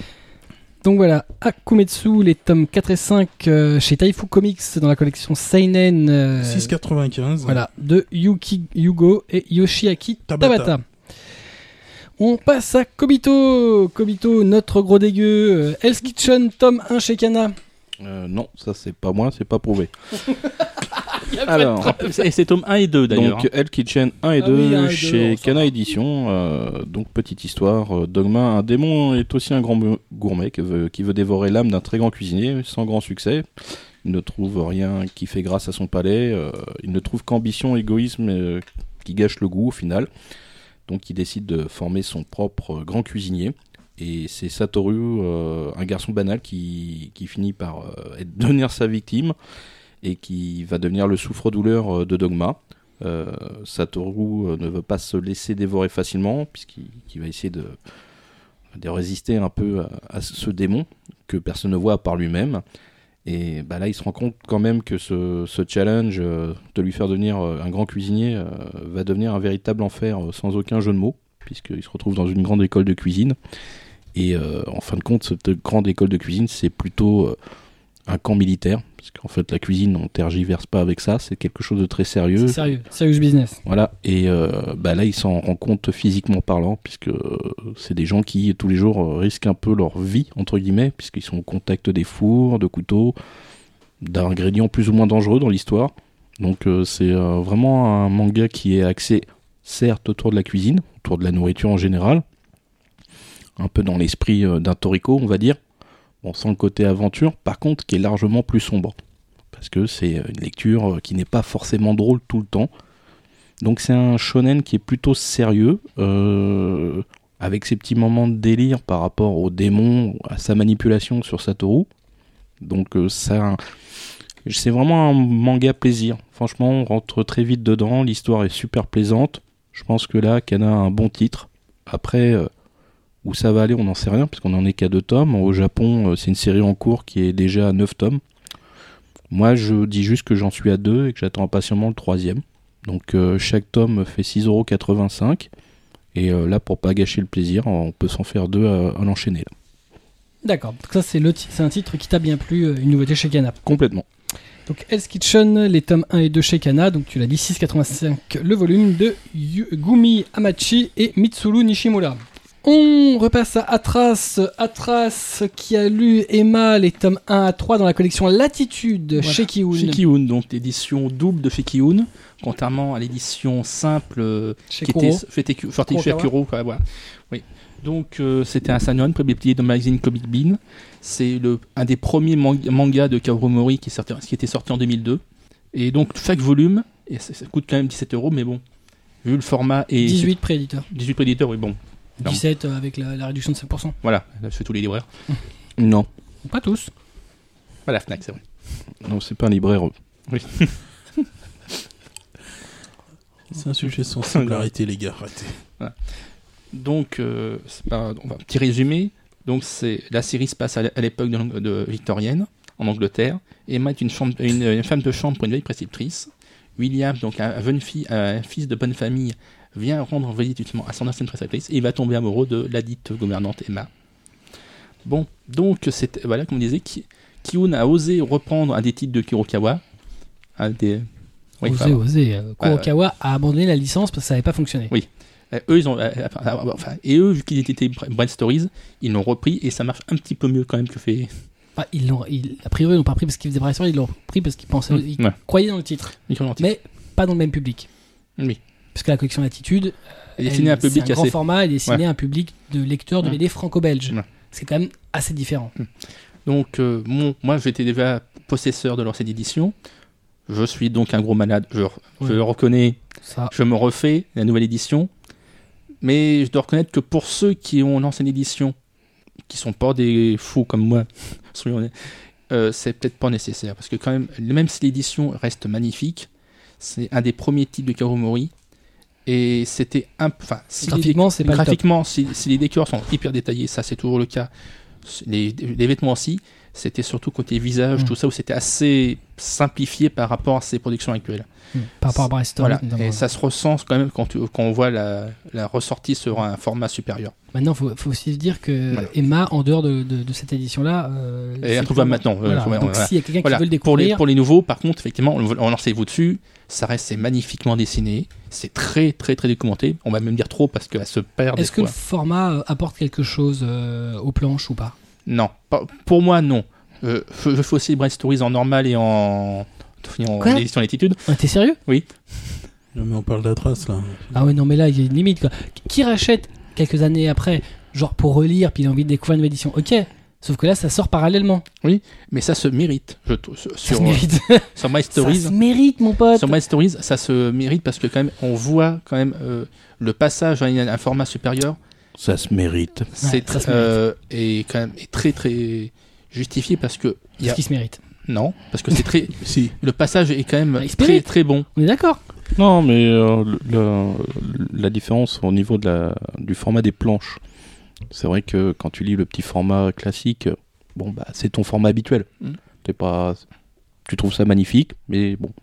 Donc voilà, Akumetsu, les tomes quatre et cinq euh, chez Taifu Comics dans la collection Seinen. Euh, six quatre-vingt-quinze. Voilà, de Yuki Yugo et Yoshiaki Tabata. Tabata. On passe à Kobito. Kobito, notre gros dégueu. Euh, Hell's Kitchen, tome un chez Kana. Euh, non, ça c'est pas moi, c'est pas prouvé. Alors, et c'est tome un et deux d'ailleurs. Donc, Hell's Kitchen un et Ah deux oui, un et chez deux, Kana Édition. Euh, donc, petite histoire. Euh, Dogma, un démon est aussi un grand gourmet qui veut, qui veut dévorer l'âme d'un très grand cuisinier, sans grand succès. Il ne trouve rien qui fait grâce à son palais. Euh, il ne trouve qu'ambition, égoïsme euh, qui gâche le goût au final. Donc il décide de former son propre grand cuisinier. Et c'est Satoru, euh, un garçon banal qui, qui finit par euh, être, devenir sa victime et qui va devenir le souffre-douleur euh, de Dogma. Euh, Satoru euh, ne veut pas se laisser dévorer facilement puisqu'il qu'il va essayer de, de résister un peu à, à ce démon que personne ne voit à part lui-même. Et bah là, il se rend compte quand même que ce, ce challenge euh, de lui faire devenir euh, un grand cuisinier euh, va devenir un véritable enfer euh, sans aucun jeu de mots, puisqu'il se retrouve dans une grande école de cuisine. Et euh, en fin de compte, cette grande école de cuisine, c'est plutôt euh, un camp militaire, parce qu'en fait, la cuisine, on tergiverse pas avec ça, c'est quelque chose de très sérieux. C'est sérieux, serious business. Voilà, et euh, bah là, il s'en rend compte physiquement parlant, puisque euh, c'est des gens qui, tous les jours, euh, risquent un peu leur vie, entre guillemets, puisqu'ils sont au contact des fours, de couteaux, d'ingrédients plus ou moins dangereux dans l'histoire. Donc euh, c'est euh, vraiment un manga qui est axé, certes, autour de la cuisine, autour de la nourriture en général, un peu dans l'esprit euh, d'un Toriko, on va dire, bon, sans le côté aventure, par contre, qui est largement plus sombre. Parce que c'est une lecture qui n'est pas forcément drôle tout le temps. Donc c'est un shonen qui est plutôt sérieux, euh, avec ses petits moments de délire par rapport au démon, à sa manipulation sur Satoru. Donc euh, ça, c'est vraiment un manga plaisir. Franchement, on rentre très vite dedans, l'histoire est super plaisante. Je pense que là, Kana a un bon titre. Après, euh, où ça va aller, on n'en sait rien, parce qu'on n'en est qu'à deux tomes. Au Japon, euh, c'est une série en cours qui est déjà à neuf tomes. Moi, je dis juste que j'en suis à deux et que j'attends impatiemment le troisième. Donc, euh, chaque tome fait six euros quatre-vingt-cinq. Et euh, là, pour pas gâcher le plaisir, on peut s'en faire deux à, à l'enchaîner. Là. D'accord. Donc ça, c'est, le t- c'est un titre qui t'a bien plu, euh, une nouveauté chez Kana. Complètement. Donc, Hell's Kitchen, les tomes un et deux chez Kana. Donc, tu l'as dit, six euros quatre-vingt-cinq le volume de Yu- Gumi Hamachi et Mitsuru Nishimura. On repasse à Atras, Atras qui a lu Emma les tomes un à trois dans la collection Latitude Voilà. chez Kiun. Chez Kiun, donc l'édition double de chez Kiun, contrairement à l'édition simple euh, Chez qui Kuro. était faite sortie chez Kurokawa. Kuro. Quoi, voilà. Oui. Donc euh, c'était un Sanyon, publié dans le magazine Comic Bean. C'est le, un des premiers man- mangas de Kaoru Mori qui, sorti, qui était sorti en deux mille deux. Et donc chaque volume, et ça, ça coûte quand même dix-sept euros, mais bon, vu le format et dix-huit prééditeurs. dix-huit préditeurs, oui bon. Non. dix-sept euh, avec la, la réduction de cinq pour cent. Voilà, là je fais tous les libraires. Non, Pas tous. Voilà, Fnac, c'est vrai. non, c'est pas un libraire. Oui. C'est un sujet sensible, arrêtez les gars, arrêtez. Donc, euh, c'est pas, on va, petit résumé. Donc, c'est, la série se passe à l'époque de, de victorienne, en Angleterre. Emma est une, chambre, une, une femme de chambre pour une vieille préceptrice. William, donc un, un, fille, un fils de bonne famille, vient rendre visite à son ancienne préceptrice et il va tomber amoureux de la dite gouvernante Emma. Bon, donc, c'est, voilà, comme on disait, Ki, Kiun a osé reprendre un des titres de Kurokawa. Un des... Oui, osez, enfin, osez. Euh, Kurokawa ouais, ouais. a abandonné la licence parce que ça n'avait pas fonctionné. Oui. Euh, eux, ils ont, euh, enfin, et eux, vu qu'ils étaient Brand Stories, ils l'ont repris et ça marche un petit peu mieux quand même que fait. Bah, ils l'ont, ils, a priori, ils l'ont pas pris parce qu'ils faisaient Brand Stories, ils l'ont pris parce qu'ils pensaient, mmh, ils ouais. croyaient dans le titre. Mais pas dans le même public. Oui. Parce que la collection Latitude, elle est destinée à un public c'est un assez... grand format, elle est destinée ouais. à un public de lecteurs de B D mmh. franco-belges. Mmh. C'est quand même assez différent. Mmh. Donc, euh, mon, moi, j'étais déjà possesseur de leur cette édition. Je suis donc un gros malade. Je, ouais. je le reconnais. Ça. Je me refais la nouvelle édition. Mais je dois reconnaître que pour ceux qui ont l'ancienne édition, qui sont pas des fous comme moi, soyons honnêtes, euh, c'est peut-être pas nécessaire. Parce que quand même, même si l'édition reste magnifique, c'est un des premiers titres de Kaoru Mori. Et c'était un enfin si graphiquement, c'est pas graphiquement si, si les décors sont hyper détaillés, ça c'est toujours le cas. Les, les vêtements aussi, c'était surtout côté visage, mmh. tout ça, où c'était assez simplifié par rapport à ces productions actuelles. Mmh. Par rapport à Brainstorm. Voilà. Et ça se ressent quand même quand, tu, quand on voit la, la ressortie sur un format supérieur. Maintenant, il faut, faut aussi se dire que voilà. Emma, en dehors de, de, de cette édition-là, euh, elle est introuvable maintenant. Voilà. Euh, Donc voilà. s'il y a quelqu'un voilà. qui veut le découvrir... Pour les, pour les nouveaux, par contre, effectivement, on, on lancez-vous dessus, ça reste c'est magnifiquement dessiné, c'est très très très documenté, on va même dire trop parce qu'elle se perd. Est-ce que fois. Le format apporte quelque chose euh, aux planches ou pas? Non, pas, pour moi non. Euh, je fais aussi Brand Stories en normal et en, en édition Latitude. Ah, t'es sérieux? Oui. Non mais on parle d'Atras là. Ah ouais non mais là il y a une limite quoi. Qui rachète quelques années après, genre pour relire puis il a envie de découvrir une édition, ok. Sauf que là, ça sort parallèlement. Mais ça se mérite. Je, trouve, sur, Ça se mérite. sur My Ça Stories, se mérite, mon pote. sur My Stories, ça se mérite parce que quand même, on voit quand même euh, le passage à un, un format supérieur. Ça se mérite. C'est ça se euh, est quand même est très très justifié parce que il y Parce a qu'il se mérite. non parce que c'est très Si. le passage est quand même Ah, il se très mérite. très bon. On est d'accord. Non, mais euh, le- le- la différence au niveau de la, du format des planches, c'est vrai que quand tu lis le petit format classique, bon bah c'est ton format habituel. Mm. T'es pas, tu trouves ça magnifique, mais bon.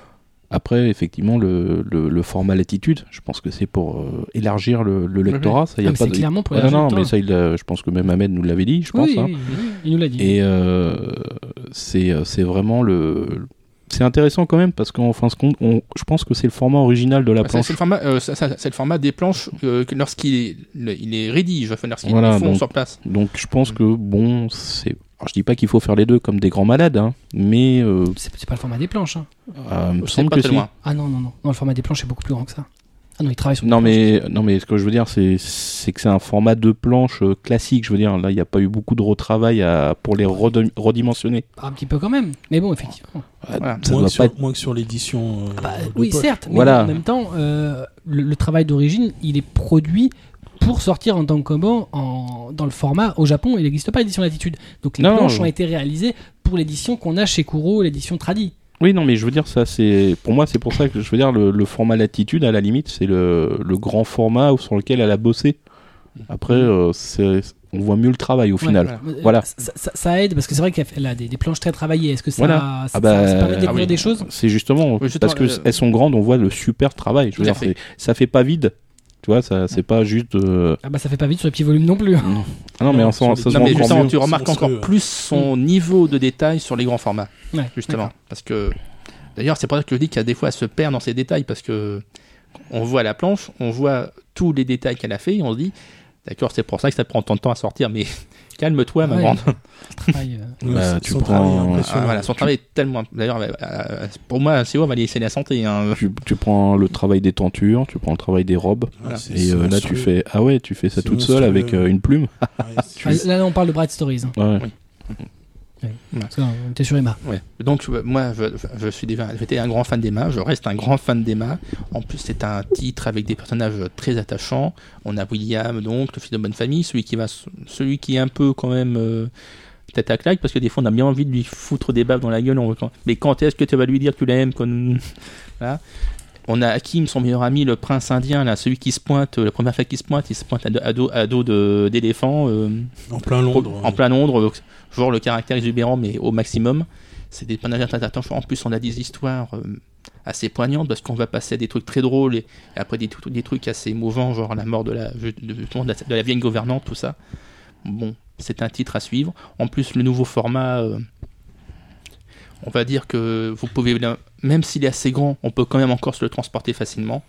Après, effectivement, le, le, le format latitude, je pense que c'est pour euh, élargir le, le lectorat. Ça, y a Ah, mais pas c'est de- clairement pour Ouais, élargir non, le mais lectorat. ça, il a- je pense que même Ahmed nous l'avait dit, je pense. Oui, hein. oui, oui, il nous l'a dit. Et euh, c'est euh, c'est vraiment le. C'est intéressant quand même parce qu'en fin de compte, on, je pense que c'est le format original de la Bah, c'est, planche. c'est le format euh, ça- ça- c'est le format des planches euh, que lorsqu'il est, le- il est rédige, enfin, lorsqu'ils Voilà, le font donc- sur place. Donc je pense que bon, c'est. Alors, je dis pas qu'il faut faire les deux comme des grands malades, hein, mais euh, C'est, c'est pas le format des planches. Hein. euh, il me C'est semble pas que très si. loin. Ah non, non, non. Non, le format des planches est beaucoup plus grand que ça. Ah non, il travaille sur des Non planches. mais non mais ce que je veux dire c'est c'est que c'est un format de planche euh, classique. Je veux dire là il n'y a pas eu beaucoup de retravail à, pour les redim- redimensionner. Un petit peu quand même. Mais bon, effectivement. Voilà. Ça Moins doit que, sur, pas être- moins que sur l'édition. euh, Bah, de oui, poche. certes. Mais Voilà. en même temps, euh, le, le travail d'origine, il est produit pour sortir en tant que combo en, dans le format. Au Japon, il n'existe pas l'édition latitude. Donc les Non, planches non. ont été réalisées pour l'édition qu'on a chez Kuro, l'édition tradi. Oui non mais je veux dire ça c'est pour moi c'est pour ça que je veux dire le, le format latitude à la limite c'est le, le grand format sur lequel elle a bossé. Après euh, c'est, on voit mieux le travail au final. voilà. Euh, Voilà. Ça, ça- ça aide parce que c'est vrai qu'elle a des, des planches très travaillées. Est-ce que ça, Voilà. ça, Ah bah, ça permet de ah découvrir oui. des choses? C'est justement Oui, justement, parce que euh, elles sont grandes, on voit le super travail. Je veux Tout à dire, fait. c'est- ça fait pas vide. Tu vois, ça c'est pas juste. euh, Ah bah ça fait pas vite sur les petits volumes non plus. Ah non, mais Non, on s'en- sur ça les- se Non, voit mais encore justement, mieux. tu remarques C'est encore monstrueux. plus son niveau de détail sur les grands formats, Ouais, justement. d'accord. Parce que, d'ailleurs, c'est pour ça que je dis qu'il y a des fois, elle se perd dans ses détails, parce que on voit la planche, on voit tous les détails qu'elle a fait, et on se dit, d'accord, c'est pour ça que ça prend tant de temps à sortir, mais calme-toi, ma Ouais. grande. Le travail, euh, Ouais, Bah, c'est- tu son prends- travail est Ah, impressionnant. voilà, son travail est tellement. D'ailleurs, euh, pour moi, C O va laisser la santé. Hein. Tu, tu prends le travail des tentures, tu prends le travail des robes, Ah, c'est- et c'est euh, là tu monstrueux. fais ah ouais, tu fais ça C'est toute seule monstrueux. avec euh, une plume. Ouais, c'est- ah, là, on parle de Bright Stories. hein. Ouais. Parce que, euh, t'es sur Emma. Ouais. Donc, euh, moi, je, je suis déjà, j'étais un grand fan d'Emma, je reste un grand fan d'Emma. En plus, c'est un titre avec des personnages très attachants. On a William, donc, le fils de bonne famille, celui qui, va, celui qui est un peu quand même. Euh, tête à claque, parce que des fois on a bien envie de lui foutre des baffes dans la gueule. On... Mais quand est-ce que tu vas lui dire que tu l'aimes qu'on... Voilà. On a Hakim, son meilleur ami, le prince indien, là, celui qui se pointe, la première fois qu'il se pointe, il se pointe à dos, à dos, à dos de, d'éléphant. Euh, En plein Londres. en plein Londres, euh, genre le caractère exubérant, mais au maximum. C'est des personnages très attachants. En plus, on a des histoires euh, assez poignantes, parce qu'on va passer à des trucs très drôles, et, et après des, des trucs assez émouvants, genre la mort de la, de, de, de la, de la vieille gouvernante, tout ça. Bon, c'est un titre à suivre. En plus, le nouveau format, euh, on va dire que vous pouvez, même s'il est assez grand, on peut quand même encore se le transporter facilement.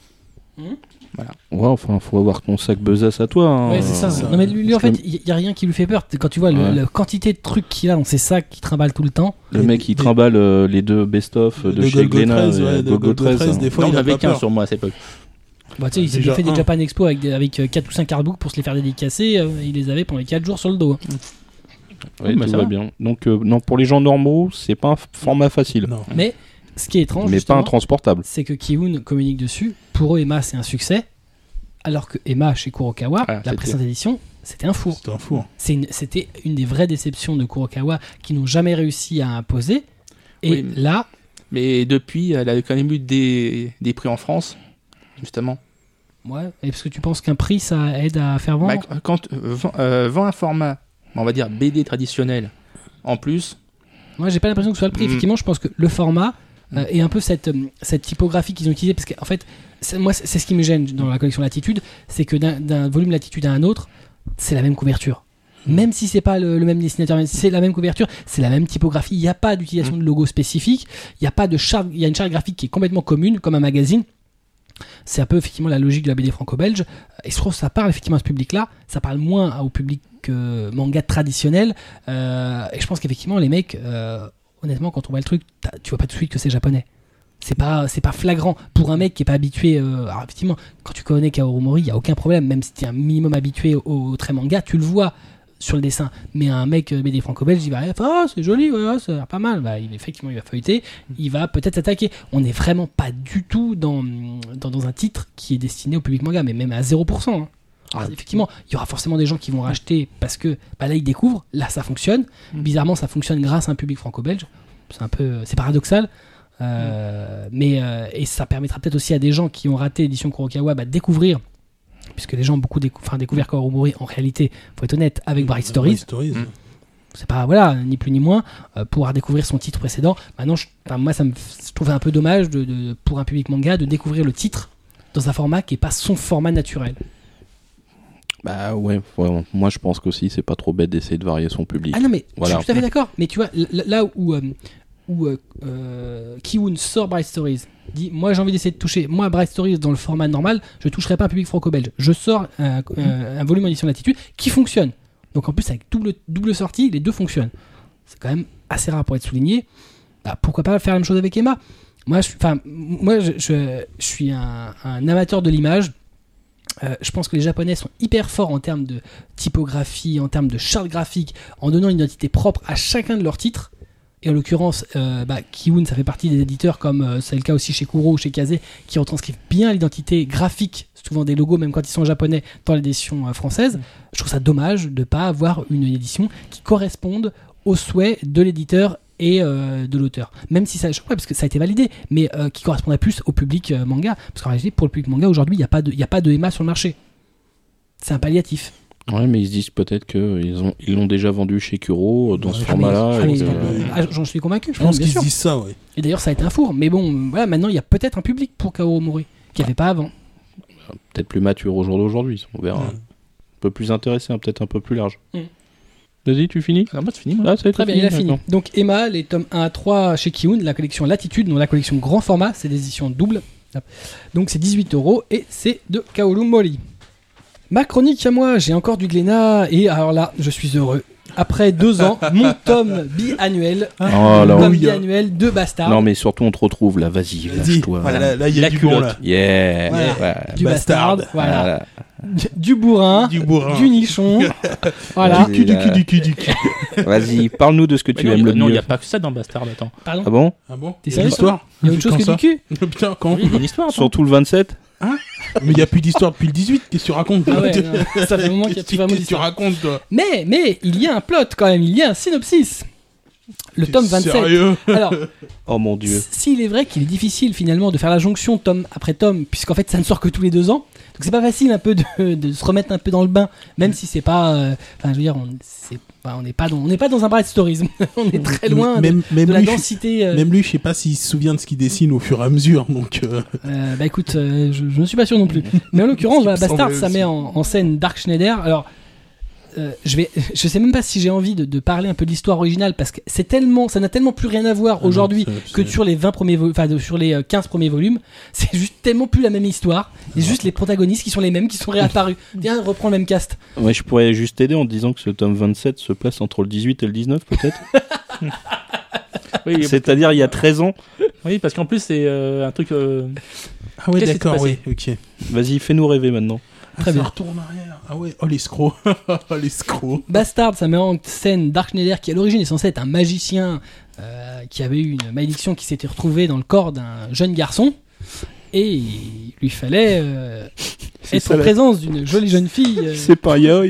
Ouais, enfin, faut avoir ton sac besace à toi. Hein. Ouais, c'est ça. ça. Non, mais lui, lui, en Parce fait, il y, a rien qui lui fait peur. Quand tu vois le- Ouais. la quantité de trucs qu'il a dans ses sacs qu'il trimballe tout le temps. Le Et- mec, il et- trimballe euh, les deux best-of de, de chez Golgo Glénat. treize, et ouais, de Golgo Golgo treize, treize, hein. des fois, Non, il il y en a avait pas qu'un peur. sur moi à cette époque. Bah, tu sais, il s'est Déjà fait des un. Japan Expo avec, des- avec quatre ou cinq artbooks pour se les faire dédicacer. euh, il les avait pendant les quatre jours sur le dos. Ouais, bah, tout ça va va. bien. Donc, euh, non, pour les gens normaux, c'est pas un f- format facile. Non. Mais ce qui est étrange, Mais pas justement, intransportable. c'est que Kiun communique dessus. Pour eux, Emma, c'est un succès. Alors que Emma, chez Kurokawa, Ah, la c'était- précédente édition, c'était un four. C'est un four. C'est une- C'était une des vraies déceptions de Kurokawa qui n'ont jamais réussi à imposer. Et Oui, mais- là, Mais depuis, elle a quand même eu des, des prix en France, justement. ouais, et parce que tu penses qu'un prix, ça aide à faire vendre. Bah, quand euh, vend, euh, vend un format, on va dire B D traditionnel, en plus, Moi, j'ai pas l'impression que ce soit le prix. Mm. Effectivement, je pense que le format euh, et un peu cette, euh, cette typographie qu'ils ont utilisée, parce qu'en fait, c'est- moi, c'est c'est ce qui me gêne dans la collection Latitude, c'est que d'un d'un volume Latitude à un autre, c'est la même couverture. Même si c'est pas le, le même dessinateur, même si c'est la même couverture, c'est la même typographie. Il n'y a pas d'utilisation de logo spécifique. Il y a pas de charte. Il y a une charte graphique qui est complètement commune, comme un magazine. C'est un peu effectivement la logique de la B D franco-belge. Et je trouve que ça parle effectivement à ce public-là. Ça parle moins au public euh, manga traditionnel. Euh, et je pense qu'effectivement, les mecs, euh, honnêtement, quand on voit le truc, t'as- tu vois pas tout de suite que c'est japonais. C'est pas, c'est pas flagrant. Pour un mec qui est pas habitué. Euh, alors effectivement, quand tu connais Kaoru Mori, il y a aucun problème. Même si tu es un minimum habitué au, au trait manga, tu le vois sur le dessin. Mais un mec euh, B D franco-belge, il va dire ah c'est joli, ouais, ouais, ça a l'air pas mal. Bah, il, effectivement, il va feuilleter, il va peut-être s'attaquer. On n'est vraiment pas du tout dans, dans, dans un titre qui est destiné au public manga, mais même à zéro pour cent. Hein. Alors, effectivement, il y aura forcément des gens qui vont racheter parce que bah, là ils découvrent, là ça fonctionne. Bizarrement, ça fonctionne grâce à un public franco-belge. C'est un peu, c'est paradoxal. Euh, mais euh, et ça permettra peut-être aussi à des gens qui ont raté l'édition Kurokawa bah, de découvrir, puisque les gens ont beaucoup décou- enfin, découvert Kaoru Mori en réalité, faut être honnête, avec Bright Stories. Bright Stories. Mm. C'est pas voilà ni plus ni moins euh, pouvoir découvrir son titre précédent. Maintenant, je, moi ça me, je trouve un peu dommage de, de, pour un public manga de découvrir le titre dans un format qui est pas son format naturel. Bah ouais, ouais, moi je pense qu'aussi c'est pas trop bête d'essayer de varier son public. Ah non mais Voilà. je suis tout à fait d'accord. Mais tu vois l- là où euh, où euh, euh, Ki-Woon sort Bright Stories, dit moi j'ai envie d'essayer de toucher moi Bright Stories dans le format normal, je toucherai pas un public franco-belge. Je sors un, un, un volume en édition Latitude qui fonctionne. Donc en plus avec double double sortie, les deux fonctionnent. C'est quand même assez rare pour être souligné. Bah, pourquoi pas faire la même chose avec Emma. Moi je enfin moi je, je, je suis un, un amateur de l'image. Euh, je pense que les Japonais sont hyper forts en termes de typographie, en termes de charte graphique, en donnant une identité propre à chacun de leurs titres. Et en l'occurrence, euh, bah, Ki-Woon, ça fait partie des éditeurs comme euh, c'est le cas aussi chez Kuro ou chez Kazé, qui retranscrivent bien l'identité graphique, souvent des logos, même quand ils sont japonais, dans l'édition euh, française. Je trouve ça dommage de ne pas avoir une édition qui corresponde aux souhaits de l'éditeur et euh, de l'auteur. Même si ça, je crois, parce que ça a été validé, mais euh, qui correspondrait plus au public euh, manga. Parce qu'en réalité, pour le public manga, aujourd'hui, il n'y a pas de, il y a pas de Emma sur le marché. C'est un palliatif. Ouais, mais ils se disent peut-être qu'ils ont, ils l'ont déjà vendu chez Kuro dans Ouais, ce je format-là. Ah, et mais, que- euh, ah, j'en suis convaincu. Je pense bien qu'ils sûr. se disent ça, ouais. Et d'ailleurs, ça a été un four. Mais bon, voilà, maintenant, il y a peut-être un public pour Kaoru Mori qu'il n'y avait pas avant. Peut-être plus mature au jour d'aujourd'hui, on verra. Ouais. Un peu plus intéressant, peut-être un peu plus large. Mm. Vas-y, tu finis Alors moi, c'est fini, moi. Ah, ça y est, Très t'as bien, il a fini. d'accord. Donc Emma, les tomes un à trois chez Ki-Woon, la collection Latitude, non la collection grand format, c'est des éditions doubles. Donc c'est dix-huit euros et c'est de Kaoru Mori. Ma chronique à moi, j'ai encore du Glénat et alors là, je suis heureux. Après deux ans, mon tome biannuel, Oh, mon là, tome oui, biannuel de Bastard. Non, mais surtout, on te retrouve là, vas-y, Vas-y. lâche-toi. Voilà, là, là, il y a La du bon, culotte. là. Yeah, Voilà. ouais. du Bastard. Bastard, voilà. Voilà. Du, du bourrin, Du bourrin. du nichon, voilà. Du cul, du cul, du cul, du cul. Vas-y, parle-nous de ce que Mais tu non, aimes il y a- le non, il mieux. n'y a pas que ça dans Bastard, attends. Pardon. Ah bon? Ah bon? T'es Il y a sérieux, l'histoire Il y a autre chose Quand que ça du cul. Putain, quand? Oui, il y a une histoire, attends. Surtout le vingt-sept? Mais il n'y a plus d'histoire depuis le dix-huit, qu'est-ce que tu racontes? Ah ouais, non, ça fait un moment qu'il y a plus vraiment Qu'est-ce que tu d'histoire. racontes, toi? Mais, mais, il y a un plot quand même, il y a un synopsis. Le T'es tome vingt-sept. Sérieux? Alors, Oh mon dieu. s- s'il est vrai qu'il est difficile finalement de faire la jonction tome après tome, puisqu'en fait ça ne sort que tous les deux ans, donc c'est pas facile un peu de, de se remettre un peu dans le bain, même si c'est pas. euh, Enfin, je veux dire, on c'est pas- on n'est pas dans, on n'est pas dans un Bright Stories, on est très loin de, Même, même, de la lui, je- densité. euh, même lui, je sais pas s'il se souvient de ce qu'il dessine au fur et à mesure, donc. euh, euh, bah écoute, euh, je, je ne suis pas sûr non plus. Mais en l'occurrence, voilà, Il me Bastard, semblait ça aussi. met en, en scène Dark Schneider. Alors, euh, je vais, je sais même pas si j'ai envie de, de parler un peu de l'histoire originale parce que c'est tellement, ça n'a tellement plus rien à voir Ah non, aujourd'hui c'est- que c'est- sur les vingt premiers, vo- enfin de- sur les euh, quinze premiers volumes. C'est juste tellement plus la même histoire. C'est juste les protagonistes qui sont les mêmes, qui sont réapparus. Viens, reprends le même cast. Ouais, je pourrais juste t'aider en te disant que ce tome vingt-sept se place entre le dix-huit et le dix-neuf, peut-être. Oui, C'est-à-dire il y a treize ans. oui, parce qu'en plus, c'est euh, un truc. euh, Ah ouais, Qu'est-ce qui s'est d'accord, oui, passé ok. Vas-y, fais-nous rêver maintenant. Très ah, bien. ça retourne en arrière. Ah ouais, oh l'escroc. Oh l'escroc. Bastard, ça met en scène Dark Schneider qui à l'origine est censé être un magicien euh, qui avait eu une malédiction qui s'était retrouvée dans le corps d'un jeune garçon et il lui fallait euh, C'est être ça, en la- présence d'une jolie jeune fille. euh. C'est pas un yaoi.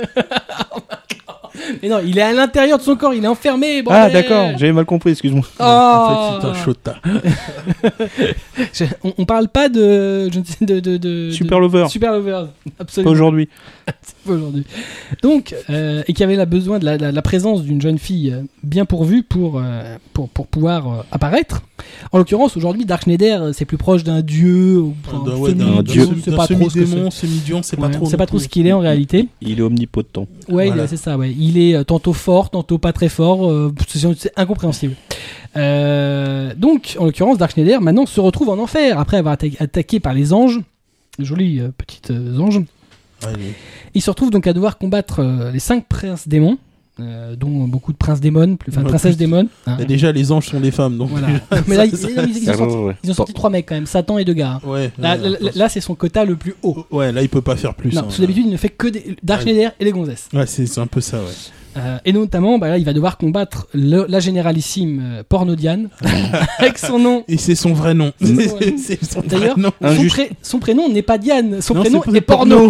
Mais non, il est à l'intérieur de son corps, il est enfermé. Ah bordel. d'accord, j'avais mal compris, excuse-moi. Oh. En fait, c'est un shota. Je- on, on parle pas de, je ne sais, de, de, de Super de- Lover, Super Lovers, pas absolument. aujourd'hui. Pas aujourd'hui. Donc, euh, et qui avait la besoin de la, la- la présence d'une jeune fille euh, bien pourvue pour, euh, pour, pour pouvoir euh, apparaître. En l'occurrence, aujourd'hui, Dark Schneider, euh, c'est plus proche d'un dieu, ou D'un un ouais, semi- d'un- un d'un dieu. semi- c'est d'un pas trop ce que semi-démon, semi-dieu, c'est pas Ouais, trop. on sait pas non trop plus. ce qu'il est en réalité. Il est omnipotent. Ouais, Voilà. il est- c'est ça, ouais. Il est euh, tantôt fort, tantôt pas très fort, euh, c'est, c'est incompréhensible. Euh, donc, en l'occurrence, Dark Schneider maintenant se retrouve en enfer après avoir été attaqué par les anges, jolis euh, petites euh, anges. Allez. Il se retrouve donc à devoir combattre euh, les cinq princes démons, euh, dont beaucoup de princes démons, enfin Ouais, princesses plus- démons. Hein. Bah, déjà, les anges sont des femmes, donc. Voilà. déjà, Mais là, ils, ça- ils- ils ont Ah, sorti, ouais, ouais. ils ont sorti trois mecs quand même, Satan et deux gars. hein. Ouais. Là, ouais, là, là, c'est son quota le plus haut. Ouais, là, il peut pas faire plus. Non, hein. parce que d'habitude, il ne fait que des Dark Ouais. Schneider et les gonzesses. Ouais, c'est c'est un peu ça, ouais. Euh, et notamment, bah là, il va devoir combattre le- la généralissime euh, Pornodiane avec son nom. Et c'est son vrai nom. Mm. C'est- c'est son vrai D'ailleurs, nom. son, Injuste. pré- son prénom n'est pas Diane, son Non, prénom c'est est porno.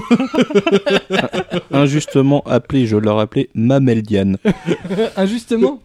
Injustement appelé, je leur appelais Mameldiane. Injustement.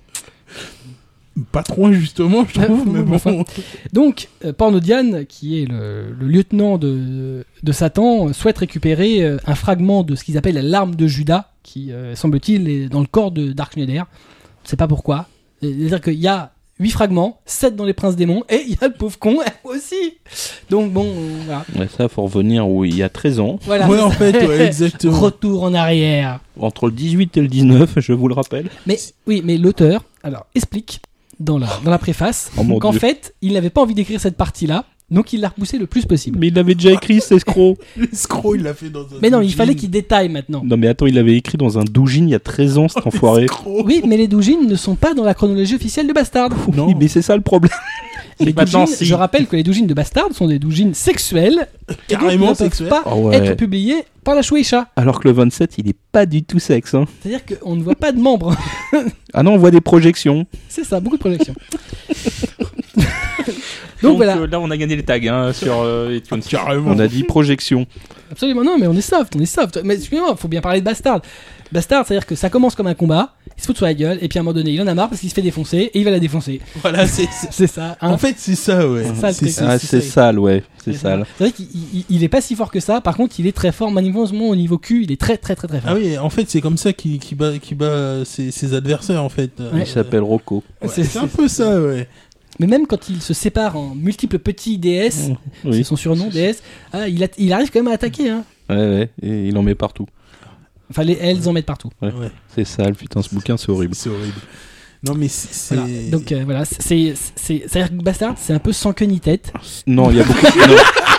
Pas trop injustement, je trouve, mais bon. Enfin. Donc, euh, Pornodiane, qui est le, le lieutenant de, de Satan, euh, souhaite récupérer euh, un fragment de ce qu'ils appellent la larme de Judas, qui, euh, semble-t-il, est dans le corps de Dark Schneider. On ne sait pas pourquoi. C'est-à-dire qu'il y a huit fragments, sept dans les princes démons, et il y a le pauvre con aussi. Donc, bon, euh, voilà. Ouais, ça, faut revenir où il y a treize ans. voilà. Ouais, en fait, ouais, exactement. Retour en arrière. Entre le dix-huit et le dix-neuf, je vous le rappelle. Mais oui, mais l'auteur, alors, explique dans la, dans la préface Oh mon qu'en Dieu. fait, il n'avait pas envie d'écrire cette partie-là, donc il l'a repoussée le plus possible. Mais il l'avait déjà écrit, cet escroc. L'escroc, il l'a fait dans un. Mais non, il doujin. fallait qu'il détaille maintenant. Non mais attends, il l'avait écrit dans un doujin il y a treize ans, cet enfoiré. L'escroc. Oui, mais les doujins ne sont pas dans la chronologie officielle de Bastard. Non. Oui, mais c'est ça le problème. Les Maintenant, doujins, si. je rappelle que les doujins de Bastard sont des doujins sexuels et donc Carrément ne peuvent sexuels. pas Ah ouais. être publiés par la Shueisha. Alors que le vingt-sept, il est pas du tout sexe. Hein. C'est-à-dire qu'on ne voit pas de membres. Ah non, on voit des projections. C'est ça, beaucoup de projections. donc, Donc voilà, euh, là, on a gagné les tags hein, sur euh, iTunes. Carrément. On a dit projection. absolument non, mais on est soft, on est soft. Mais excusez-moi, il faut bien parler de Bastard. Bastard, c'est-à-dire que ça commence comme un combat, il se fout sur la gueule, et puis à un moment donné, il en a marre parce qu'il se fait défoncer, et il va la défoncer. Voilà, c'est. c'est- C'est ça. hein. En fait, c'est ça, ouais. C'est ça, le truc. Ah, c'est sale, ouais. C'est C'est sale. C'est vrai qu'il il- il est pas si fort que ça, par contre, il est très fort. Manifestement, au niveau cul, il est très très très très fort. Ah oui, en fait, c'est comme ça qu'il qu'il bat, qu'il bat ses, ses adversaires, en fait. Ouais. Il s'appelle Rocco. Ouais, C'est- c'est un peu ça, ouais. Mais même quand il se sépare en multiples petits D S, c'est Oui. son surnom D S, ah, il, a- il arrive quand même à attaquer. Hein. Ouais, ouais. Et il en met partout. Enfin, les, elles en mettent partout. Ouais. Ouais. C'est sale, putain, ce bouquin, c'est horrible. C'est horrible. Non, mais c'est. c'est- Voilà. Donc euh, voilà, c'est, c'est, c'est, c'est-à-dire que Bastard, c'est un peu sans queue ni tête. Non, il y a beaucoup de... Non.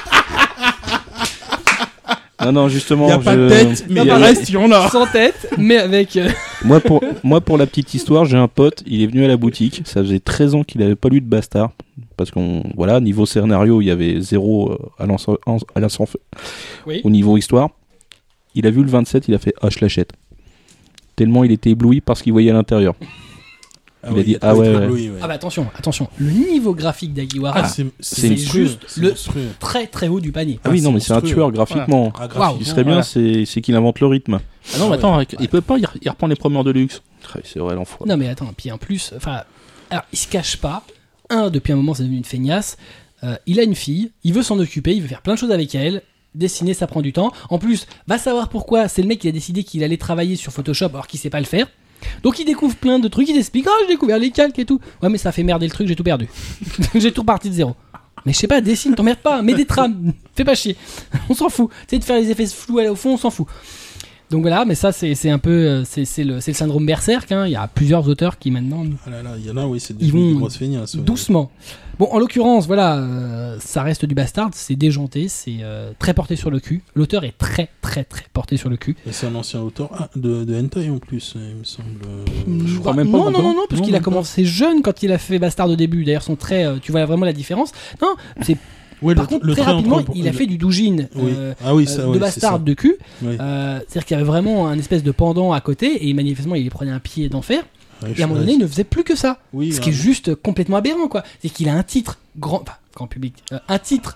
Non, non, justement. Il n'y a pas je- de tête, mais Non, il pardon. reste, il y en a. Sans tête, mais avec. euh, Moi pour, moi, pour la petite histoire, j'ai un pote, il est venu à la boutique. Ça faisait treize ans qu'il n'avait pas lu de Bastard. Parce qu'on, voilà, niveau scénario, il y avait zéro euh, à l'instant, à l'instant- Oui. au niveau histoire. Il a vu le vingt-sept, il a fait ah, je l'achète. Tellement il était ébloui par ce qu'il voyait à l'intérieur. Il a dit, ah ouais, ouais. Oui, ouais. Ah bah attention, attention. Le niveau graphique d'Agiwara, Ah, c'est c'est monstrueux, juste c'est le- monstrueux. très très haut du panier. Ah oui, Ah, non, c'est mais c'est un monstrueux. tueur graphiquement. Ah, Waouh. graphique. Il serait bien, Voilà. c'est, c'est qu'il invente le rythme. Ah non, mais Ah attends, ouais. il peut pas, il, il reprend les premières de luxe. Ah, c'est vrai, l'enfoiré. Non mais attends, puis en plus, enfin, alors il se cache pas. Un, depuis un moment, c'est devenu une feignasse. Euh, il a une fille, il veut s'en occuper, il veut faire plein de choses avec elle. Dessiner, ça prend du temps. En plus, va savoir pourquoi. C'est le mec qui a décidé qu'il allait travailler sur Photoshop alors qu'il sait pas le faire. Donc il découvre plein de trucs, il explique, ah j'ai découvert les calques et tout. Ouais mais ça fait merder le truc, j'ai tout perdu. J'ai tout reparti de zéro. Mais je sais pas, dessine, t'emmerdes pas, mets des trames, fais pas chier. On s'en fout. Tu sais, de faire les effets flous au fond, on s'en fout. Donc voilà, mais ça c'est c'est un peu, euh, c'est c'est le, c'est le syndrome Berserk. Hein. Il y a plusieurs auteurs qui maintenant Ah là là, il y en a, oui, c'est Ils des, des vont grosses feignasses. ouais. doucement. Bon, en l'occurrence, voilà, euh, ça reste du Bastard, c'est déjanté, c'est euh, très porté sur le cul. L'auteur est très très très porté sur le cul. Et c'est un ancien auteur ah, de, de hentai en plus, il me semble. Je crois Bah, même pas Non, qu'on non, peut- non, non, parce Non, qu'il a même pas. commencé jeune quand il a fait Bastard au début. D'ailleurs, son trait, euh, tu vois vraiment la différence. Non, c'est Ouais, par le- contre le très trait rapidement, entre- il a fait du doujin. Oui. euh, ah oui, euh, ça, de ouais, c'est Bastard ça. de cul. Oui. Euh, c'est-à-dire qu'il y avait vraiment un espèce de pendant à côté et manifestement il prenait un pied d'enfer. Ouais, Et à un moment donné, il ne faisait plus que ça. oui, Ce qui est ah, juste complètement aberrant, quoi. C'est qu'il a un titre grand, enfin, grand public, euh, un titre.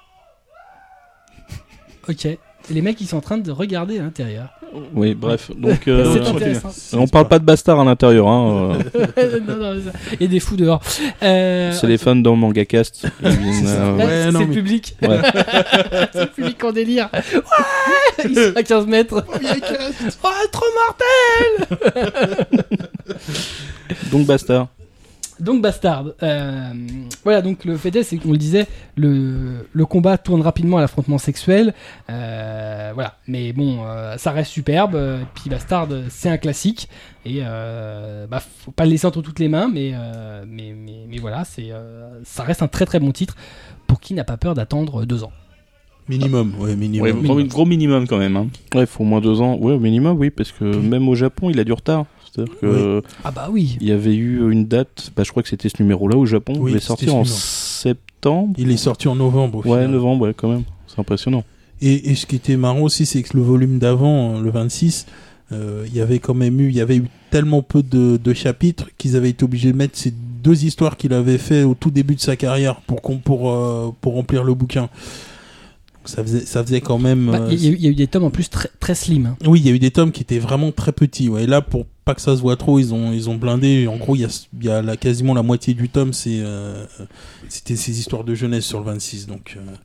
Ok. Et les mecs, ils sont en train de regarder à l'intérieur. Oui, bref. Donc, euh, C'est intéressant. c'est- on c'est parle pas- pas de Bastard à l'intérieur. Hein, euh, Non, non, ça- et des fous dehors. Euh, c'est les fans dans Mangacast. Ils viennent, euh, là, Ouais, c'est non, le mais- public. Ouais. C'est le public en délire. Ouais, ils sont à quinze mètres. Oh, trop mortel. Donc Bastard. Donc Bastard. Euh, voilà, donc le fait est, c'est qu'on le disait, le, le combat tourne rapidement à l'affrontement sexuel. Euh, voilà, mais bon, euh, ça reste superbe. euh, Puis Bastard, c'est un classique. Et euh, bah, faut pas le laisser entre toutes les mains, mais, euh, mais, mais, mais voilà, c'est, euh, ça reste un très très bon titre pour qui n'a pas peur d'attendre deux ans. Minimum, ouais, Ouais, minimum. gros, Gros minimum quand même. Hein. ouais, faut au moins deux ans. Ouais, au minimum, oui, parce que même au Japon, il a du retard. C'est-à-dire que Ah bah oui. il y avait eu une date, bah, je crois que c'était ce numéro-là au Japon, Oui, il est sorti c'était en celui-là. septembre. Il est sorti en novembre. Au Ouais, final. novembre, ouais, quand même. C'est impressionnant. Et, et ce qui était marrant aussi, c'est que le volume d'avant, le vingt-six, euh, il y avait quand même eu, il y avait eu tellement peu de, de chapitres qu'ils avaient été obligés de mettre ces deux histoires qu'il avait fait au tout début de sa carrière pour qu'on- pour euh, pour remplir le bouquin. Donc ça faisait ça faisait quand même. Bah, euh, Il y, a eu- il y a eu des tomes en plus très, très slim. hein. Oui, il y a eu des tomes qui étaient vraiment très petits. Ouais. Et là, pour pas que ça se voit trop, ils ont ils ont blindé. En gros, il y a il y a la, quasiment la moitié du tome, c'est euh, c'était ces histoires de jeunesse sur le vingt-six. Donc euh,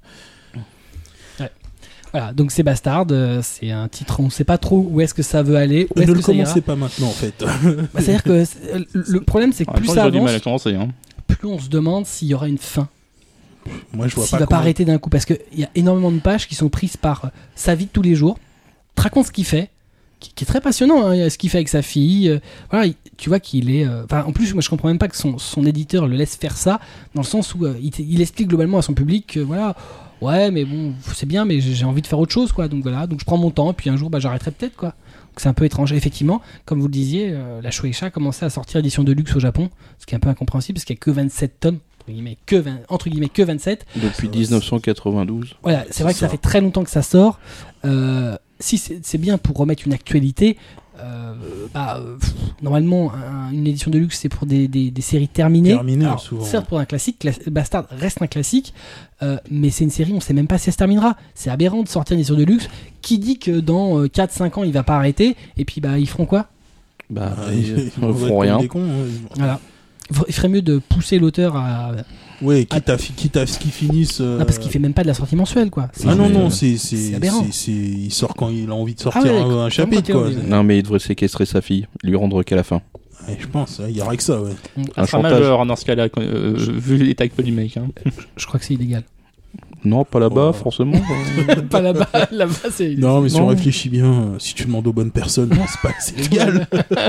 Voilà, donc c'est Bastard, euh, c'est un titre, on sait pas trop où est-ce que ça veut aller, où ne est-ce le que ça ira. commencez pas maintenant, en fait. Bah, c'est-à-dire que c'est- le problème c'est que En plus même temps, ça ils ont du avance, mal à commencer. Hein. plus on se demande s'il y aura une fin. Moi, je vois S'il pas. va pas comment- arrêter d'un coup, parce qu'il y a énormément de pages qui sont prises par euh, sa vie de tous les jours, te raconte ce qu'il fait, qui, qui est très passionnant, hein, ce qu'il fait avec sa fille. euh, voilà, il- tu vois qu'il est. euh, Enfin, en plus, moi je comprends même pas que son, son éditeur le laisse faire ça, dans le sens où euh, il, t- il explique globalement à son public que voilà. Ouais, mais bon, c'est bien, mais j'ai j'ai envie de faire autre chose, quoi. Donc voilà, donc je prends mon temps, puis un jour, bah, j'arrêterai peut-être, quoi. Donc c'est un peu étrange. Effectivement, comme vous le disiez, euh, la Shueisha a commencé à sortir édition de luxe au Japon, ce qui est un peu incompréhensible, parce qu'il n'y a que vingt-sept tomes, entre guillemets, que, vingt, entre guillemets, que vingt-sept. Depuis dix-neuf cent quatre-vingt-douze. Voilà, c'est vrai que ça ça. fait très longtemps que ça sort. Euh, si c'est c'est bien pour remettre une actualité, euh, bah, euh, pff, normalement, un- une édition de luxe, c'est pour des, des, des séries terminées. Terminées, Alors, souvent. certes, pour un classique, Cla- Bastard reste un classique, euh, mais c'est une série, on sait même pas si elle se terminera. C'est aberrant de sortir une édition de luxe. Qui dit que dans euh, quatre cinq ans, il va pas arrêter, et puis bah, ils feront quoi? Bah, Ah, ils ils ne vont être feront comme rien. des cons, hein. Voilà. Il ferait mieux de pousser l'auteur à. Ouais, quitte à, fi- quitte à ce qu'ils finissent. euh, Non, parce qu'il fait même pas de la sortie mensuelle, quoi. C'est- Ah non, mais, non, euh, c'est, c'est, c'est aberrant. c'est, c'est- il sort quand il a envie de sortir Ah ouais, un, un comme chapitre, quand il a quoi. envie, ouais. Non, mais il devrait séquestrer sa fille, lui rendre qu'à la fin. Ouais, je pense, hein, il y aura que ça, ouais. Mm. Ça Un sera chantage. majeur dans ce cas-là, euh, vu l'état actuel du mec. Hein. Je crois que c'est illégal. Non, pas là-bas, Oh. forcément. pas là-bas, là-bas c'est Non, mais si Non. on réfléchit bien, euh, si tu demandes aux bonnes personnes, non, c'est pas, c'est légal.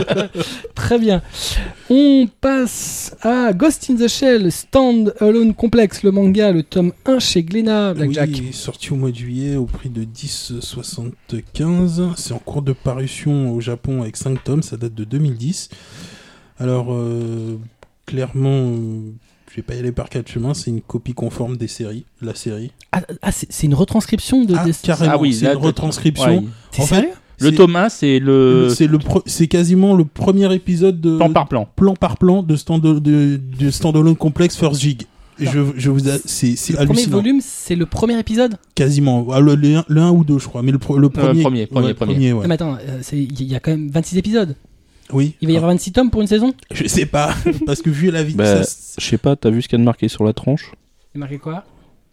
Très bien. On passe à Ghost in the Shell, Stand Alone Complex, le manga, le tome un chez Glénat, Blackjack. Oui, il est sorti au mois de juillet au prix de dix soixante-quinze. C'est en cours de parution au Japon avec cinq tomes, ça date de deux mille dix. Alors, euh, clairement, euh, je vais pas y aller par quatre chemins, c'est une copie conforme des séries, de la série. Ah, ah, c'est c'est une retranscription de... Ah, des- carrément, Ah oui, c'est là, une de- retranscription. Ouais. T'es en fait, sérieux Le C'est- tome un, c'est le C'est le pre- c'est quasiment le premier épisode de plan par plan. plan par plan de stand de, de Standalone Complex First Jig. Et je, je vous a- c'est c'est Le premier hallucinant. volume, c'est le premier épisode. Quasiment. Ah, le, le, un- le un ou deux, je crois. Mais le, pro- le premier. premier, premier, ouais, premier. ouais. Non, mais attends, euh, c'est- il y a quand même vingt-six épisodes. Oui. Il va y Ah, avoir vingt-six tomes pour une saison. Je sais pas. Parce que vu la vie. Bah, ça, Je sais pas, t'as vu ce qu'il y a de marqué sur la tranche? Il marqué quoi?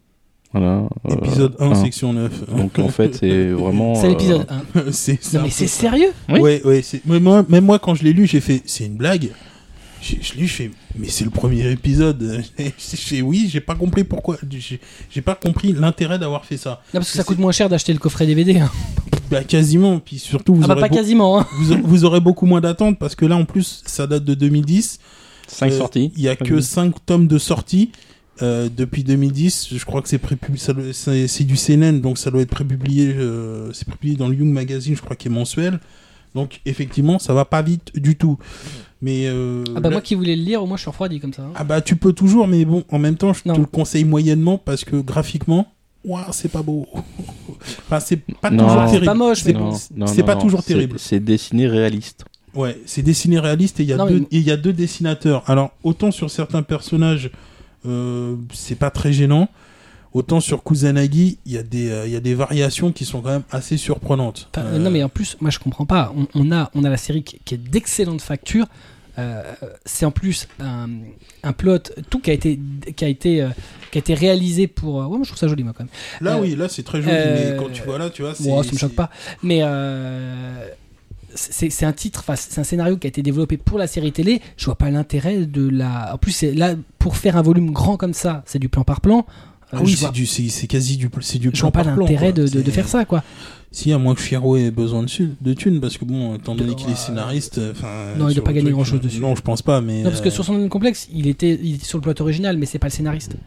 Voilà. euh, épisode un, un. section neuf. Donc en fait, c'est vraiment. C'est euh, l'épisode un. c'est ça. Non, mais c'est sérieux? Oui. Ouais, ouais. c'est- mais moi, même moi, quand je l'ai lu, j'ai fait. C'est une blague. J'ai- Je l'ai lu, je fais. Mais c'est le premier épisode. J'ai fait, oui, j'ai pas compris pourquoi. J'ai j'ai pas compris l'intérêt d'avoir fait ça. Non, parce que ça C'est- coûte moins cher d'acheter le coffret D V D. hein. Bah, quasiment. Puis surtout, vous Ah bah aurez pas beau- quasiment. Hein. vous, a- vous aurez beaucoup moins d'attente parce que là en plus ça date de deux mille dix. cinq Euh, sorties. Il y a que cinq tomes de sortie euh, depuis deux mille dix. Je crois que c'est prépub- ça doit- c'est c'est du C N N donc ça doit être prépublié. Euh, c'est prépublié dans le Young Magazine, je crois qui est mensuel. Donc effectivement ça va pas vite du tout. Mais euh, Ah bah là- moi qui voulais le lire, au moins je suis refroidi comme ça. hein. ah bah tu peux toujours, mais bon en même temps je Non. te le conseille moyennement parce que graphiquement. Ouah, c'est pas beau. Enfin, c'est pas Non. toujours C'est terrible. pas moche, mais C'est- non, c'est non, c'est non, pas non, toujours c'est- terrible. C'est dessiné réaliste. Ouais, c'est dessiné réaliste et il y a Non, deux mais- et il y a deux dessinateurs. Alors autant sur certains personnages, euh, c'est pas très gênant. Autant sur Kusanagi, il y a des euh, il y a des variations qui sont quand même assez surprenantes. Enfin, Euh, Non mais en plus, moi je comprends pas. On, on a, on a la série qui, qui est d'excellente facture. Euh, c'est en plus un, un plot, tout qui a été, qui a été, euh, qui a été réalisé pour. euh, ouais, moi je trouve ça joli moi quand même. là euh, oui, là c'est très joli, euh, mais quand tu vois là, tu vois, c'est Moi ça me c'est- choque pas. Mais euh, c'est c'est un titre, enfin c'est un scénario qui a été développé pour la série télé. Je vois pas l'intérêt de la. En plus c'est là pour faire un volume grand comme ça, c'est du plan par plan. Euh, Ah oui, je c'est vois, du c'est c'est quasi du c'est du je vois plan pas par plan, l'intérêt quoi. de, de, de C'est- faire ça quoi. Si à moins que Firo ait besoin de, su- de thunes parce que bon, étant donné De- qu'il est scénariste, enfin Non, il sur doit pas le gagner truc, grand-chose euh, dessus. Non, je pense pas, mais Non parce que euh, sur son complexe, il était, il était sur le plot original, mais c'est pas le scénariste.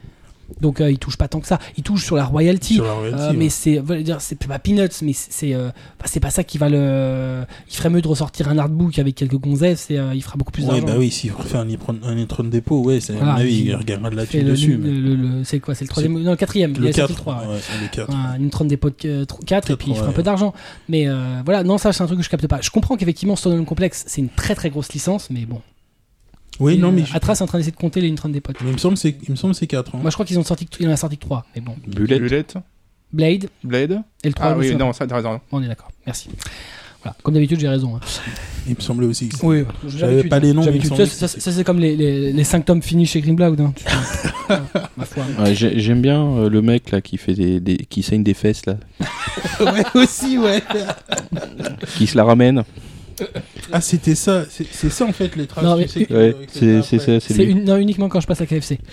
Donc euh, il touche pas tant que ça. Il touche sur la royalty. Sur la royalty, Euh, ouais. mais c'est, veut dire, c'est pas peanuts, mais c'est, c'est, euh, bah, c'est pas ça qui va le. Il ferait mieux de ressortir un artbook avec quelques gonzesses et euh, il fera beaucoup plus Ouais, d'argent. bah oui, s'il refait un Intron un Intron dépôt, ouais, c'est, à Voilà, mon avis, il- il regagnera de la Et thune le- dessus. le- mais- le- le- c'est quoi? C'est le troisième, non, le quatrième. il Le a sorti quatre, le trois, ouais. ouais, le quatre. Un- une trente dépôt de quatre et puis il fera ouais. un peu d'argent. Mais euh, voilà, non, ça c'est un truc que je capte pas. Je comprends qu'effectivement Stone Complex c'est une très très grosse licence, mais bon. Oui, Et, non, mais euh, je- Atras est en train d'essayer de compter les une trente dépôts. mais il me semble que c'est, il me semble que c'est quatre. Hein. Moi je crois qu'ils ont sorti, il en a sorti que trois, mais bon. Bullet. Bullet, Blade Blade. et le trois. Ah je oui, sais pas. non, ça t'as raison. On est d'accord. Merci. Voilà. Comme d'habitude, j'ai raison. hein. Il me semblait aussi que c'est... Oui, J'avais pas les noms, mais il me Ça, semblait ça, que ça, c'est comme les, les, les cinq tomes finis chez Greenblood. Hein. Tu- Ah, ma foi. Ouais, j'ai- j'aime bien euh, le mec là qui fait des, des- qui saigne des fesses là, ouais, aussi, ouais. qui se la ramène. Ah, c'était ça, c'est, c'est ça en fait les traces. Non, mais- tu sais, que- Ouais, que c'est t'as c'est après. ça, c'est C'est lui. une- non, uniquement quand je passe à K F C.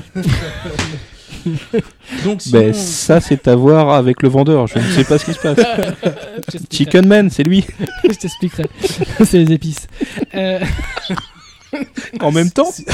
Donc, sinon, Ben ça c'est à voir avec le vendeur. Je ne sais pas ce qui se passe. Je t'expliquerai. Chicken Man, c'est lui. Je t'expliquerai. C'est les épices. Euh, En même temps. c'est...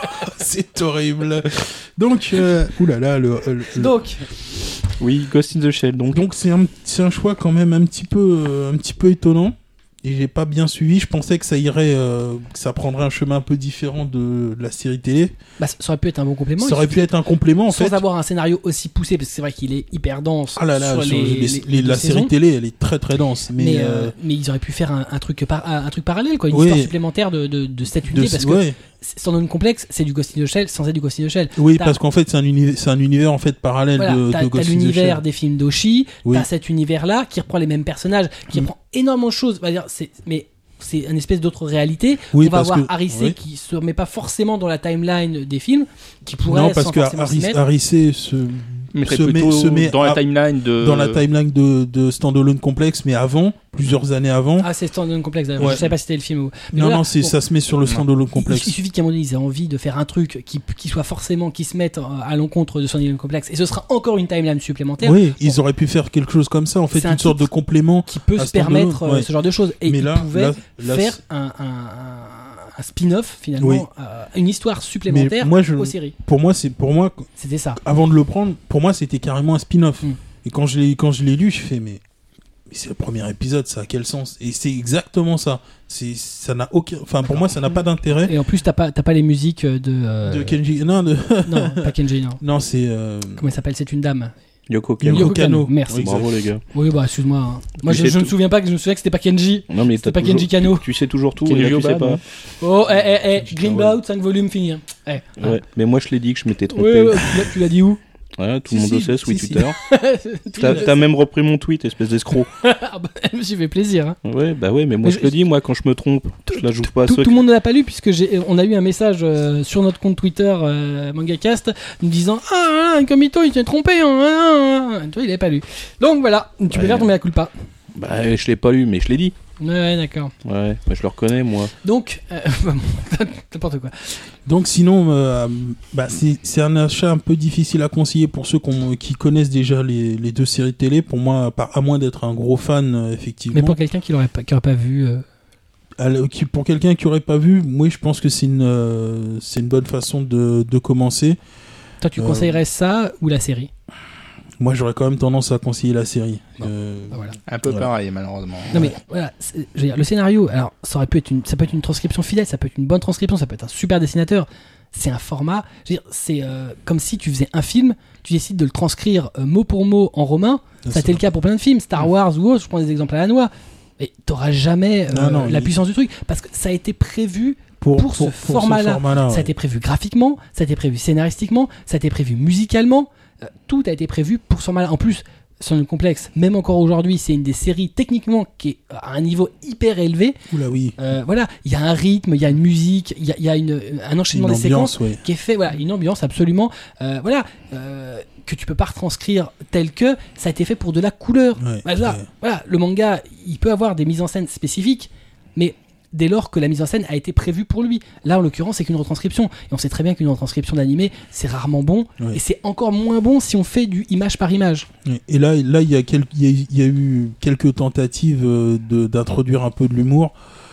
c'est horrible. Donc, euh... oulala, le, le, le- donc, Oui, Ghost in the Shell. Donc. donc c'est un, c'est un choix quand même un petit peu, euh, un petit peu étonnant. Et j'ai pas bien suivi. Je pensais que ça irait, euh, que ça prendrait un chemin un peu différent de, de la série télé. bah, ça aurait pu être un bon complément. ça aurait pu être un complément en sans fait. avoir un scénario aussi poussé, parce que c'est vrai qu'il est hyper dense. Ah là là, sur sur les, les- les- les- les deux la saisons. série télé, elle est très très dense. Mais, Mais, euh, euh, mais ils auraient pu faire un, un truc par, un, un truc parallèle, quoi, une Oui. histoire supplémentaire de, de, de cette de- unité, parce que ouais. Stone Complex, c'est du Ghost in the Shell sans être du Ghost in the Shell. Oui, T'as- parce qu'en fait, c'est un univers, c'est un univers en fait parallèle Voilà, de, t'as, de t'as Ghost in the l'univers Shell. des films d'Oshi, Oui. t'as cet univers-là qui reprend les mêmes personnages, qui Mm. reprend énormément de choses. On va dire, c'est, mais c'est une espèce d'autre réalité. Oui, On va parce avoir que- Harry C oui. qui se met pas forcément dans la timeline des films, qui pourrait Non, parce sans que forcément s'y Harry, mettre. Harry C se Mais se c'est met, plutôt se met dans la à- timeline de. dans la timeline de, de Standalone Complex, mais avant, plusieurs années avant. Ah, c'est Stone Complex, d'ailleurs. Ouais. Je savais pas si c'était le film ou. Mais non, voilà, non, c'est, bon. ça se met sur le Non. Standalone Il, Complex. il suffit qu'à un moment donné, ils aient envie de faire un truc qui, qui soit forcément, qui se mette euh, à l'encontre de son Stone Complex, et ce sera encore une timeline supplémentaire Oui, ils auraient pu faire quelque chose comme ça, en fait, C'est un une sorte de titre complément. qui peut à se Standalone, permettre euh, ouais. ce genre de choses. Et Mais ils là, pouvaient là, là, faire c'est- un, un, un- un spin-off, finalement, Oui. euh, une histoire supplémentaire moi, je- aux séries. Pour moi, c'est pour moi, C'était ça. avant de le prendre, pour moi, c'était carrément un spin-off. Mm. Et quand je l'ai, quand je l'ai lu, je fais mais, mais c'est le premier épisode, ça a quel sens? Et c'est exactement ça. C'est, ça n'a aucun, enfin pour moi, ça n'a pas d'intérêt. Et en plus, t'as pas, t'as pas les musiques de. euh, De Kenji, non, de, Non, pas Kenji, non. non, c'est. euh, Comment elle s'appelle? C'est une dame. Yoko Yoko Kanno. Yoko Kanno. Merci. Oui, Bravo les gars. Oui, bah, excuse-moi. hein. Moi, Tu je, sais je me tout. souviens pas que je me souviens que c'était pas Kenji. Non mais C'était t'as pas Kenji toujours- Kanno. Tu sais toujours tout. Kenji Et là, tu sais Obad, pas. hein. Oh, eh, eh, eh, Kenji Greenblood, cinq volumes finis. hein. Eh. Ouais. Mais moi je l'ai dit que je m'étais Ouais, trompé. ouais, tu l'as- tu l'as dit où? Ouais, tout Si, le monde si, le sait, sous si, si. Twitter. Tout T'as le- t'as même repris mon tweet, espèce d'escroc. Ah bah, je me suis fait plaisir. Hein. Ouais, bah ouais, mais moi Mais je je- le dis, moi quand je me trompe, je la joue pas à Tout, ceux tout le monde ne l'a pas lu puisque j'ai, on a eu un message euh, sur notre compte Twitter euh, MangaCast nous disant ah, ah Kamito il s'est trompé hein, ah, ah, ah. Tu vois il avait pas lu donc voilà tu peux Ouais. faire tomber la culpa. Bah je l'ai pas lu, mais je l'ai dit. Ouais, ouais d'accord Ouais, bah, je le reconnais moi. donc euh, n'importe quoi. Donc sinon, euh, bah, c'est, c'est un achat un peu difficile à conseiller pour ceux qu'on- qui connaissent déjà les, les deux séries télé. Pour moi, par- à moins d'être un gros fan, euh, effectivement. Mais pour quelqu'un qui l'aurait pas, qui aurait pas vu euh, Alors, qui- pour quelqu'un qui aurait pas vu, oui, je pense que c'est une, euh, c'est une bonne façon de, de commencer. toi tu Euh, conseillerais ça ou la série? Moi, j'aurais quand même tendance à conseiller la série. Bon. Euh, Ah, voilà. Un peu Ouais. pareil, malheureusement. Non mais voilà, c'est- je veux dire, le scénario, alors ça aurait pu être une, ça peut être une transcription fidèle, ça peut être une bonne transcription, ça peut être un super dessinateur. C'est un format, je veux dire, c'est euh, comme si tu faisais un film, tu décides de le transcrire euh, mot pour mot en romain. Ça a été le cas pour plein de films, Star Wars ou autre. Je prends des exemples à la noix. Et t'auras jamais euh, Non, non, la il- puissance du truc parce que ça a été prévu. pour, pour ce format-là, format-là, Ça a ouais. été prévu graphiquement, ça a été prévu scénaristiquement, ça a été prévu musicalement. euh, tout a été prévu pour ce format-là. En plus, sur le complexe, même encore aujourd'hui, c'est une des séries techniquement qui est à un niveau hyper élevé. Oula, oui. Euh, voilà, il y a un rythme, il y a une musique, il y a, il y a une, un enchaînement Une des séquences ambiance, ouais. qui est fait, voilà, une ambiance absolument, euh, voilà, euh, que tu peux pas retranscrire tel que ça a été fait pour de la couleur. Ouais, Voilà, ouais. voilà, le manga, il peut avoir des mises en scène spécifiques, mais dès lors que la mise en scène a été prévue pour lui. Là, en l'occurrence, c'est qu'une retranscription. Et on sait très bien qu'une retranscription d'animé, c'est rarement bon. Ouais. Et c'est encore moins bon si on fait du image par image. Ouais. Et là, là, il y a quel- il y a, il y a eu quelques tentatives euh, de, d'introduire un peu de l'humour.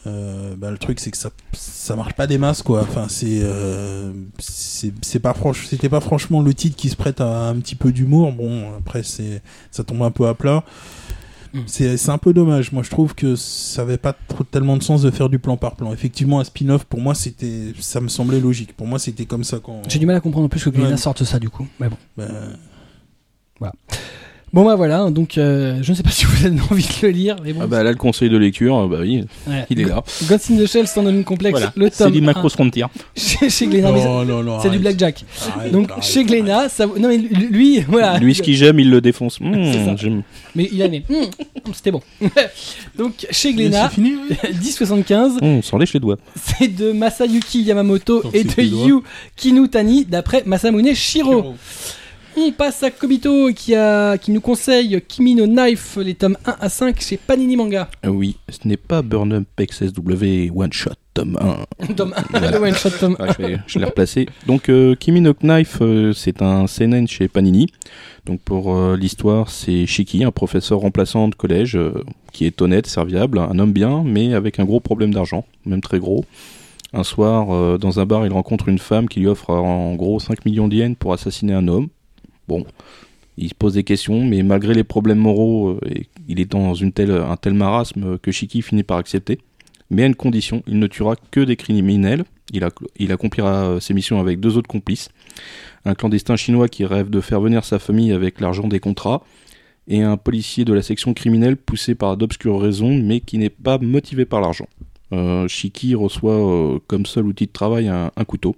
Euh, bah, le truc c'est que ça ça marche pas des masses quoi. Enfin c'est euh, c'est c'est pas franche c'était pas franchement le titre qui se prête à un petit peu d'humour. Bon après c'est ça tombe un peu à plat. Mm. C'est c'est un peu dommage. Moi je trouve que ça avait pas trop tellement de sens de faire du plan par plan. Effectivement un spin-off pour moi c'était ça me semblait logique. Pour moi c'était comme ça quand. J'ai du mal à comprendre en plus que Glénat Ouais. sorte ça du coup. Mais bon. Bah, Voilà. Bon bah voilà, donc euh, je ne sais pas si vous avez envie de le lire, mais bon. Ah bah là, le conseil de lecture, bah oui, Ouais. il est là. Ghost in the Shell, Standalone Complex, Voilà, le c'est tome du un, Macro Frontier. chez, chez Glénat, mais non, non, non, c'est du arrête. Blackjack. Arrête, Donc arrête, chez arrête. Glénat, ça, non mais lui, voilà. Lui, ce qu'il j'aime, il le défonce. Mmh, C'est ça. j'aime. Mais il a né. Mmh, c'était bon. Donc chez Mais Glénat, c'est fini, oui. dix soixante-quinze, Mmh, on s'en lèche les doigts. c'est de Masayuki Yamamoto Donc et c'est de les doigts. Yu Kinutani d'après Masamune Shiro. On passe à Kobito qui, a, qui nous conseille Kimi no Knife, les tomes un à cinq chez Panini Manga. Ah oui, ce n'est pas Burn-Up X S W One Shot, tome un. Tome un, Voilà. le one shot tome Ah, je, vais- je l'ai replacé. Donc, euh, Kimi no Knife, euh, c'est un seinen chez Panini. Donc, pour euh, l'histoire, c'est Shiki, un professeur remplaçant de collège euh, qui est honnête, serviable, un homme bien, mais avec un gros problème d'argent, même très gros. Un soir, euh, dans un bar, il rencontre une femme qui lui offre euh, en gros cinq millions d'yens pour assassiner un homme. Bon, il se pose des questions, mais malgré les problèmes moraux, euh, et il est dans une telle, un tel marasme que Shiki finit par accepter. Mais à une condition, il ne tuera que des criminels. Il, a, il accomplira euh, ses missions avec deux autres complices. Un clandestin chinois qui rêve de faire venir sa famille avec l'argent des contrats, et un policier de la section criminelle poussé par d'obscures raisons, mais qui n'est pas motivé par l'argent. Euh, Shiki reçoit euh, comme seul outil de travail un, un couteau.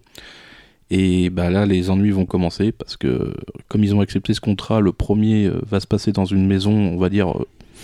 Et bah là, les ennuis vont commencer parce que, comme ils ont accepté ce contrat, le premier euh, va se passer dans une maison, on va dire,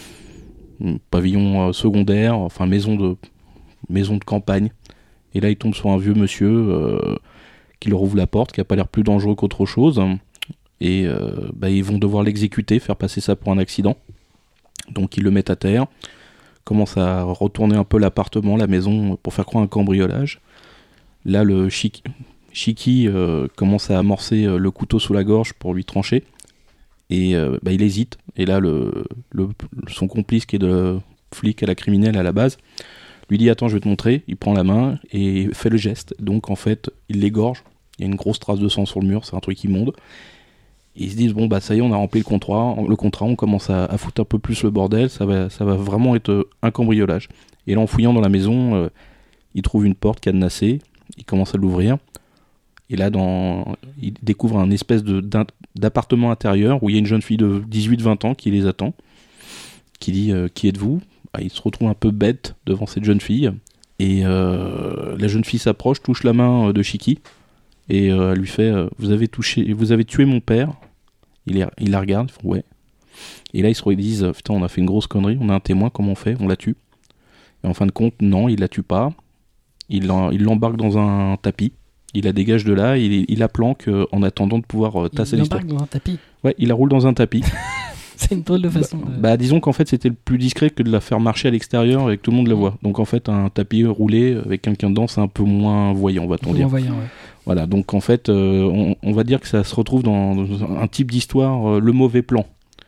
euh, pavillon euh, secondaire, enfin maison de, maison de campagne. Et là, il tombe sur un vieux monsieur euh, qui leur ouvre la porte, qui a pas l'air plus dangereux qu'autre chose. Et euh, bah, ils vont devoir l'exécuter, faire passer ça pour un accident. Donc ils le mettent à terre, commencent à retourner un peu l'appartement, la maison, pour faire croire un cambriolage. Là, le chic... Shiki euh, commence à amorcer euh, le couteau sous la gorge pour lui trancher. Et euh, bah, il hésite. Et là, le, le, son complice, qui est de flic à la criminelle à la base, lui dit « Attends, je vais te montrer ». Il prend la main et fait le geste. Donc, en fait, il l'égorge. Il y a une grosse trace de sang sur le mur. C'est un truc immonde. Et ils se disent « Bon, bah ça y est, on a rempli le contrat. Le contrat, on commence à, à foutre un peu plus le bordel. Ça va, ça va vraiment être un cambriolage. » Et là, en fouillant dans la maison, euh, ils trouvent une porte cadenassée. Ils commencent à l'ouvrir. Et là, dans... il découvre un espèce de, d'appartement intérieur où il y a une jeune fille de dix-huit vingt ans qui les attend, qui dit euh, « Qui êtes-vous » bah, il se retrouve un peu bête devant cette jeune fille. Et euh, la jeune fille s'approche, touche la main de Shiki, et euh, elle lui fait euh, « Vous avez touché, vous avez tué mon père ?» il, est, il la regarde, ils font « Ouais ». Et là, ils se disent « Putain, on a fait une grosse connerie, on a un témoin, comment on fait ? On la tue ?» Et en fin de compte, non, il la tue pas. Il, en, il l'embarque dans un tapis. Il la dégage de là, il, il la planque euh, en attendant de pouvoir euh, tasser Il l'histoire. embarque dans un tapis. Ouais, il la roule dans un tapis. C'est une drôle de façon bah, de... bah, disons qu'en fait, c'était le plus discret que de la faire marcher à l'extérieur et que tout le monde la voit. Donc en fait, un tapis roulé avec quelqu'un dedans, c'est un peu moins voyant, va-t-on dire. Voyant, ouais. Voilà, donc en fait, euh, on, on va dire que ça se retrouve dans, dans un type d'histoire, euh, le mauvais plan.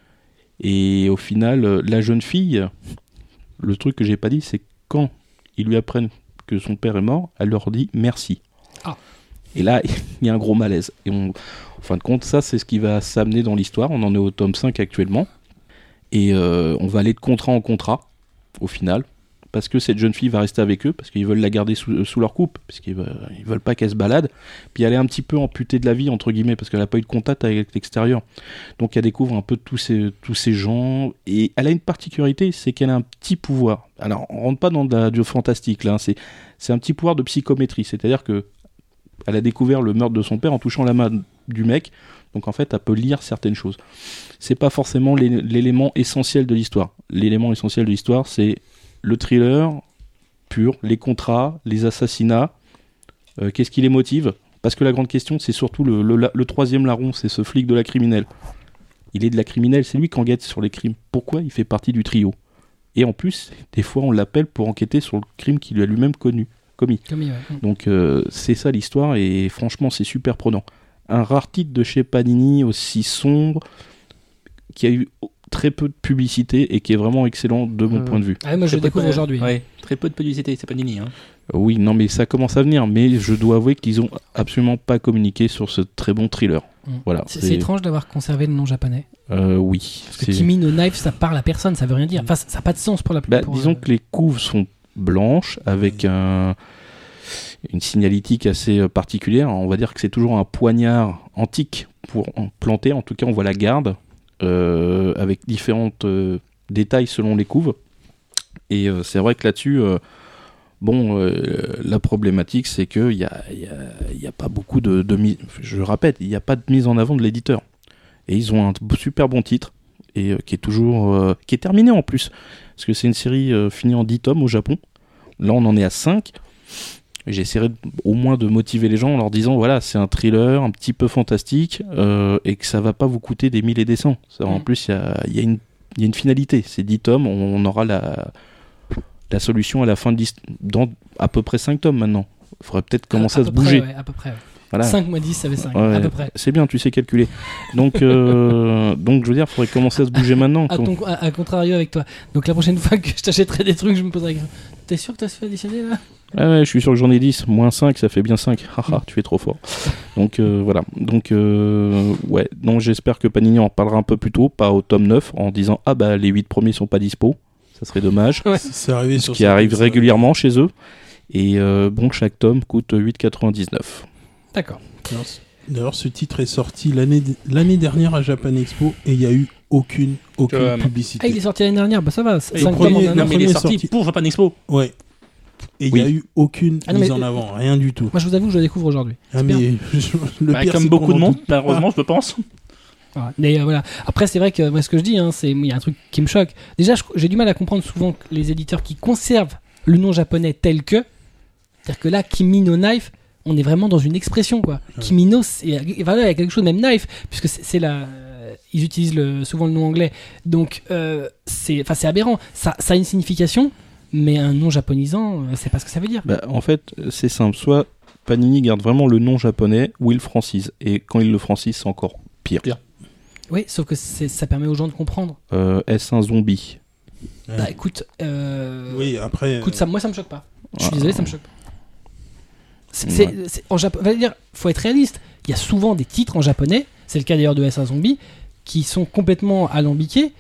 Et au final, euh, la jeune fille, le truc que j'ai pas dit, c'est quand ils lui apprennent que son père est mort, elle leur dit merci. Ah. Et là, il y a un gros malaise. Et on, en fin de compte, ça, c'est ce qui va s'amener dans l'histoire. On en est au tome cinq actuellement. Et euh, on va aller de contrat en contrat, au final. Parce que cette jeune fille va rester avec eux, parce qu'ils veulent la garder sous, sous leur coupe, parce qu'ils veulent, ils veulent pas qu'elle se balade. Puis elle est un petit peu amputée de la vie, entre guillemets, parce qu'elle n'a pas eu de contact avec l'extérieur. Donc elle découvre un peu tous ces, tous ces gens. Et elle a une particularité, c'est qu'elle a un petit pouvoir. Alors, on rentre pas dans de la, du fantastique, là. Hein. C'est, c'est un petit pouvoir de psychométrie. C'est-à-dire que elle a découvert le meurtre de son père en touchant la main du mec. Donc en fait, elle peut lire certaines choses. C'est pas forcément l'élément essentiel de l'histoire. L'élément essentiel de l'histoire, c'est le thriller pur, les contrats, les assassinats. Euh, qu'est-ce qui les motive ? Parce que la grande question, c'est surtout le, le, le troisième larron, c'est ce flic de la criminelle. Il est de la criminelle, c'est lui qui enquête sur les crimes. Pourquoi ? Il fait partie du trio. Et en plus, des fois, on l'appelle pour enquêter sur le crime qu'il a lui-même connu. Commis. Commis, ouais. Donc euh, c'est ça l'histoire et franchement c'est super prenant. Un rare titre de chez Panini aussi sombre, qui a eu très peu de publicité et qui est vraiment excellent de mon Euh, point de vue. Ah, moi, je Très le peu découvre de- aujourd'hui. Ouais, très peu de publicité, c'est Panini. Hein. Oui, non, mais ça commence à venir, mais je dois avouer qu'ils ont absolument pas communiqué sur ce très bon thriller. Mm. Voilà. C'est c'est étrange d'avoir conservé le nom japonais. Euh, oui. Parce que c'est- Kimi no Knife, ça parle à personne, ça veut rien dire. Enfin, ça n'a pas de sens pour la Bah, pour, disons euh, que les couves sont blanches avec un, une signalétique assez euh, particulière. On va dire que c'est toujours un poignard antique pour en planter. En tout cas, on voit la garde euh, avec différents euh, détails selon les couves. Et euh, c'est vrai que là-dessus, euh, bon, euh, la problématique, c'est qu'il n'y a, y a, y a pas beaucoup de, de mise. Je répète, il n'y a pas de mise en avant de l'éditeur. Et ils ont un super bon titre et euh, qui est toujours euh, qui est terminé en plus parce que c'est une série euh, finie en dix tomes au Japon. Là on en est à cinq. J'essaierai de- au moins de motiver les gens en leur disant voilà, c'est un thriller un petit peu fantastique euh, et que ça va pas vous coûter des mille et des cents. Ça, en Mm. plus il y a, il y a une il y a une finalité, c'est dix tomes, on, on aura la la solution à la fin de l'hist- dans à peu près cinq tomes maintenant. Il faudrait peut-être commencer à, peu se près, bouger. ouais, à peu près. Ouais. Voilà. cinq moins dix, ça fait cinq, Ouais, à peu près. c'est bien, tu sais calculer. Donc, euh, donc je veux dire, il faudrait commencer à se bouger maintenant. À, quoi. ton, à, à contrario avec toi. Donc la prochaine fois que je t'achèterai des trucs, je me poserai la question. T'es sûr que t'as se fait additionner là? Ah ouais, je suis sûr que j'en ai dix. Moins cinq, ça fait bien cinq. Haha, tu es trop fort. Donc euh, voilà. Donc, euh, ouais. Donc j'espère que Panini en reparlera un peu plus tôt, pas au tome neuf, en disant ah bah les huit premiers sont pas dispo. Ça serait dommage. Ouais. C'est arrivé Ce sur qui ça, arrive ça. régulièrement chez eux. Et euh, bon, chaque tome coûte huit quatre-vingt-dix-neuf. D'accord. D'ailleurs, ce- D'ailleurs, ce titre est sorti l'année l'année dernière à Japan Expo et il n'y a eu aucune, aucune Euh, publicité. Ah, il est sorti l'année dernière, bah ça va. Et cinq le tomes premier- en un le an. Non, mais il est premier sorti sorti. pour Japan Expo. Ouais. Et il Oui. n'y a eu aucune Ah non, mise mais- en avant, rien du tout. Moi je vous avoue que je le découvre aujourd'hui. Ah, C'est mais bien. le Bah, pire, comme c'est beaucoup qu'on de en monde, doute malheureusement, je pense. Ouais. Mais euh, voilà. Après, c'est vrai que moi, ce que je dis, hein, c'est il y a un truc qui me choque. Déjà, je- j'ai du mal à comprendre souvent que les éditeurs qui conservent le nom japonais tel que, c'est-à-dire que là, Kimi no Knife, on est vraiment dans une expression, quoi. Ouais. Kimi no, c'est- et voilà, il y a quelque chose, même knife, puisque c'est c'est la, euh, ils utilisent le, souvent le nom anglais. Donc, euh, c'est, enfin, c'est aberrant. Ça, ça a une signification, mais un nom japonisant, euh, c'est pas ce que ça veut dire. Bah, en fait, c'est simple. Soit Panini garde vraiment le nom japonais, ou il le francise. Et quand il le francise, c'est encore pire. Pire. Oui, sauf que c'est- ça permet aux gens de comprendre. Euh, Est-ce un zombie? Ouais. Bah, écoute, euh, Oui, après. écoute, ça, moi, ça me choque pas. Je suis Ah. désolé, ça me choque pas. C'est, Ouais. c'est- c'est- en Japon, dire, faut être réaliste. Il y a souvent des titres en japonais, c'est le cas d'ailleurs de S un Zombie, qui sont complètement alambiqués.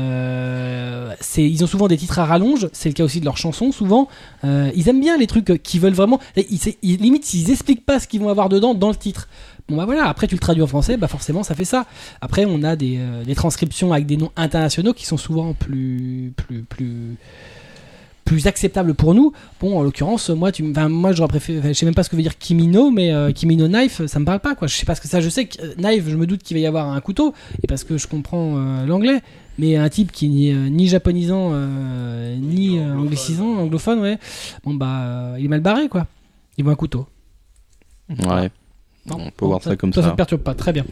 Euh, c'est, ils ont souvent des titres à rallonge, c'est le cas aussi de leurs chansons souvent. Euh, ils aiment bien les trucs euh, qui veulent vraiment. Ils, c'est- ils- limite, s'ils expliquent pas ce qu'ils vont avoir dedans dans le titre. Bon bah voilà, après tu le traduis en français, bah forcément ça fait ça. Après on a des, euh, des transcriptions avec des noms internationaux qui sont souvent plus plus plus plus acceptables pour nous. Bon en l'occurrence moi tu, m- enfin, moi j'aurais préféré, enfin, je sais même pas ce que veut dire Kimino, mais euh, Kimino Knife ça me parle pas quoi. Je sais pas ce que ça, je sais que euh, knife je me doute qu'il va y avoir un couteau et parce que je comprends euh, l'anglais. Mais un type qui n'est euh, ni japonisant euh, ni euh, anglicisant, anglophone, ouais. Bon bah euh, il est mal barré quoi. Il voit un couteau. Ouais. Non, On peut voir ça comme Ça ça. ne te perturbe pas, très bien.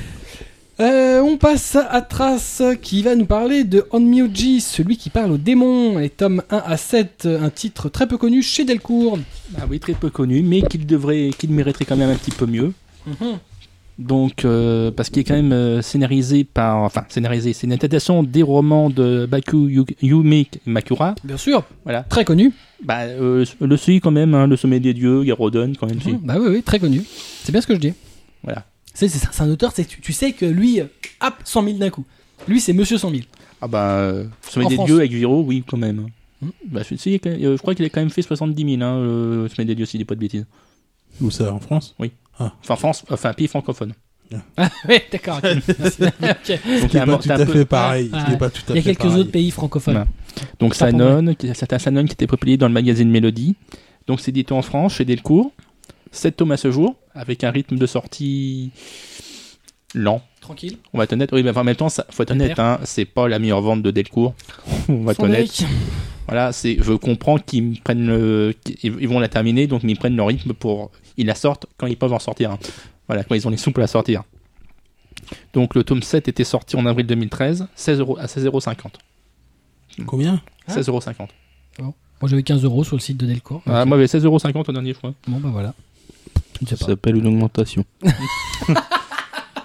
Euh, on passe à Trace qui va nous parler de Onmyoji, celui qui parle aux démons, les tomes un à sept, un titre très peu connu chez Delcourt. Ah oui, très peu connu, mais qu'il devrait, qu'il mériterait quand même un petit peu mieux. Donc, euh, parce qu'il est quand même euh, scénarisé par, enfin scénarisé, c'est une adaptation des romans de Baku Yu- Yumi Makura. Bien sûr, Voilà. très connu. Bah, euh, le suit quand même, hein, le sommet des dieux, Garodon quand même. si. Mhm, bah oui, oui, très connu. C'est bien ce que je dis. Voilà. C'est, c'est, c'est un auteur, c'est, tu, tu sais que lui, euh, hop, cent mille d'un coup. Lui, c'est Monsieur cent mille. Ah bah, euh, sommet En des France. dieux avec Viro, oui quand même. Mhm. Bah, je, si, euh, je crois qu'il a quand même fait soixante-dix mille, hein, le sommet des dieux, si je dis pas de bêtises. Où ça, en France Enfin, France, enfin, pays francophone. Ah oui, d'accord. ok. Merci. Ok. Donc, C'est il y a un pas mo- tout c'est un à peu- fait pareil. Ah, C'est pas tout à Il y a fait quelques pareil. autres pays francophones. Ouais. Donc Ça, pour Sanon, qui- c'est un Sanon qui était publié dans le magazine Mélodie. Donc c'est édité en France chez Delcourt. sept tomes à ce jour, avec un rythme de sortie lent. Tranquille. On va être honnête. Oui, mais en même temps, ça, faut être honnête, hein, c'est pas la meilleure vente de Delcourt. On va être honnête. Fondric. Voilà, c'est, je comprends qu'ils me prennent le, qu'ils ils vont la terminer, donc ils prennent leur rythme pour, ils la sortent quand ils peuvent en sortir. hein. Voilà, quand ils ont les sous pour la sortir. Donc le tome sept était sorti en avril deux mille treize, seize euros, à seize euros cinquante. Combien Hein seize euros cinquante. Moi j'avais quinze euros sur le site de Delcourt. Ah, moi j'avais seize euros cinquante au dernier, je crois. Bon bah voilà. Je ne sais Ça pas. s'appelle une augmentation.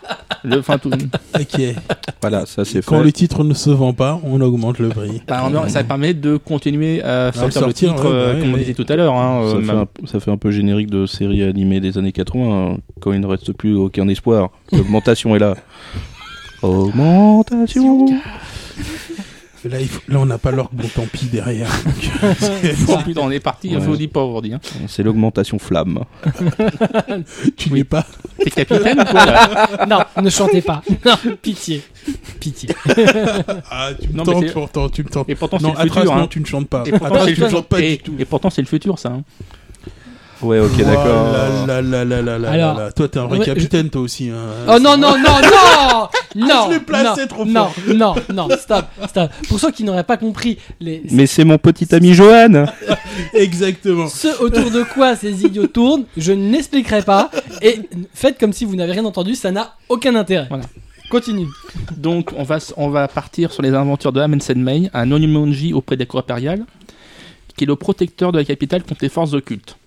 Le, enfin, tout, Ok. Voilà, ça c'est Quand fait. le titre ne se vend pas, on augmente le prix. bah, en- ça permet de continuer à sortir le sortir, titre, ouais, euh, ouais, comme on ouais. disait tout à l'heure. Hein, Ça euh, fait, même- un, ça fait un peu générique de série animée des années quatre-vingts, hein, quand il ne reste plus aucun espoir. L'augmentation est là. Augmentation. Là, il faut- là, on n'a pas l'orgue, bon tant pis derrière. Donc, c'est- Oh putain, on est parti, Ouais. je vous dis pas aujourd'hui. Hein. C'est l'augmentation flamme. tu Oui. n'es pas. T'es capitaine ou quoi là Non, ne chantez pas. Non, pitié. Pitié. Ah, tu me Non, mais tentes c'est- pourtant, tu me tentes. Et pourtant, Non, c'est le Atras, futur. non, Hein. tu ne chantes pas. Et pourtant, Atras, c'est tu le ne chantes pas et, du tout. et pourtant, c'est le futur, ça. Hein. Ouais, ok, Oh d'accord. là là là là là là Alors, là. Toi, t'es un vrai ouais, capitaine, toi aussi. Hein. Oh non, non, non, non Non Je l'ai placé non, trop non, fort. non, non, stop, stop. Pour ceux qui n'auraient pas compris, les... Mais c'est mon petit ami Johan. Exactement. ce autour de quoi ces idiots tournent, je n'expliquerai pas. Et faites comme si vous n'avez rien entendu, ça n'a aucun intérêt. Voilà. Continue. Donc, on va, s- on va partir sur les aventures de Amen Senmei, un Onimonji auprès des cours impériales, qui est le protecteur de la capitale contre les forces occultes.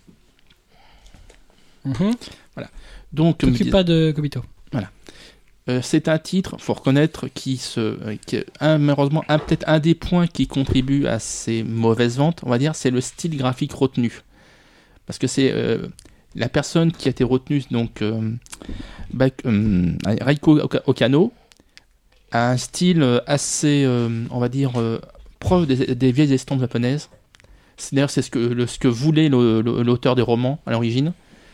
Mhm. Donc, comme T'occupe dis- pas de Kobito. euh, c'est un titre, faut reconnaître, qui se, euh, qui est un, malheureusement, un, peut-être un des points qui contribue à ces mauvaises ventes, on va dire, c'est le style graphique retenu. Parce que c'est euh, la personne qui a été retenue, donc euh, Bak- euh, Reiko Oka- Okano, a un style euh, assez, euh, on va dire, euh, proche des, des vieilles estampes japonaises. C'est, d'ailleurs, c'est ce que, le, ce que voulait le- le- l'auteur des romans à l'origine.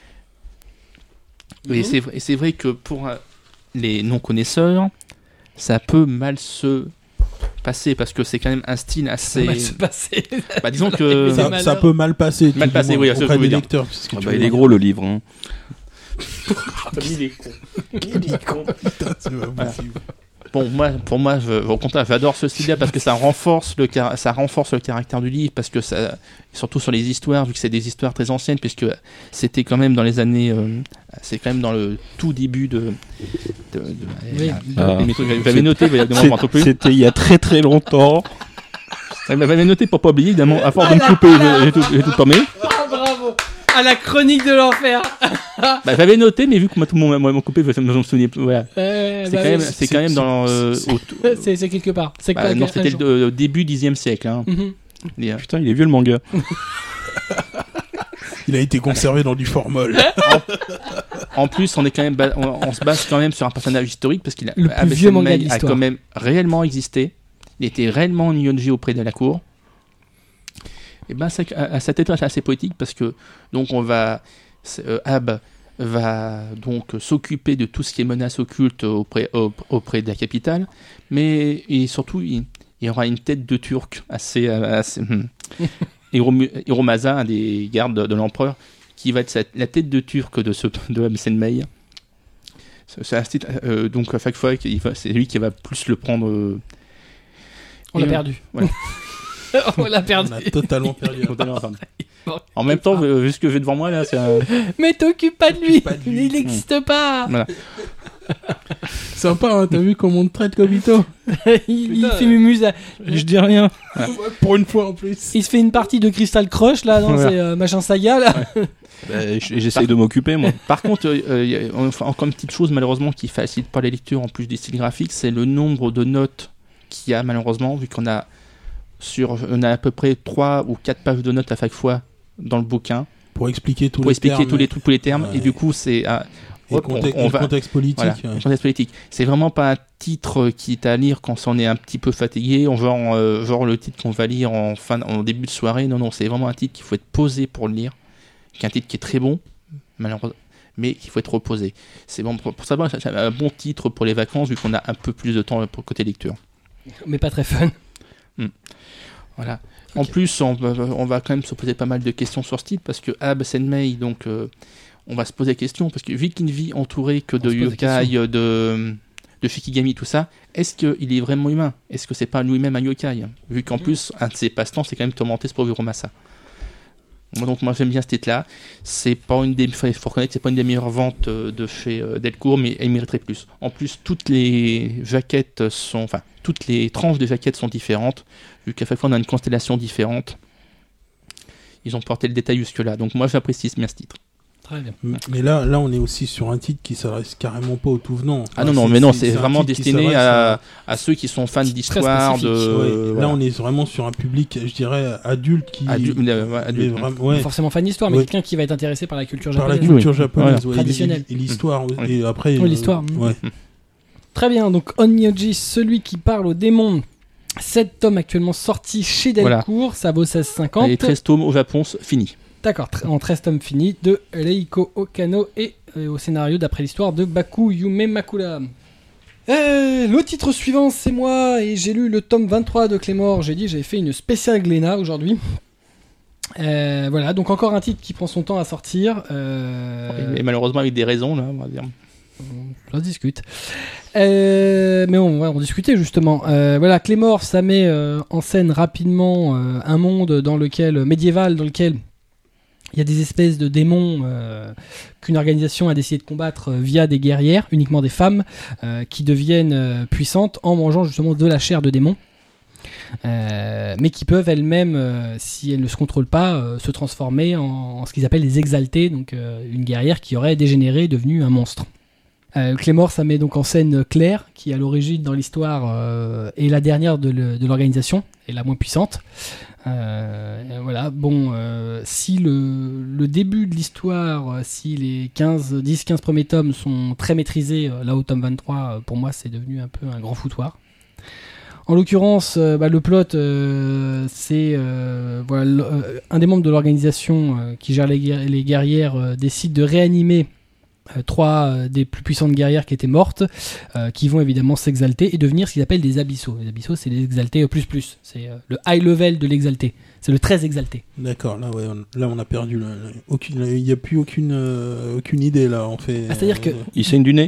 Et c'est vrai- et c'est vrai que pour euh, les non-connaisseurs, ça peut mal se passer parce que c'est quand même un style Ça assez. va se passer. Bah, disons que. C'est Ça, malheur. ça peut mal passer. Mal tout du passer, moins, oui, c'est ce que auprès je veux des dire. lecteurs. c'est ce que Ah tu bah, veux il est dire. gros le livre. Hein. il est con. Putain, c'est pas Voilà. possible. Bon, moi, pour moi, je, au contraire, j'adore ce style-là parce que ça renforce le car- ça renforce le caractère du livre parce que ça, surtout sur les histoires, vu que c'est des histoires très anciennes, puisque c'était quand même dans les années, euh, c'est quand même dans le tout début de. de, de- Oui. euh, Ah. mes trucs, j'avais noté, évidemment, je m'en rappelle plus. C'était il y a très très longtemps. Ouais, bah, J'avais noté pour pas oublier, évidemment, à force de me couper, j'ai- j'ai tout, j'ai tout paumé. Ah, bravo. À la chronique de l'enfer. Bah, j'avais noté, mais vu que moi, tout le monde m'a coupé, je me souvenais plus. Voilà. Euh, C'est bah quand même, oui. c'est quand même dans. euh, au- C'est c'est quelque part. C'est bah, pas non, un c'était jour. le, le début dixième siècle. Hein. Mhm. Les, euh, Putain, il est vieux le manga. Il a été conservé dans du formol. En plus, on est quand même, ba- on, on se base quand même sur un personnage historique parce qu'il a, Le plus Abe vieux manga Senmei de a l'histoire. quand même réellement existé. Il était réellement Nihonji auprès de la cour. Et ben, c'est- à, à cet état, c'est assez poétique parce que donc on va, c'est, euh, Abe va donc s'occuper de tout ce qui est menace occulte auprès, au- auprès de la capitale, mais et surtout il, il y aura une tête de Turc assez, euh, assez Hiromu- Hiromasa, un des gardes de, de l'empereur, qui va être sa- la tête de Turc de ce de Abe Senmei. C'est- c'est un style, euh, donc à chaque fois, il va- c'est lui qui va plus le prendre. euh, On l'a et, perdu. ouais. On l'a perdu. On a totalement perdu. En même temps, vu vu ce que j'ai devant moi là, c'est un... Mais t'occupes pas de lui. pas de lui. Il n'existe pas. voilà. Sympa, hein, t'as vu comment on te traite, Kobito? il, il fait mumuse. à- Je dis rien. Pour une fois en plus. Il se fait une partie de Crystal Crush là dans Voilà. ces euh, machin saga là. Bah, j- J'essaye de m'occuper, moi. Par contre, euh, euh, y a- enfin, encore une petite chose malheureusement qui facilite pas la lecture en plus des styles graphiques, c'est le nombre de notes qu'il y a malheureusement, vu qu'on a sur, on a à peu près trois ou quatre pages de notes à chaque fois dans le bouquin Pour expliquer tous pour les expliquer termes tous les, tous les termes, Ouais. et du coup c'est ah, et hop, contexte, on- on et va- contexte politique. voilà, ouais. contexte politique. C'est vraiment pas un titre qui est à lire quand on est un petit peu fatigué, on genre, euh, genre le titre qu'on va lire en fin, en début de soirée. Non, non, c'est vraiment un titre qu'il faut être posé pour le lire, qui est un titre qui est très bon, malheureusement, mais qu'il faut être reposé. C'est bon pour, pour savoir, c'est un bon titre pour les vacances vu qu'on a un peu plus de temps pour le côté lecture. Mais pas très fun. Voilà. En plus, on va, on va quand même se poser pas mal de questions sur ce titre parce que Abe Senmei, donc, euh, on va se poser la question parce que vu qu'il ne vit entouré que de se pose la yokai, de, de shikigami, tout ça, est-ce qu'il est vraiment humain? Est-ce que c'est pas lui-même un yokai? Vu qu'en plus, un de ses passe-temps, c'est quand même tourmenter ce pauvre Hiromasa. Moi, donc, moi, j'aime bien ce titre-là. C'est pas une des, il faut reconnaître, c'est pas une des meilleures ventes euh, de chez euh, Delcourt, mais elle mériterait plus. En plus, toutes les jaquettes sont, enfin, toutes les tranches de jaquettes sont différentes, vu qu'à chaque fois on a une constellation différente. Ils ont porté le détail jusque-là, donc moi j'apprécie bien ce titre. Très bien. Mais là, là, on est aussi sur un titre qui s'adresse carrément pas aux tout venants. Enfin, Ah non, non, mais non, c'est, c'est vraiment destiné à, à ceux qui sont fans d'histoire. De... Ouais, voilà. Là, on est vraiment sur un public, je dirais, adulte qui. Adu- euh, adulte, mais vraiment, ouais. Forcément fan d'histoire, mais Ouais. quelqu'un qui va être intéressé par la culture Par la japonaise. culture Oui. japonaise, Voilà. ouais, Traditionnelle. Et, et l'histoire. Oui. Et après. Oui, l'histoire. Ouais. Très bien, donc Onmyoji, celui qui parle aux démons. sept tomes actuellement sortis chez Delcourt, ça vaut seize cinquante. Et treize tomes au Japon, c'est fini. D'accord, tr- en treize tomes finis de Reiko Okano et euh, au scénario d'après l'histoire de Baku Yume Makura. Euh, le titre suivant, c'est moi, et j'ai lu le tome vingt-trois de Clémor. J'ai dit, j'avais fait une spéciale Glénat aujourd'hui. Euh, voilà, donc encore un titre qui prend son temps à sortir. Euh... Et malheureusement, avec des raisons, là, on va dire. On discute. Euh, mais on va en discuter justement. Euh, voilà, Clémor, ça met euh, en scène rapidement euh, un monde dans lequel médiéval, dans lequel il y a des espèces de démons euh, qu'une organisation a décidé de combattre euh, via des guerrières, uniquement des femmes, euh, qui deviennent euh, puissantes en mangeant justement de la chair de démons. Euh, mais qui peuvent elles-mêmes, euh, si elles ne se contrôlent pas, euh, se transformer en, en ce qu'ils appellent les exaltés, donc euh, une guerrière qui aurait dégénéré et devenu un monstre. Euh, Clémor, ça met donc en scène Claire, qui à l'origine dans l'histoire euh, est la dernière de, le, de l'organisation, et la moins puissante. Euh, voilà, bon, euh, si le, le début de l'histoire, euh, si les quinze, dix quinze premiers tomes sont très maîtrisés, euh, là au tome vingt-trois, euh, pour moi c'est devenu un peu un grand foutoir. En l'occurrence, euh, bah, le plot, euh, c'est euh, voilà, l- euh, un des membres de l'organisation euh, qui gère les, guer- les guerrières euh, décide de réanimer euh, trois euh, des plus puissantes guerrières qui étaient mortes, euh, qui vont évidemment s'exalter et devenir ce qu'ils appellent des abyssaux. Les abyssaux, c'est les exaltés euh, plus plus. C'est euh, le high level de l'exalté. C'est le très exalté. D'accord, là, ouais, on, là, on a perdu. le- le- aucune, il n'y a plus aucune, euh, aucune idée, là, on fait. Ah, c'est-à-dire que- euh, Il saigne du nez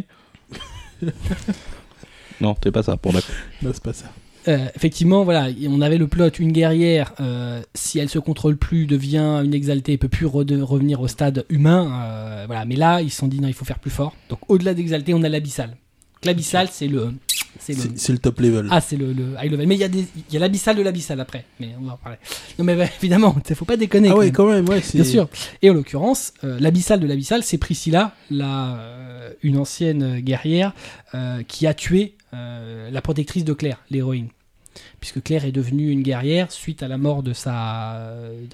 Non, c'est pas ça, pour d'accord. non, c'est pas ça. Euh, effectivement, voilà, on avait le plot, une guerrière, euh, si elle se contrôle plus, devient une exaltée, et peut plus rede- revenir au stade humain. euh, voilà, mais là, ils se sont dit non, il faut faire plus fort. Donc, au-delà d'exalté, on a l'abyssal. Donc, l'abyssal, c'est le, c'est le, C'est c'est le top level. ah, c'est le, le high level. Mais il y a des, il y a l'abyssal de l'abyssal après. Mais on va en parler. Non, mais bah, évidemment, il faut pas déconner. Ah quand ouais, même. quand même, ouais. c'est- Bien sûr. Et en l'occurrence, euh, l'abyssal de l'abyssal, c'est Priscilla, la, euh, une ancienne guerrière euh, qui a tué euh, la protectrice de Claire, l'héroïne. Puisque Claire est devenue une guerrière suite à la mort de sa,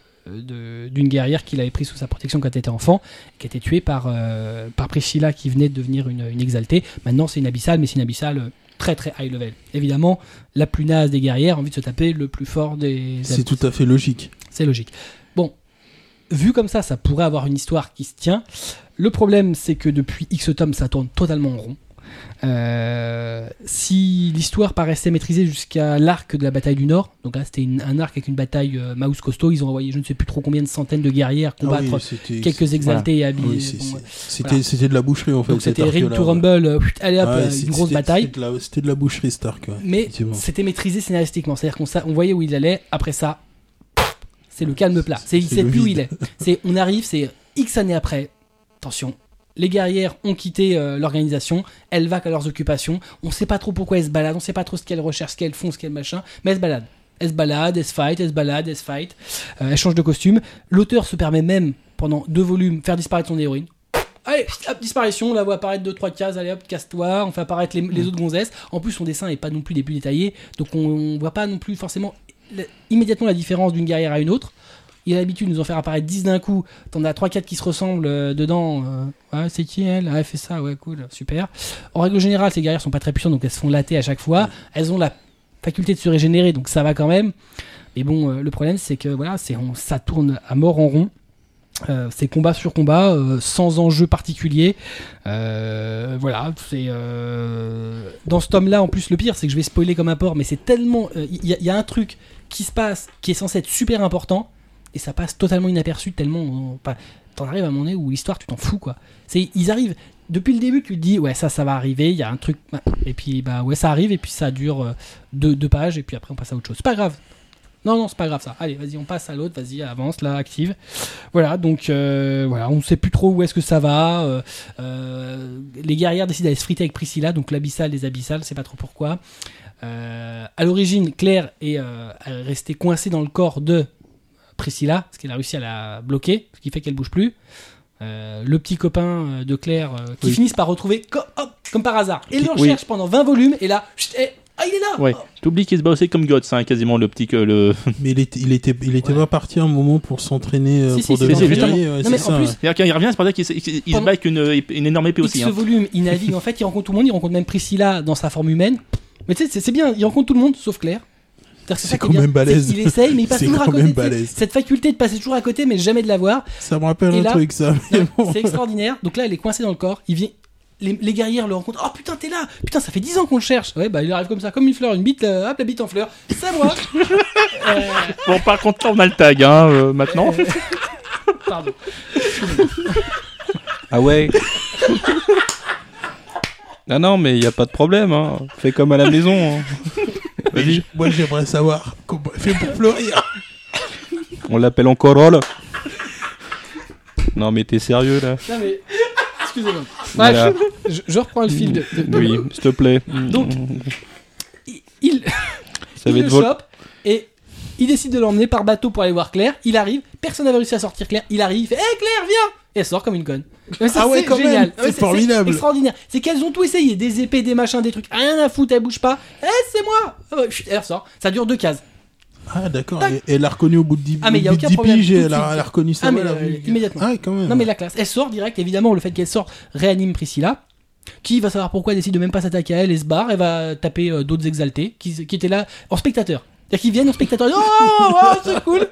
de- d'une guerrière qu'il avait prise sous sa protection quand elle était enfant, qui a été tuée par, euh, par Priscilla qui venait de devenir une, une exaltée. Maintenant, c'est une abyssale, mais c'est une abyssale très très high level. Évidemment, la plus naze des guerrières a envie de se taper le plus fort des... C'est tout à fait logique. C'est logique. Bon, vu comme ça, ça pourrait avoir une histoire qui se tient. Le problème, c'est que depuis X tomes, ça tourne totalement en rond. Euh, si l'histoire paraissait maîtrisée jusqu'à l'arc de la bataille du Nord, donc là c'était une- un arc avec une bataille euh, mouse costaud, ils ont envoyé je ne sais plus trop combien de centaines de guerrières Ah oui, combattre c'était- quelques exaltés et Ah habillés. oui, c'est- Bon, c'est- ouais. c'était Voilà. c'était de la boucherie en fait. Donc cet c'était Ring arc-là, to ouais. Rumble, euh, allez hop, Ouais, euh, c'est- une grosse c'était- bataille. C'était de, la- c'était de la boucherie Stark. Ouais, Mais effectivement. c'était maîtrisé scénaristiquement, c'est-à-dire qu'on sa- on voyait où il allait. Après ça, c'est le calme plat. C'est, il C'est sait le plus où vide. il est. C'est, on arrive, c'est X années après. Attention, les guerrières ont quitté euh, l'organisation. Elles vaquent à leurs occupations. On sait pas trop pourquoi elles se baladent. On sait pas trop ce qu'elles recherchent, ce qu'elles font, ce qu'elles machin. Mais elles se baladent. Elles se baladent, elles se fight, elles se baladent, elles se fight. Euh, elles changent de costume. L'auteur se permet même, pendant deux volumes, faire disparaître son héroïne. Allez, hop, disparition, on la voit apparaître deux trois cases, allez hop, casse-toi, on fait apparaître les, les autres gonzesses. En plus, son dessin est pas non plus des plus détaillés, donc on, on voit pas non plus forcément la- immédiatement la différence d'une guerrière à une autre. Il a l'habitude de nous en faire apparaître dix d'un coup, t'en as trois quatre qui se ressemblent euh, dedans. euh, ouais, c'est qui elle? Ah, elle fait ça, ouais, cool, super. En règle générale, ces guerrières sont pas très puissantes, donc elles se font latter à chaque fois. Elles ont la faculté de se régénérer, donc ça va quand même. Mais bon, euh, le problème, c'est que voilà, c'est, on, ça tourne à mort en rond. Euh, c'est combat sur combat, euh, sans enjeu particulier. Euh, voilà, c'est euh, dans ce tome-là. En plus, le pire, c'est que je vais spoiler comme un porc, mais c'est tellement, il y, y a un truc qui se passe, qui est censé être super important, et ça passe totalement inaperçu. Tellement, on- pas- t'en arrives à un moment donné où l'histoire, tu t'en fous quoi. C'est, ils arrivent depuis le début, tu te dis ouais ça, ça va arriver. Il y a un truc, et puis bah ouais ça arrive, et puis ça dure euh, deux, deux pages, et puis après on passe à autre chose. C'est pas grave. Non, non, c'est pas grave ça. Allez, vas-y, on passe à l'autre, vas-y, avance, là, active. Voilà, donc, euh, voilà, on sait plus trop où est-ce que ça va. Euh, euh, les guerrières décident d'aller se friter avec Priscilla, donc l'abyssal, les abyssales, c'est pas trop pourquoi. Euh, à l'origine, Claire est euh, restée coincée dans le corps de Priscilla, parce qu'elle a réussi à la bloquer, ce qui fait qu'elle bouge plus. euh, le petit copain euh, de Claire, euh, qui Oui. finissent par retrouver co- hop, comme par hasard. Et Qui- le oui. recherche pendant vingt volumes, et là, chut, eh, ah, il est là. Ouais. T'oublies qu'il se bat aussi comme Guts, hein, quasiment le petit que le. Mais il était, il était, il était Ouais. pas parti un moment pour s'entraîner euh, Si, si, pour si, devenir si, guerrier. Ouais, non, mais c'est en ça. plus, C'est-à-dire qu'il revient, c'est pour ça qu'il se, il se- il se Pendant- bat avec une, une énorme épée aussi. ce Hein. volume, il navigue en fait, il rencontre tout le monde, il rencontre même Priscilla dans sa forme humaine. Mais tu sais, c'est- c'est bien, il rencontre tout le monde sauf Claire. C'est-à-dire que C'est ça qui est quand bien. même balèze. C'est- Il essaye, mais il passe C'est toujours à quand côté. même tu sais. balèze. Cette faculté de passer toujours à côté, mais jamais de la voir. Ça me rappelle Et un là- truc, ça. mais bon. C'est extraordinaire. Donc là, elle est coincée dans le corps. Il vient. Les, les guerrières le rencontrent. Oh putain, t'es là. Putain, ça fait dix ans qu'on le cherche. Ouais, bah il arrive comme ça, comme une fleur, une bite. euh, hop, la bite en fleur. C'est à moi. Euh, Bon, par contre, là, on a le tag hein, euh, maintenant. Pardon. Ah ouais. Ah non, mais il y a pas de problème. Hein. Fais comme à la maison. Hein. Vas-y. Moi, j'aimerais savoir comment elle fait pour fleurir. On l'appelle en corolle. Non, mais t'es sérieux là? Non mais. Excusez-moi. Voilà. Bref, je, je reprends le fil de. de- de- Oui, s'il te plaît. Donc, il, il, Ça il va le être vol- chope et il décide de l'emmener par bateau pour aller voir Claire. Il arrive, personne n'avait réussi à sortir Claire. Il arrive, il fait Hé Claire, viens. Et elle sort comme une conne. Mais ça, Ah ouais, c'est quand génial. même, c'est formidable. extraordinaire. C'est qu'elles ont tout essayé, des épées, des machins, des trucs. Rien à foutre, elle bouge pas. Eh, c'est moi. Ah ouais, chut, elle ressort. Ça dure deux cases. Ah, d'accord. Tac. Et elle l'a reconnu au bout de dix Ah, mais y a au bout de aucun dix problème, piges, tout de elle a, suite. elle a reconnu ça. Ah, mais, elle a euh, vu. immédiatement. Ah, quand même. Non mais la classe. Elle sort direct, évidemment, le fait qu'elle sort réanime Priscilla. Qui va savoir pourquoi elle décide de même pas s'attaquer à elle et se barre. Elle va taper euh, d'autres exaltés qui, qui étaient là en spectateur. C'est-à-dire qu'ils viennent en spectateur. Oh, oh, c'est cool.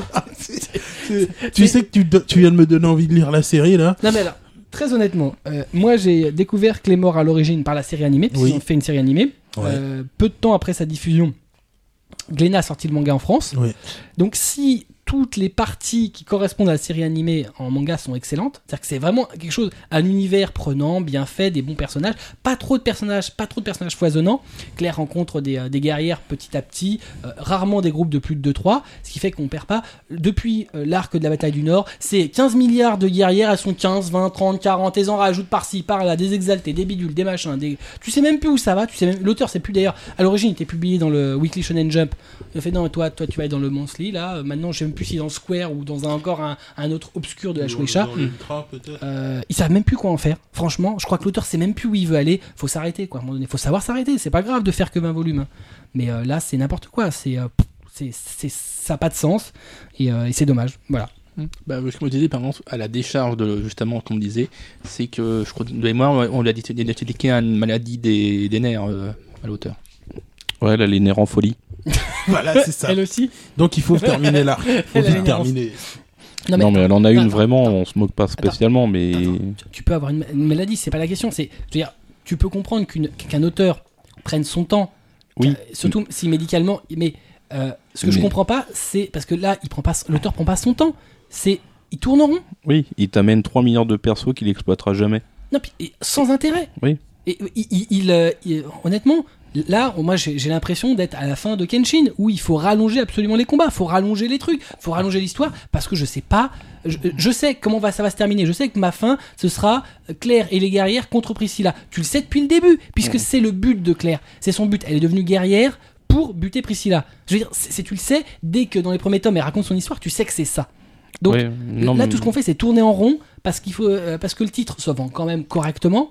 C'est- Tu sais que tu, do- tu viens de me donner envie de lire la série, là. Non mais alors, très honnêtement, euh, moi j'ai découvert Claymore à l'origine par la série animée, parce Oui. qu'ils ont fait une série animée. Ouais. Euh, peu de temps après sa diffusion, Glénat a sorti le manga en France. Ouais. Donc si toutes les parties qui correspondent à la série animée en manga sont excellentes, c'est-à-dire que c'est vraiment quelque chose, un univers prenant, bien fait, des bons personnages, pas trop de personnages, pas trop de personnages foisonnants. Claire rencontre des, euh, des guerrières petit à petit, euh, rarement des groupes de plus de deux trois, ce qui fait qu'on perd pas. Depuis euh, l'arc de la bataille du Nord, c'est quinze milliards de guerrières, elles sont quinze, vingt, trente, quarante, elles en rajoutent par-ci, par-là, des exaltés, des bidules, des machins, des... tu sais même plus où ça va, tu sais même... l'auteur c'est plus d'ailleurs, à l'origine il était publié dans le Weekly Shonen Jump, il a fait non, toi, toi tu vas être dans le Monthly là, maintenant je sais même plus si dans le Square ou dans un, encore un, un autre obscur de la Shueisha. Dans l'Ultra, peut-être. Euh, ils savent même plus quoi en faire. Franchement, je crois que l'auteur sait même plus où il veut aller. Faut s'arrêter, quoi. À un moment donné, faut savoir s'arrêter. C'est pas grave de faire que vingt volumes. hein. Mais euh, là, c'est n'importe quoi. C'est, euh, c'est, c'est, ça n'a pas de sens. Et, euh, et c'est dommage. Voilà. Bah, ce que je disais, par exemple, à la décharge, de, justement, comme on disait, c'est que, je crois, de mémoire, on lui a dit- il a expliqué une maladie des, des nerfs euh, à l'auteur. Ouais, là, les nerfs en folie. Voilà, c'est ça. Elle aussi. Donc, il faut terminer l'arc. Il faut Elle a vite les terminer. Non, mais elle en a attends, une vraiment, attends. on se moque pas spécialement, mais. Attends, tu- tu peux avoir une, une maladie, c'est pas la question. C'est, je veux dire, tu peux comprendre qu'une, qu'un auteur prenne son temps. Oui. qu'un- surtout si médicalement. Mais euh, ce que je Mais- comprends pas, c'est parce que là, il prend pas, l'auteur prend pas son temps. C'est, il tourne en rond. Oui, il t'amène trois milliards de persos qu'il exploitera jamais. Non, puis, et sans intérêt. Oui. Et il, il- il, euh, il- honnêtement, là, moi, j'ai j'ai l'impression d'être à la fin de Kenshin, où il faut rallonger absolument les combats, faut rallonger les trucs, faut rallonger l'histoire, parce que je sais pas, je, je sais comment va, ça va se terminer. Je sais que ma fin, ce sera Claire et les guerrières contre Priscilla. Tu le sais depuis le début, puisque c'est le but de Claire. C'est son but. Elle est devenue guerrière pour buter Priscilla. Je veux dire, c'est, c'est- tu le sais, dès que dans les premiers tomes, elle raconte son histoire, tu sais que c'est ça. Donc, Ouais, non, là, mais- tout ce qu'on fait, c'est tourner en rond parce qu'il faut, euh, parce que le titre se vend quand même correctement.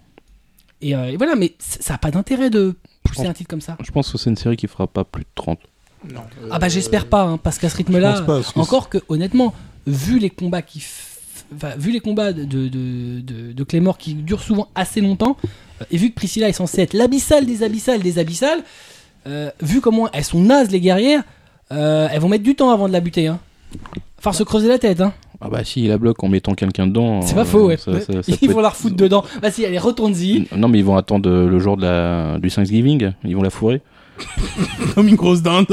Et, euh, et voilà, mais c- ça n'a pas d'intérêt de pousser pense- un titre comme ça. Je pense que c'est une série qui fera pas plus de trente. Non. Ah bah j'espère pas, hein, parce qu'à ce Je rythme-là, pense pas, parce que encore que honnêtement, vu les combats qui, f- enfin, vu les combats de de, de, de- de Claymore qui durent souvent assez longtemps, euh, et vu que Priscilla est censée être l'abyssale des abyssales des abyssales, euh, vu comment elles sont nazes les guerrières, euh, elles vont mettre du temps avant de la buter. Hein. Enfin, se creuser la tête. Hein. Ah bah si, il la bloque en mettant quelqu'un dedans. C'est euh, pas faux, ouais. ça- Ouais. ça- ça Ils peut vont être- la refoutre dedans. Vas-y, allez, retourne-y. Non, mais ils vont attendre le jour de la... du Thanksgiving. Ils vont la fourrer. Comme une grosse dinde.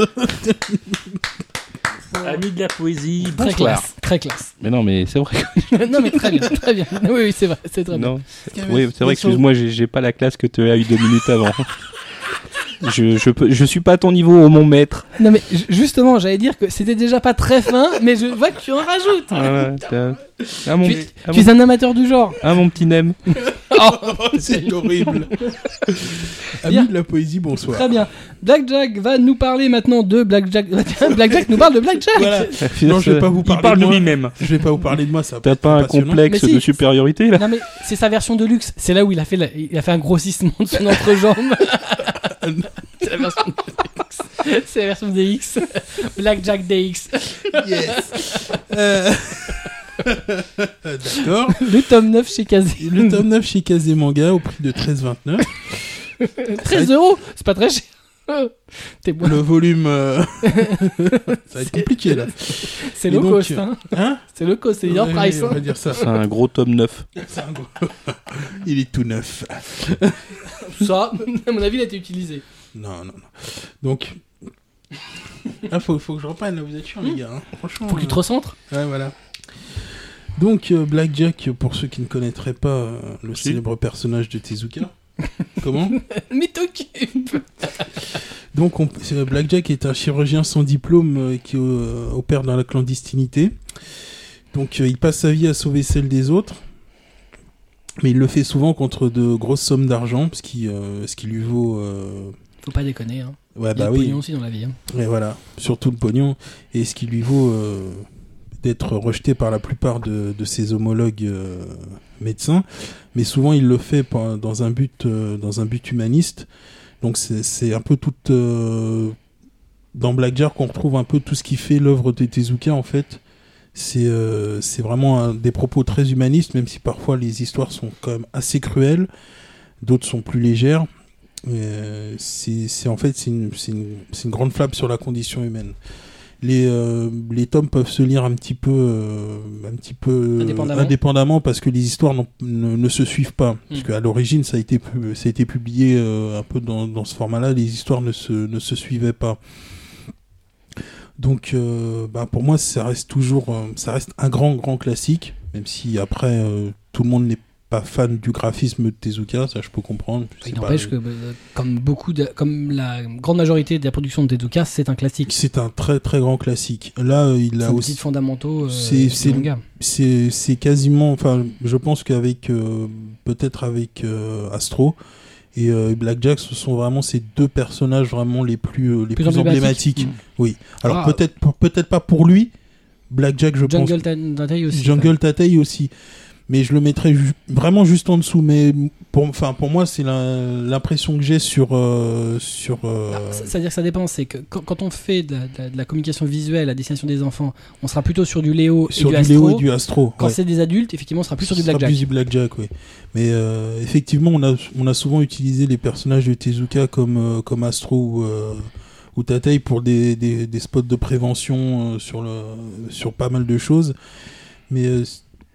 Ami de la poésie, Très bonsoir. classe, très classe. Mais non, mais c'est vrai. non mais très bien, très bien. Oui, oui, c'est vrai, c'est très bien. Non. Oui, c'est vrai. Excuse-moi, j'ai j'ai pas la classe que tu as eu deux minutes avant. je, je, peux, je suis pas à ton niveau, oh, mon maître. Non mais ju- justement, j'allais dire que c'était déjà pas très fin, mais je vois que tu en rajoutes. Ah, ouais, t'as- ah, mon, Tu, ah, tu mon- es un amateur du genre. ah, mon petit Nem. Oh, c'est horrible. Bien. Amis de la poésie, bonsoir. Très bien. Blackjack va nous parler maintenant de Blackjack. Blackjack nous parle de Blackjack. Voilà. Non, je vais pas vous Il parler parle de de moi. lui-même. Je vais pas vous parler de moi, ça va T'as être pas un passionnant. complexe Mais si. de supériorité là? Non mais c'est sa version de luxe. C'est là où il a fait, la- il a fait un grossissement de son entrejambe. C'est la version de X. C'est la version D X. Blackjack D X. Yes. Euh, D'accord. Le tome neuf chez Kazé. Le tome neuf chez Kazé Manga au prix de treize vingt-neuf. treize euros. C'est pas très cher. T'es bon. Le volume. euh, ça va être compliqué là. C'est Et low donc, cost. Hein. Hein C'est low cost. C'est hors Ouais, price. On Hein. va dire ça. C'est un gros tome neuf. C'est un gros- Il est tout neuf. Ça, à mon avis, il a été utilisé. Non, non, non. Donc. Ah, faut, faut que je reprenne là, vous êtes chiants les gars. Hein. Franchement. Faut que tu te euh, recentres. Ouais, voilà. Donc, euh, Blackjack, pour ceux qui ne connaîtraient pas euh, le Si. célèbre personnage de Tezuka. Comment Mais t'occupe. Donc, on- c'est- Blackjack est un chirurgien sans diplôme euh, qui euh, opère dans la clandestinité. Donc, euh, il passe sa vie à sauver celle des autres. Mais il le fait souvent contre de grosses sommes d'argent, ce qui, euh, ce qui lui vaut. euh, Faut pas déconner. Hein. Ouais, Il y a bah le oui. pognon aussi dans la vie. Hein. Et voilà, surtout le pognon. Et ce qui lui vaut euh, d'être rejeté par la plupart de, de ses homologues euh, médecins. Mais souvent, il le fait par- dans un but, euh, dans un but humaniste. Donc, c'est c'est un peu tout. Euh, dans Blackjack, qu'on retrouve un peu tout ce qui fait l'œuvre de Tezuka, en fait. C'est euh, c'est vraiment un- des propos très humanistes, même si parfois les histoires sont quand même assez cruelles. D'autres sont plus légères. Euh, c'est c'est- en fait c'est une, c'est une, c'est une grande flamme sur la condition humaine. Les, euh, les tomes peuvent se lire un petit peu, euh, un petit peu Indépendamment. indépendamment parce que les histoires n'ont- ne, ne se suivent pas. Parce Mm. qu'à l'origine, ça a été, pu- ça a été publié euh, un peu dans, dans ce format-là, les histoires ne se, ne se suivaient pas. Donc, euh, bah, pour moi, ça reste toujours, euh, ça reste un grand, grand classique, même si après, euh, tout le monde n'est pas fan du graphisme de Tezuka, ça je peux comprendre. Il C'est n'empêche pas- que, euh, comme beaucoup, de, comme la grande majorité de la production de Tezuka, c'est un classique. C'est un très, très grand classique. Là, euh, il C'est a un aussi. petit fondamentaux euh, c'est- du c'est- manga. C'est c'est quasiment, enfin, je pense qu'avec, euh, peut-être avec euh, Astro et euh, Blackjack, ce sont vraiment ces deux personnages vraiment les plus, euh, les plus, emblématiques. Mm. Oui. Alors Ah. peut-être, peut-être pas pour lui, Blackjack, je Jungle pense. Tatei aussi. Jungle Tatei aussi. Mais je le mettrais ju- vraiment juste en dessous. Mais pour, enfin, pour moi, c'est la- l'impression que j'ai sur, euh, sur. euh, Ah, ça- C'est-à-dire que ça dépend, c'est que quand, quand on fait de la, de la- de la communication visuelle à destination des enfants, on sera plutôt sur du Léo sur et du du Léo Astro. et du Astro. Quand ouais. c'est des adultes, effectivement, on sera plus sur du Ce sera Blackjack. plus du Blackjack, oui. Mais euh, effectivement, on a, on a souvent utilisé les personnages de Tezuka comme, euh, comme Astro ou, euh, ou Tatei pour des, des, des spots de prévention euh, sur, le, sur pas mal de choses. Mais euh,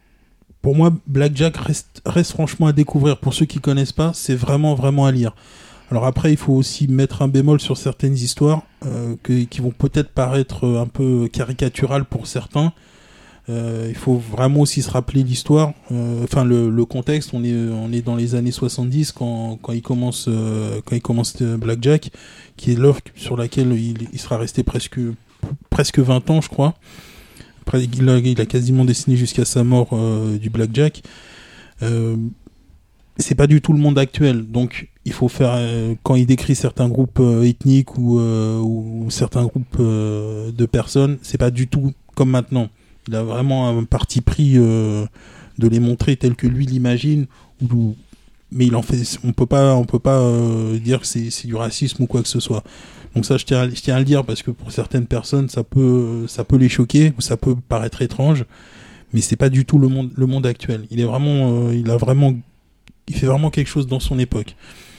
pour moi, Blackjack reste, reste franchement à découvrir. Pour ceux qui connaissent pas, c'est vraiment, vraiment à lire. Alors après, il faut aussi mettre un bémol sur certaines histoires euh, que- qui vont peut-être paraître un peu caricaturales pour certains. Euh, il faut vraiment aussi se rappeler l'histoire, euh, enfin le, le contexte. On est, on est dans les années soixante-dix quand, quand il commence, euh, quand il commence euh, Blackjack, qui est l'œuvre sur laquelle il, il sera resté presque, presque vingt ans, je crois. Après, il a, il a quasiment dessiné jusqu'à sa mort euh, du Blackjack. Euh, c'est pas du tout le monde actuel, donc il faut faire euh, quand il décrit certains groupes euh, ethniques ou, euh, ou certains groupes euh, de personnes, c'est pas du tout comme maintenant. Il a vraiment un parti pris euh, de les montrer tels que lui l'imagine, ou, mais il en fait, on peut pas, on peut pas euh, dire que c'est, c'est du racisme ou quoi que ce soit. Donc ça, je tiens, à, je tiens à le dire parce que pour certaines personnes, ça peut, ça peut les choquer ou ça peut paraître étrange, mais c'est pas du tout le monde, le monde actuel. Il est vraiment, euh, il a vraiment, il fait vraiment quelque chose dans son époque.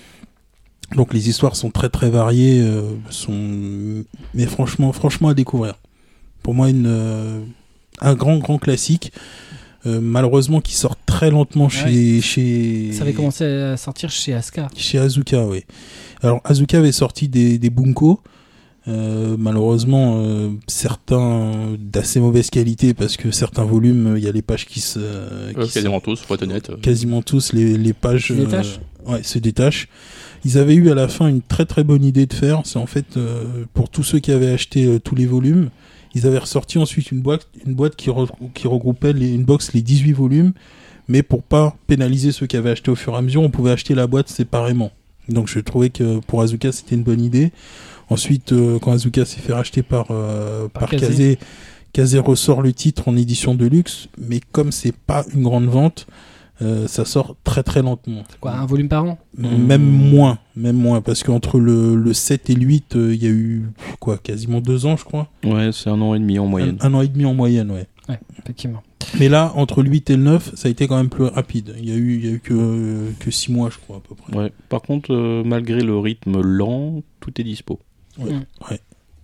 Donc les histoires sont très très variées, euh, sont, mais franchement, franchement à découvrir. Pour moi, une euh, un grand grand classique, euh, malheureusement qui sort très lentement chez Ouais. chez Ça avait commencé à sortir chez Asuka. chez Azuka, oui. Alors Azuka avait sorti des des Bunko, euh, malheureusement euh, certains d'assez mauvaise qualité parce que certains volumes, il y a les pages qui se Euh, qui se- quasiment tous, faut être honnête. quasiment tous les les pages Se détachent. euh, ouais, se détachent. Ils avaient eu à la fin une très très bonne idée de faire, c'est en fait euh, pour tous ceux qui avaient acheté euh, tous les volumes, Ils avaient ressorti ensuite une boîte, une boîte qui, re, qui regroupait les, une box les dix-huit volumes, mais pour pas pénaliser ceux qui avaient acheté au fur et à mesure, on pouvait acheter la boîte séparément. Donc je trouvais que pour Asuka c'était une bonne idée. Ensuite, euh, quand Asuka s'est fait racheter par, euh, par, par Kazé, Kazé ressort le titre en édition de luxe, mais comme c'est pas une grande vente, euh, ça sort très très lentement. C'est quoi, un volume par an ? Même mmh. moins, même moins, parce qu'entre le, le sept et le huit, il euh, y a eu quoi, quasiment deux ans, je crois. Ouais, c'est un an et demi en moyenne. Un, un an et demi en moyenne, ouais. Ouais, effectivement. Mais là, entre le huit et le neuf, ça a été quand même plus rapide. Il y a eu, il y a eu que, euh, que six mois, je crois, à peu près. Ouais. Par contre, euh, malgré le rythme lent, tout est dispo. Ouais. Mmh. ouais.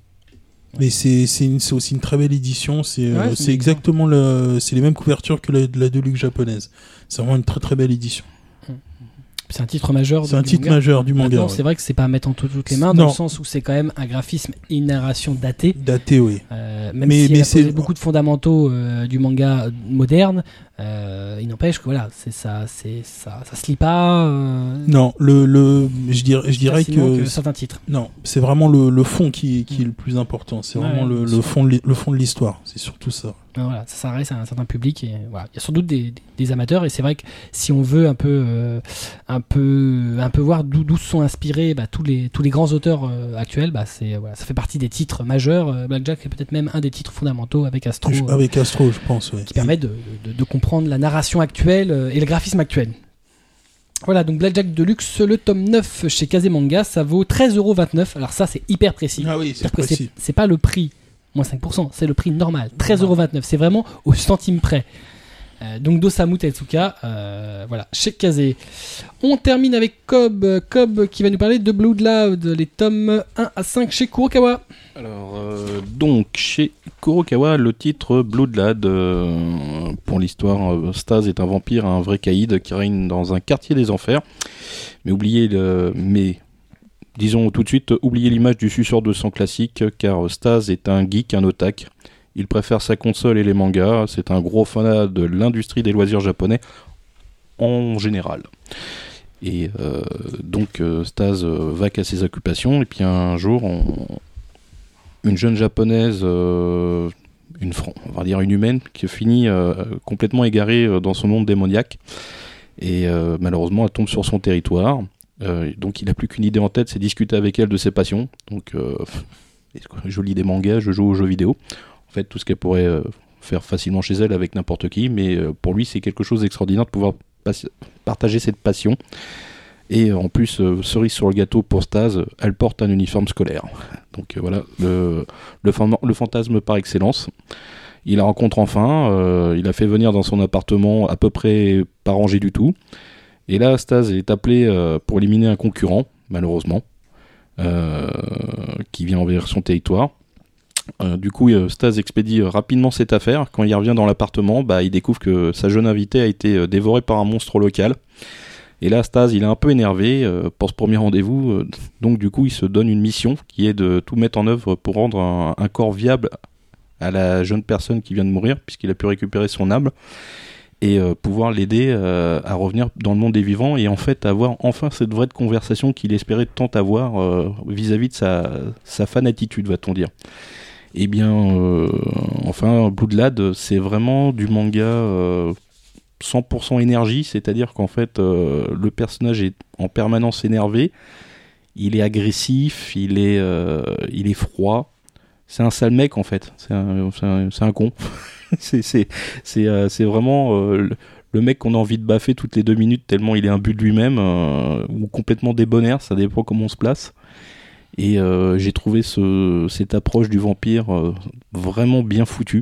Mais c'est, c'est, une, c'est aussi une très belle édition. C'est, ouais, euh, c'est, c'est exactement le, c'est les mêmes couvertures que la, la Deluxe japonaise. C'est vraiment une très très belle édition. C'est un titre majeur. C'est un titre manga. majeur du manga. Maintenant, ouais. c'est vrai que c'est pas à mettre entre toutes les mains, dans non. le sens où c'est quand même un graphisme et une narration datée. Datée, oui. Euh, même mais, si mais elle a posé beaucoup de fondamentaux euh, du manga moderne, euh, il n'empêche que voilà, c'est ça, c'est ça, ça se lit pas. Euh, non, le, le, je dirais, je dirais que, que certains titres. Non, c'est vraiment le, le fond qui, qui est le plus important. C'est ouais, vraiment le, le fond, de, le fond de l'histoire. C'est surtout ça. Voilà, ça s'adresse à un certain public et voilà, il y a sans doute des, des, des amateurs et c'est vrai que si on veut un peu, euh, un peu, un peu voir d'où, d'où sont inspirés bah, tous les tous les grands auteurs euh, actuels, bah c'est voilà, ça fait partie des titres majeurs. Euh, Blackjack est peut-être même un des titres fondamentaux avec Astro, je, avec Astro, je pense, ouais. qui permet de, de, de comprendre la narration actuelle euh, et le graphisme actuel. Voilà, donc Blackjack Deluxe, le tome neuf chez Kazé Manga, ça vaut treize euros vingt-neuf. Alors ça, c'est hyper précis. Ah oui, c'est précis. C'est, c'est pas le prix moins cinq pour cent, c'est le prix normal, treize euros vingt-neuf, c'est vraiment au centime près. Euh, donc d'Osamu Tezuka, euh, voilà, chez Kazé. On termine avec Cobb, Cobb qui va nous parler de Bloodloud, les tomes un à cinq chez Kurokawa. Alors, euh, donc, chez Kurokawa, le titre Bloodloud, euh, pour l'histoire, euh, Stase est un vampire, un vrai caïd qui règne dans un quartier des enfers. Mais oubliez le... Mais... Disons tout de suite, oubliez l'image du suceur de sang classique, car Stase est un geek, un otak. Il préfère sa console et les mangas, c'est un gros fanat de l'industrie des loisirs japonais, en général. Et euh, donc euh, Stase euh, va qu'à ses occupations, et puis un jour, on... une jeune japonaise, euh, une, on va dire une humaine, qui finit euh, complètement égarée euh, dans son monde démoniaque, et euh, malheureusement, elle tombe sur son territoire. Euh, donc il n'a plus qu'une idée en tête, c'est discuter avec elle de ses passions. Donc euh, je lis des mangas, je joue aux jeux vidéo. En fait, tout ce qu'elle pourrait euh, faire facilement chez elle avec n'importe qui, mais euh, pour lui c'est quelque chose d'extraordinaire de pouvoir pas- partager cette passion. Et euh, en plus, euh, cerise sur le gâteau pour Stase, elle porte un uniforme scolaire. Donc euh, voilà, le, le, fan- le fantasme par excellence. Il la rencontre enfin, euh, il la fait venir dans son appartement à peu près pas rangé du tout. Et là, Stase est appelé euh, pour éliminer un concurrent, malheureusement, euh, qui vient envers son territoire. Euh, du coup, euh, Stase expédie euh, rapidement cette affaire. Quand il revient dans l'appartement, bah, il découvre que sa jeune invitée a été euh, dévorée par un monstre local. Et là, Stase, il est un peu énervé euh, pour ce premier rendez-vous. Euh, donc, du coup, il se donne une mission qui est de tout mettre en œuvre pour rendre un, un corps viable à la jeune personne qui vient de mourir, puisqu'il a pu récupérer son âme. Et euh, pouvoir l'aider euh, à revenir dans le monde des vivants et en fait avoir enfin cette vraie conversation qu'il espérait tant avoir euh, vis-à-vis de sa, sa fan attitude, va-t-on dire. Et bien, euh, enfin, Bloodloud, c'est vraiment du manga euh, cent pour cent énergie, c'est-à-dire qu'en fait, euh, le personnage est en permanence énervé, il est agressif, il est, euh, il est froid, c'est un sale mec en fait, c'est un, c'est un, c'est un con. c'est, c'est, c'est, euh, c'est vraiment euh, le, le mec qu'on a envie de baffer toutes les deux minutes tellement il est imbu de lui-même, euh, ou complètement débonnaire, ça dépend comment on se place. Et euh, j'ai trouvé ce, cette approche du vampire euh, vraiment bien foutue.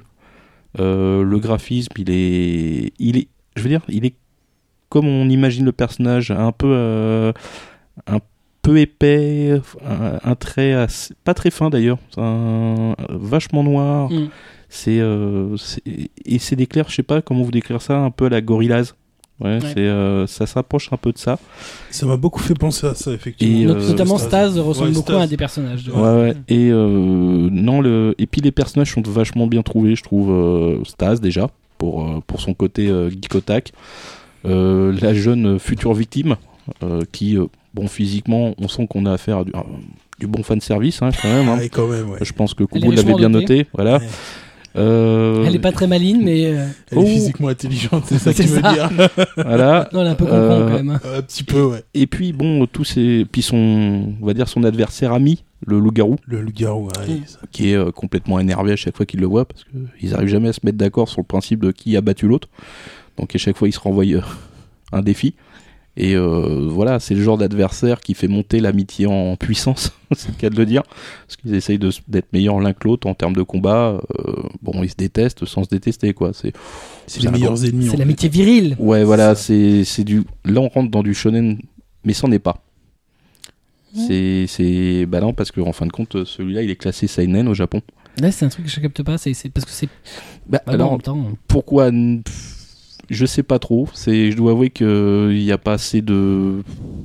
Euh, le graphisme, il est, il est, je veux dire, il est comme on imagine le personnage, un peu, euh, un peu épais, un, un trait assez, pas très fin d'ailleurs, un, vachement noir. Mm. C'est, euh, c'est, et c'est déclair, je sais pas comment vous décrire ça, un peu à la Gorillaz. Ouais, ouais. C'est, euh, ça s'approche un peu de ça. Ça m'a beaucoup fait penser à ça, effectivement. Et, euh, notamment Stase, Stase ressemble ouais, beaucoup Stase. à un des personnages. De... Ouais, ouais. Et, euh, non, le... et puis les personnages sont vachement bien trouvés, je trouve. Euh, Stase, déjà, pour, euh, pour son côté euh, geek-otak. Euh, la jeune future victime, euh, qui, euh, bon, physiquement, on sent qu'on a affaire à du, du bon fan service hein, quand même. Hein. Ouais, quand même, ouais. Je pense que Elle Kubo est l'avait bien notée. noté. Voilà. Ouais. Euh, Elle est pas très maligne, mais euh, Elle Oh. est physiquement intelligente, c'est ça que C'est tu veux ça. dire. voilà. non, elle est un peu con Euh, quand même. hein. Un petit peu, ouais. Et puis bon, tous ces, puis son, on va dire son adversaire ami, le loup-garou, Le loup-garou, ouais. Mm. ça. qui est euh, complètement énervé à chaque fois qu'il le voit parce qu'ils arrivent jamais à se mettre d'accord sur le principe de qui a battu l'autre. Donc à chaque fois, ils se renvoient euh, un défi. Et euh, voilà, c'est le genre d'adversaire qui fait monter l'amitié en puissance, c'est le cas de le dire, parce qu'ils essayent de, d'être meilleurs l'un que l'autre en termes de combat. Euh, bon, ils se détestent sans se détester, quoi. C'est, C'est les meilleurs ennemis. C'est en l'amitié virile. ouais, voilà, ça. c'est, c'est du. Là, on rentre dans du shonen, mais c'en est pas. Mmh. C'est, c'est, bah non, parce qu'en fin de compte, celui-là, il est classé seinen au Japon. Là, c'est un truc que je capte pas. C'est, c'est parce que c'est. Bah, Bah, alors, bon, en même temps. pourquoi n- pff, je sais pas trop. C'est, je dois avouer qu'il n'y a pas assez de,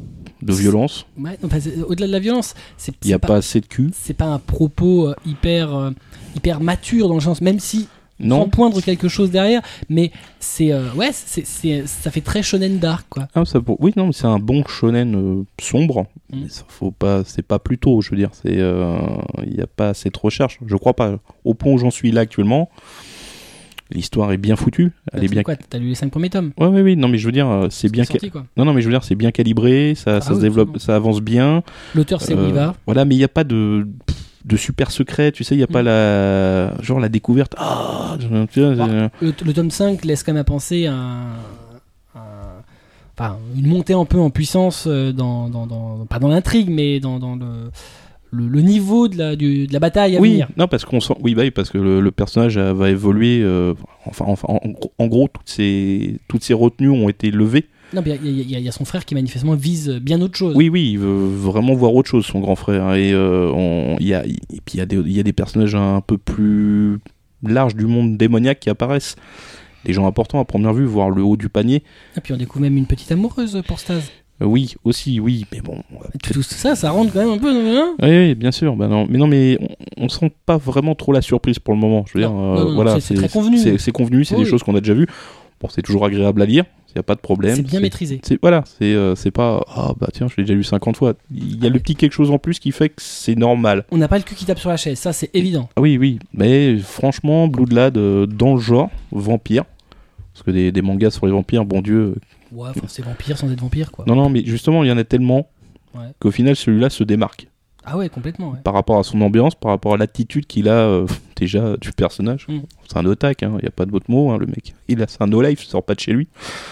de violence. Ouais, non, enfin, c'est- au-delà de la violence, c'est, Il n'y a c'est pas... assez de cul. c'est pas un propos euh, hyper, euh, hyper mature dans le sens, même si sans Non. poindre quelque chose derrière, mais c'est euh, ouais, c'est, c'est, ça fait très shonen dark quoi. Ah, ça pour... Oui, non, mais c'est un bon shonen euh, sombre. Mm. Mais ça, faut pas, c'est pas plus tôt, je veux dire. C'est, euh, il n'y a pas assez de recherche. Je crois pas. Au point où j'en suis là actuellement, l'histoire est bien foutue. Elle T'as est bien. quoi, t'as lu les cinq premiers tomes. Ouais, oui, oui. Non, mais je veux dire, euh, c'est bien. sorti, quoi. Non, non, mais je veux dire, c'est bien calibré. Ça, Ah ça se oui, développe, absolument. ça avance bien. L'auteur c'est Euh, Oliva. Voilà, mais il n'y a pas de de super secret. Tu sais, il n'y a pas Mm. la genre la découverte. Ah, tu vois, Bah, euh, Le, le tome cinq laisse quand même à penser à, un- un- enfin, une montée un peu en puissance euh, dans, dans, dans- pas dans l'intrigue, mais dans, dans le, le, le niveau de la, du- de la bataille à oui, venir. non, parce qu'on sent, oui, bah, oui, parce que le, le personnage euh, va évoluer. euh, enfin, enfin, en, gros- en gros, toutes ces, toutes ces retenues ont été levées. Non, mais il y, a- il y a- il y a son frère qui manifestement vise bien autre chose. Oui, oui, il veut vraiment voir autre chose, son grand frère. Et euh, on- il y a, et puis il y a des, il y a des personnages un peu plus larges du monde démoniaque qui apparaissent. Des gens importants à première vue, voir le haut du panier. Et puis on découvre même une petite amoureuse pour Staz. Euh, oui, aussi, oui, mais bon. on va Et peut-être- Tout ça, ça rentre quand même un peu. Hein Oui, oui, bien sûr. Bah non, mais non, mais on, on sent pas vraiment trop la surprise pour le moment. Je veux Non, dire, non, euh, non, non, voilà, c'est- c'est très convenu. C'est, c'est convenu, c'est Oui. des choses qu'on a déjà vues. Bon, c'est toujours agréable à lire. Il n'y a pas de problème. c'est bien C'est- maîtrisé. C'est, voilà, c'est, euh, c'est pas ah bah tiens, je l'ai déjà lu cinquante fois. Il y a le petit quelque chose en plus qui fait que c'est normal. On n'a pas le cul qui tape sur la chaise, ça c'est évident. Ah oui, oui, mais franchement, Bloodlad euh, dans le genre vampire, parce que des, des mangas sur les vampires, bon Dieu. Ouais, enfin, c'est vampire sans être vampire quoi. Non, non, mais justement, il y en a tellement Ouais. qu'au final, celui-là se démarque Ah ouais, complètement. Ouais. par rapport à son ambiance, par rapport à l'attitude qu'il a euh, déjà du personnage. Mm. C'est un otak, il n'y a pas de d'autre mot, hein, le mec. Il a, c'est un no-life, il sort pas de chez lui.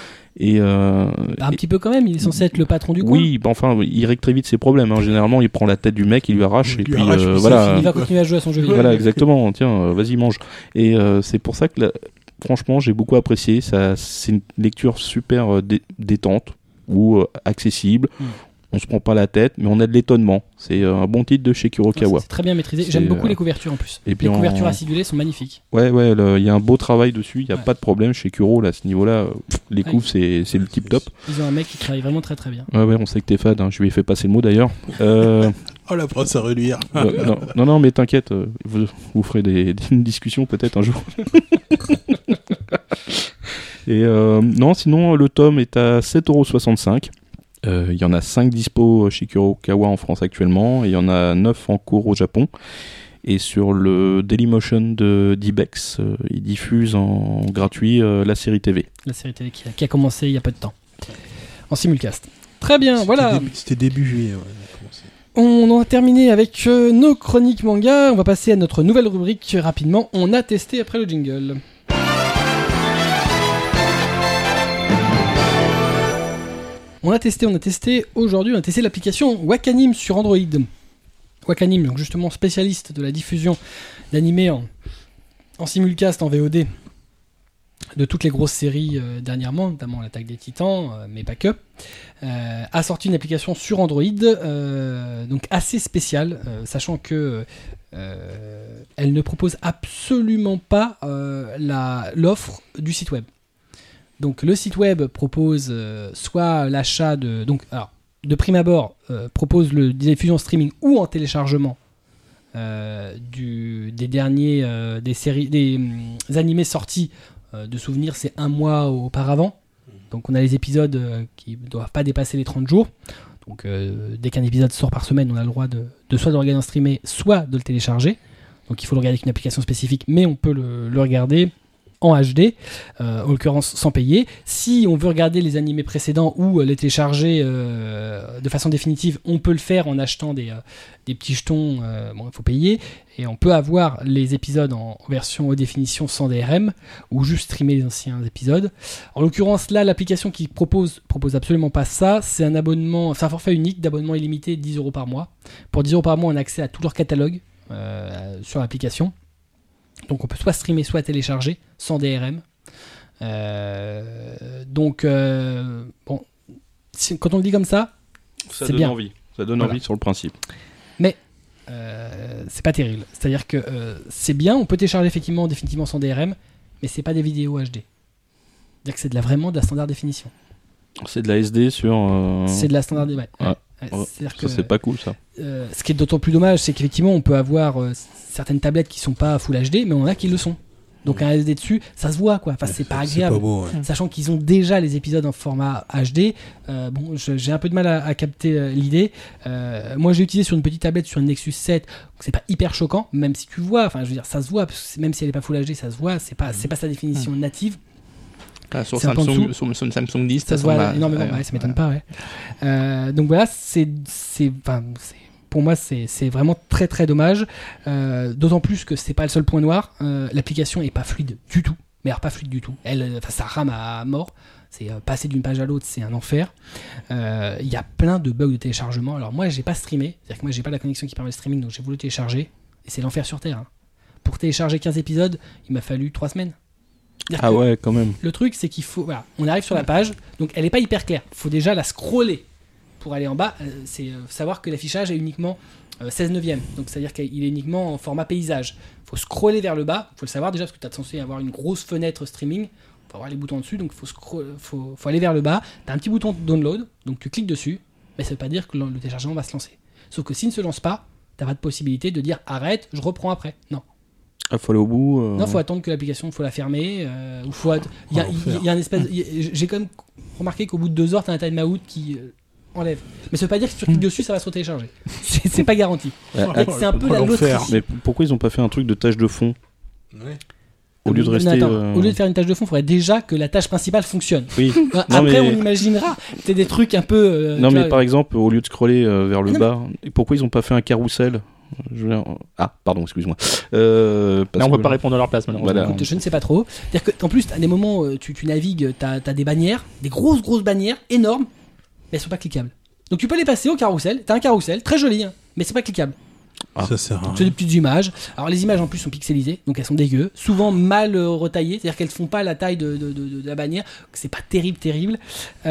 Et, euh, Bah, un et- petit peu quand même, il est censé être le patron du coin. oui, bah, enfin, il règle très vite ses problèmes. hein. Généralement, il prend la tête du mec, il lui arrache, Il et lui puis arrache, euh, puis c'est voilà. Il va quoi. continuer à jouer à son jeu vidéo. Voilà, exactement. Tiens, euh, vas-y, mange. Et euh, c'est pour ça que, la- franchement, j'ai beaucoup apprécié. Ça, c'est une lecture super euh, dé- détente ou euh, accessible. Mm. On se prend pas la tête, mais on a de l'étonnement. C'est euh, un bon titre de chez Non, Kurokawa. c'est- C'est très bien maîtrisé. C'est, J'aime beaucoup euh, les couvertures en plus. et puis les en- couvertures acidulées sont magnifiques. Ouais, ouais, le- il y a un beau travail dessus. Il y a Ouais. pas de problème chez Kuro là, à ce niveau-là. euh, pff, les Ouais. couves, c'est c'est le tip top. Ils ont un mec qui travaille vraiment très très bien. Ouais, ouais, on sait que t'es fan. hein. Je lui ai fait passer le mot d'ailleurs. Euh, Oh, la presse à reluire. Euh, non, non, non, mais t'inquiète, euh, vous, vous ferez des, des- une discussion peut-être un jour. Et euh, non, sinon le tome est à sept euros soixante-cinq. Euh, Il y en a cinq dispo chez Kurokawa en France actuellement, et il y en a neuf en cours au Japon. Et sur le Dailymotion de d'Ibex, euh, ils diffusent en gratuit euh, la série T V. La série télé qui a, qui a commencé il y a peu de temps. En simulcast. Très bien, C'était voilà. début- C'était début juillet. Ouais, on a commencé. On en a terminé avec euh, nos chroniques manga. On va passer à notre nouvelle rubrique rapidement. On a testé après le jingle. On a testé, on a testé. Aujourd'hui, on a testé l'application Wakanim sur Android. Wakanim, donc justement spécialiste de la diffusion d'animés en, en simulcast, en V O D, de toutes les grosses séries euh, dernièrement, notamment l'Attaque des Titans, euh, mais pas que, euh, a sorti une application sur Android, euh, donc assez spéciale, euh, sachant que euh, elle ne propose absolument pas euh, la, l'offre du site web. Donc le site web propose euh, soit l'achat de... Donc, alors, de prime abord, euh, propose le diffusion streaming ou en téléchargement euh, du, des derniers euh, des séries, des hum, animés sortis. Euh, de souvenirs, c'est un mois auparavant. Donc on a les épisodes euh, qui ne doivent pas dépasser les trente jours. Donc euh, dès qu'un épisode sort par semaine, on a le droit de, de soit de le regarder en streamé, soit de le télécharger. Donc il faut le regarder avec une application spécifique, mais on peut le, le regarder en H D, euh, en l'occurrence sans payer. Si on veut regarder les animés précédents ou euh, les télécharger euh, de façon définitive, on peut le faire en achetant des, euh, des petits jetons, euh, bon il faut payer, et on peut avoir les épisodes en, en version haute définition sans D R M, ou juste streamer les anciens épisodes. En l'occurrence là, l'application qui propose, propose absolument pas ça, c'est un abonnement, c'est un forfait unique d'abonnement illimité, dix euros par mois. Pour dix euros par mois, on a accès à tout leur catalogue euh, sur l'application. Donc on peut soit streamer, soit télécharger, sans D R M. Euh, donc, euh, bon, si, quand on le dit comme ça, Ça c'est donne bien. envie. Ça donne Voilà. envie sur le principe. Mais euh, c'est pas terrible. C'est-à-dire que euh, c'est bien, on peut télécharger effectivement, définitivement sans D R M, mais c'est pas des vidéos H D. C'est-à-dire que c'est de la, vraiment de la standard définition. C'est de la S D sur. euh, C'est de la standard définition. Ouais. Ouais. Ouais, ouais, c'est-à-dire Ça, que, c'est pas cool, ça. euh, ce qui est d'autant plus dommage, c'est qu'effectivement, on peut avoir euh, certaines tablettes qui sont pas Full H D, mais on en a qui le sont. Donc un S D dessus, ça se voit quoi. Enfin, c'est pas agréable. C'est pas beau, ouais. Sachant qu'ils ont déjà les épisodes en format H D, euh, bon, je- j'ai un peu de mal à, à capter euh, l'idée. Euh, moi, j'ai utilisé sur une petite tablette sur une Nexus sept, donc c'est pas hyper choquant, même si tu vois. Enfin, je veux dire, ça se voit, parce que c'est- même si elle est pas Full H D, ça se voit. C'est pas, c'est pas sa définition native. Ah, sur, C'est un peu en Samsung, dessous. sur, sur Samsung dix, Ça se semble- voit énormément. ouais, Ouais, ça m'étonne ouais. pas. Ouais. Euh, donc voilà, c'est, c'est, enfin, c'est- pour moi, c'est, c'est vraiment très très dommage. Euh, d'autant plus que c'est pas le seul point noir. Euh, l'application est pas fluide du tout. Mais alors pas fluide du tout. Elle, euh, enfin, ça rame à mort. C'est euh, passer d'une page à l'autre, c'est un enfer. Euh, Il y a plein de bugs de téléchargement. Alors moi, j'ai pas streamé. C'est-à-dire que moi, j'ai pas la connexion qui permet le streaming, donc j'ai voulu télécharger. Et c'est l'enfer sur Terre. Hein. Pour télécharger quinze épisodes, il m'a fallu trois semaines. C'est-à-dire Ah que ouais, quand même. le truc, c'est qu'il faut. Voilà, on arrive sur la page, donc elle est pas hyper claire. Il faut déjà la scroller pour aller en bas. Euh, c'est euh, savoir que l'affichage est uniquement euh, seize neuvième. Donc c'est-à-dire qu'il est uniquement en format paysage. Il faut scroller vers le bas. Il faut le savoir déjà parce que tu as censé avoir une grosse fenêtre streaming. Il faut avoir les boutons dessus, donc il faut, scro- faut, faut aller vers le bas. Tu as un petit bouton de download, donc tu cliques dessus, mais ça veut pas dire que le, le téléchargement va se lancer. Sauf que s'il ne se lance pas, tu n'as pas de possibilité de dire arrête, je reprends après. Non. Ah, faut aller au bout. euh, Non, faut attendre que l'application, faut la fermer. Euh, ou faut. att- Il y a, Oh, il y a- il y a un espèce. il y a- J'ai quand même remarqué qu'au bout de deux heures, t'as un timeout qui euh, enlève. Mais ça veut pas dire que si tu cliques dessus, ça va se télécharger. C'est c'est pas garanti. ah, En fait, c'est un peu la l'enfer. loterie. Mais p- pourquoi ils ont pas fait un truc de tâche de fond Ouais. au lieu de Non, rester attends, euh, Au lieu de faire une tâche de fond, il faudrait déjà que la tâche principale fonctionne. Oui. Euh, Non, Après, mais- on imaginera. C'est des trucs un peu. euh, Non tu mais vois, par exemple, au lieu de scroller euh, vers le Non, bas, et pourquoi ils ont pas fait un carrousel? Je veux dire, Ah, pardon, excuse-moi. Euh, parce Là, on que- peut pas répondre à leur place, malheureusement. Voilà. écoute, je ne sais pas trop. C'est-à-dire qu'en plus, à des moments, euh, tu, tu navigues, t'as as des bannières, des grosses, grosses bannières, énormes, mais elles sont pas cliquables. Donc tu peux les passer au carrousel. T'as un carrousel, très joli, hein, mais c'est pas cliquable. Ah. Ça sert à C'est des rien. petites images. Alors les images en plus sont pixelisées, donc elles sont dégueu, souvent mal euh, retaillées, c'est-à-dire qu'elles font pas la taille de, de, de- de la bannière. C'est pas terrible, terrible.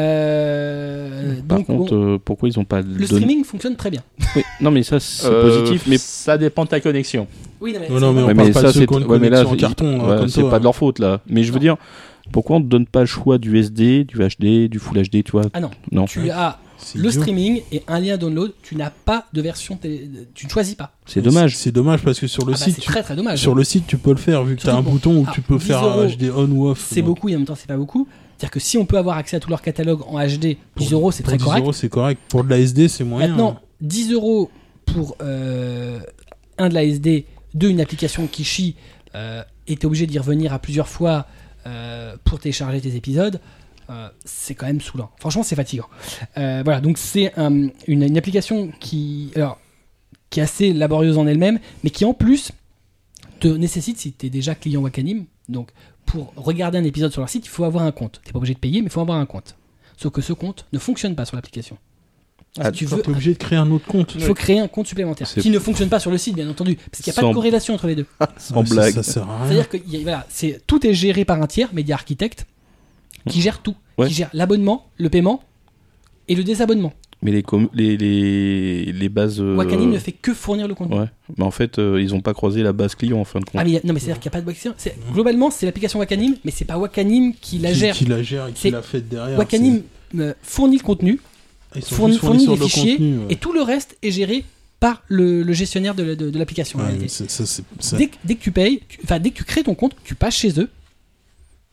Euh, Par donc contre, bon, euh, pourquoi ils ont pas le donné... streaming fonctionne très bien. Oui, non mais ça c'est Euh, positif, mais ça dépend de ta connexion. Oui, non, mais, Non, non, mais on Ouais, parle mais pas ça de ceux c'est qui ont une ouais, mais là connexion en c'est- carton, hein, ouais, comme c'est toi, pas hein. de leur faute là. Mais je veux Non. dire, pourquoi on ne donne pas le choix du S D, du H D, du Full H D, tu vois? Ah non, Non. tu as C'est le idiot. streaming et un lien download. Tu n'as pas de version, télé- tu ne choisis pas. C'est dommage. C'est dommage parce que sur le Ah bah, site, c'est tu- très très dommage. sur le site, tu peux le faire vu que tu as Surtout un pour- bouton où Ah, tu peux dix faire euros, un H D on ou off. C'est donc. beaucoup et en même temps c'est pas beaucoup. C'est-à-dire que si on peut avoir accès à tout leur catalogue en H D, dix Pour- euros c'est Pour très dix correct. euros, c'est correct. Pour de la S D, c'est moyen. Maintenant, dix euros pour euh, un de la S D, deux une application qui chie, euh, et t'es obligé d'y revenir à plusieurs fois euh, pour télécharger tes épisodes, euh, c'est quand même saoulant. Franchement, c'est fatigant. Euh, voilà, donc c'est un- une, une application qui, alors, qui est assez laborieuse en elle-même, mais qui en plus te nécessite, si t'es déjà client Wakanim, donc pour regarder un épisode sur leur site, il faut avoir un compte. T'es pas obligé de payer, mais il faut avoir un compte. Sauf que ce compte ne fonctionne pas sur l'application. Ah, Si tu Tu veux es obligé de créer un autre compte. il faut créer un compte supplémentaire C'est- qui ne fonctionne pas sur le site, bien entendu, parce qu'il n'y a pas Sans- de corrélation entre les deux. Sans Ouais, ça- blague. Ça sert à rien. C'est-à-dire que il y a- voilà, c'est, tout est géré par un tiers, Media Architect, qui gère tout, Ouais. qui gère l'abonnement, le paiement et le désabonnement. Mais les, com- les, les, les bases. euh, Wakanim ne fait que fournir le contenu. Ouais. Mais en fait, euh, ils ont pas croisé la base client en fin de compte. Ah mais il y a- non mais c'est-à-dire qu'il n'y a pas de Wakanim. C'est, globalement, c'est l'application Wakanim, mais c'est pas Wakanim qui la Qui- gère. Qui la gère et qui C'est- l'a fait derrière. Wakanim euh, fournit le contenu, c'est- Ils sont fournit, juste fournit les fournisseurs de fichiers, contenu, ouais. et tout le reste est géré par le, le gestionnaire de, la- de- de l'application. en Ouais, réalité. c'est- ça, c'est- ça- Dès, que- dès que tu payes, tu- enfin dès que tu crées ton compte, tu passes chez eux.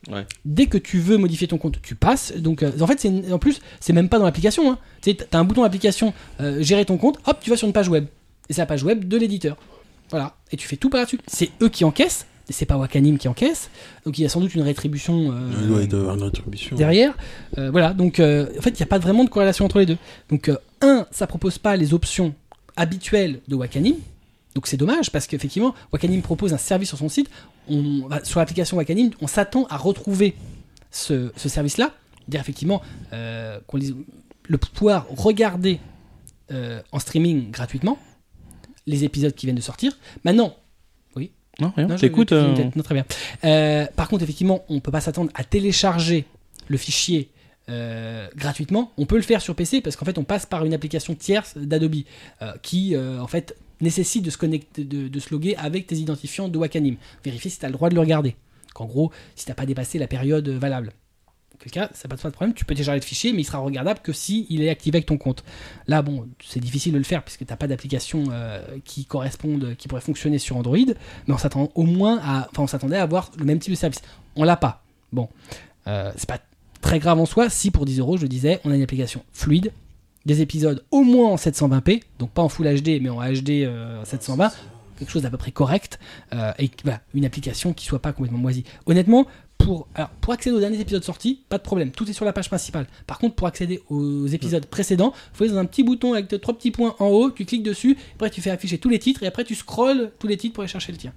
Ouais. Dès que tu veux modifier ton compte, tu passes. Donc, euh, en fait, c'est une- en plus, c'est même pas dans l'application. Hein. Tu sais, t'as un bouton application, euh, gérer ton compte, hop, tu vas sur une page web. Et c'est la page web de l'éditeur. Voilà. Et tu fais tout par là-dessus. C'est eux qui encaissent. Et c'est pas Wakanim qui encaisse. Donc, il y a sans doute une rétribution euh, Il doit y avoir une rétribution. derrière. Euh, voilà. Donc, euh, en fait, il n'y a pas vraiment de corrélation entre les deux. Donc, euh, un, ça propose pas les options habituelles de Wakanim. Donc, c'est dommage parce qu'effectivement, Wakanim propose un service sur son site. On, bah, sur l'application Wakanim, on s'attend à retrouver ce, ce service-là. Dire effectivement euh, qu'on lise- le pouvoir regarder euh, en streaming gratuitement les épisodes qui viennent de sortir. Maintenant, Non, rien. non, je- J'écoute. je- je- euh, non, très bien. Euh, par contre, effectivement, on peut pas s'attendre à télécharger le fichier euh, gratuitement. On peut le faire sur P C parce qu'en fait, on passe par une application tierce d'Adobe euh, qui, euh, en fait, nécessite de se connecter, de, de se loguer avec tes identifiants de Wakanim. Vérifier si tu as le droit de le regarder. Qu'en gros, si tu n'as pas dépassé la période euh, valable. En quel cas, ça n'a pas de problème, tu peux télécharger le fichier, mais il sera regardable que si il est activé avec ton compte. Là, bon, c'est difficile de le faire puisque tu n'as pas d'application euh, qui corresponde, qui pourrait fonctionner sur Android, mais on s'attend au moins à, enfin, on s'attendait à avoir le même type de service. On l'a pas. Bon, euh, c'est pas très grave en soi. Si pour dix euros, je le disais, on a une application fluide, des épisodes au moins en sept cent vingt p, donc pas en Full H D, mais en H D euh, sept cent vingt, quelque chose d'à peu près correct, euh, et voilà, une application qui soit pas complètement moisie. Honnêtement. Pour, alors, pour accéder aux derniers épisodes sortis, pas de problème, tout est sur la page principale. Par contre, pour accéder aux épisodes précédents, il faut aller dans un petit bouton avec trois petits points en haut, tu cliques dessus, après tu fais afficher tous les titres, et après tu scrolles tous les titres pour aller chercher le tien.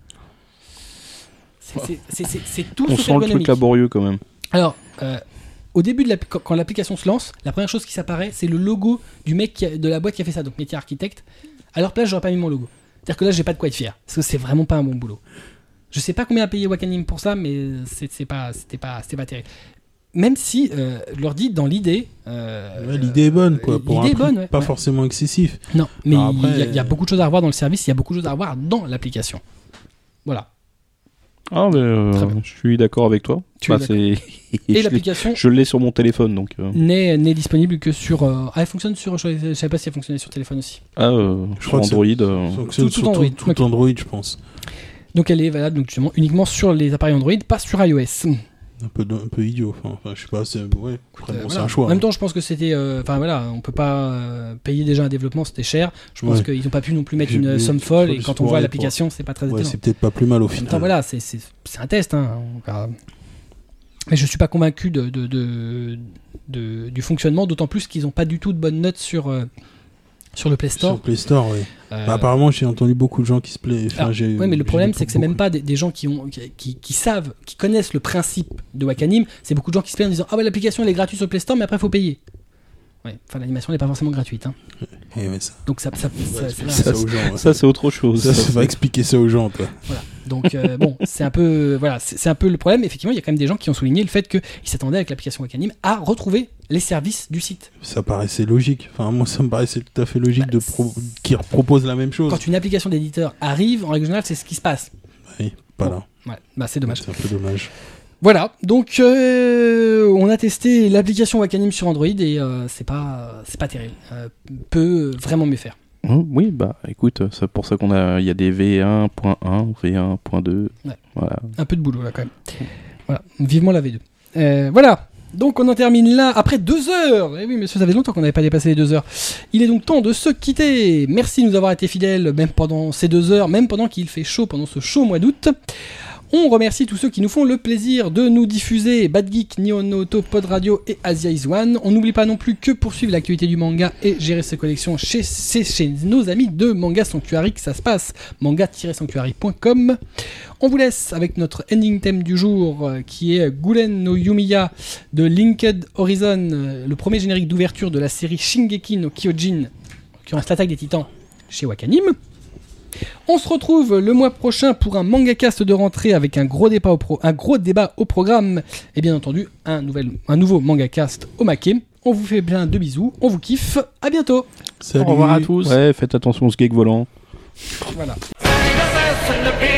C'est, c'est, c'est, c'est, c'est tout On sauf sent le truc ergonomique. laborieux quand même. Alors, euh, au début, de l'app- quand, quand l'application se lance, la première chose qui s'apparaît, c'est le logo du mec qui a- de la boîte qui a fait ça, donc métier architecte. À leur place, j'aurais pas mis mon logo. C'est-à-dire que là, j'ai pas de quoi être fier, parce que c'est vraiment pas un bon boulot. Je sais pas combien a payé Wakanim pour ça, mais c'est, c'est pas, c'était pas, c'était pas terrible. Même si, euh, je leur dis, dans l'idée... euh, Ouais, l'idée est bonne, quoi. Pour l'idée un est prix bonne, ouais, pas ouais. forcément excessif. Non, mais Alors il après, y, a- il y a beaucoup de choses à revoir dans le service, il y a beaucoup de choses à revoir dans l'application. Voilà. Ah, mais euh, Très bien. je suis d'accord avec toi. Tu Bah, es c'est... Et je, l'ai, l'application je l'ai sur mon téléphone, donc. euh. n'est, n'est disponible que sur... euh, Ah, elle fonctionne sur... Je ne savais pas si elle fonctionnait sur téléphone aussi. Ah, euh, Je sur crois que c'est- Android. euh, Ça fonctionne tout sur tout, Android. tout Ok. Android, je pense. Donc elle est valable donc, justement, uniquement sur les appareils Android, pas sur iOS. Un peu, un peu idiot. Enfin, enfin, je sais pas, c'est, ouais, après, Euh, bon, voilà. c'est un choix. En même temps, je pense que c'était... euh, Enfin voilà, on peut pas euh, payer déjà un développement, c'était cher. Je pense Ouais. qu'ils n'ont pas pu non plus mettre J'ai une vu- somme faut folle, et juste quand on pour voit aller l'application, c'est pas très Ouais, étonnant. c'est peut-être pas plus mal au En même final. temps, voilà, c'est, c'est, c'est un test. Hein, on verra. Mais je suis pas convaincu de, de, de, de- du fonctionnement, d'autant plus qu'ils n'ont pas du tout de bonnes notes sur, euh, sur le Play Store. Sur Play Store, oui. Euh, Bah, apparemment, j'ai entendu beaucoup de gens qui se plaisent. Enfin, alors, j'ai, ouais, mais le j'ai problème, vu c'est que c'est beaucoup. même pas des, des gens qui, ont, qui, qui, qui savent, qui connaissent le principe de Wakanim. C'est beaucoup de gens qui se plaignent en disant ah ouais, l'application elle est gratuite sur le Play Store, mais après il faut payer. Ouais, enfin l'animation n'est pas forcément gratuite. Hein. Eh ouais, ça, Donc ça, ça, on va ça- expliquer ça- ça, ça, aux gens. ouais. Ça, c'est autre chose. Ça, Ça, ça va c'est- expliquer ça aux gens, toi. Voilà. Donc euh, bon, c'est un peu voilà, c'est, c'est un peu le problème. Effectivement, il y a quand même des gens qui ont souligné le fait qu'ils s'attendaient avec l'application Wakanim à retrouver les services du site. Ça paraissait logique. Enfin, moi, ça me paraissait tout à fait logique Bah, de pro- qu'ils proposent la même chose. Quand une application d'éditeur arrive, en règle générale, c'est ce qui se passe. Oui, pas Bon. là. Ouais, bah c'est dommage. C'est un peu dommage. Voilà, donc euh, on a testé l'application Wakanim sur Android et euh, c'est pas c'est pas terrible. Euh, peut vraiment mieux faire. Hein, oui, bah écoute, c'est pour ça qu'on a, il y a des V un point un, V un point deux. Ouais. Voilà. Un peu de boulot là quand même. Voilà, vivement la V deux. Euh, voilà. Donc on en termine là après deux heures. Eh oui, monsieur, ça fait longtemps qu'on n'avait pas dépassé les deux heures. Il est donc temps de se quitter. Merci de nous avoir été fidèles, même pendant ces deux heures, même pendant qu'il fait chaud, pendant ce chaud mois d'août. On remercie tous ceux qui nous font le plaisir de nous diffuser Bad Geek, Nihon no Auto, Pod Radio et Asia is One. On n'oublie pas non plus que pour suivre l'actualité du manga et gérer ses collections chez, chez, chez nos amis de Manga Sanctuary, que ça se passe, manga tiret sanctuary point com. On vous laisse avec notre ending theme du jour euh, qui est Gulen no Yumiya de Linked Horizon, euh, le premier générique d'ouverture de la série Shingeki no Kyojin, qui en l'attaque des titans chez Wakanim. On se retrouve le mois prochain pour un mangacast de rentrée avec un gros débat au, pro- un gros débat au programme et bien entendu un, nouvel, un nouveau mangacast au maquet. On vous fait plein de bisous, on vous kiffe, à bientôt. Salut. Au revoir à tous. Ouais, faites attention au skate volant. Voilà. Listen to me.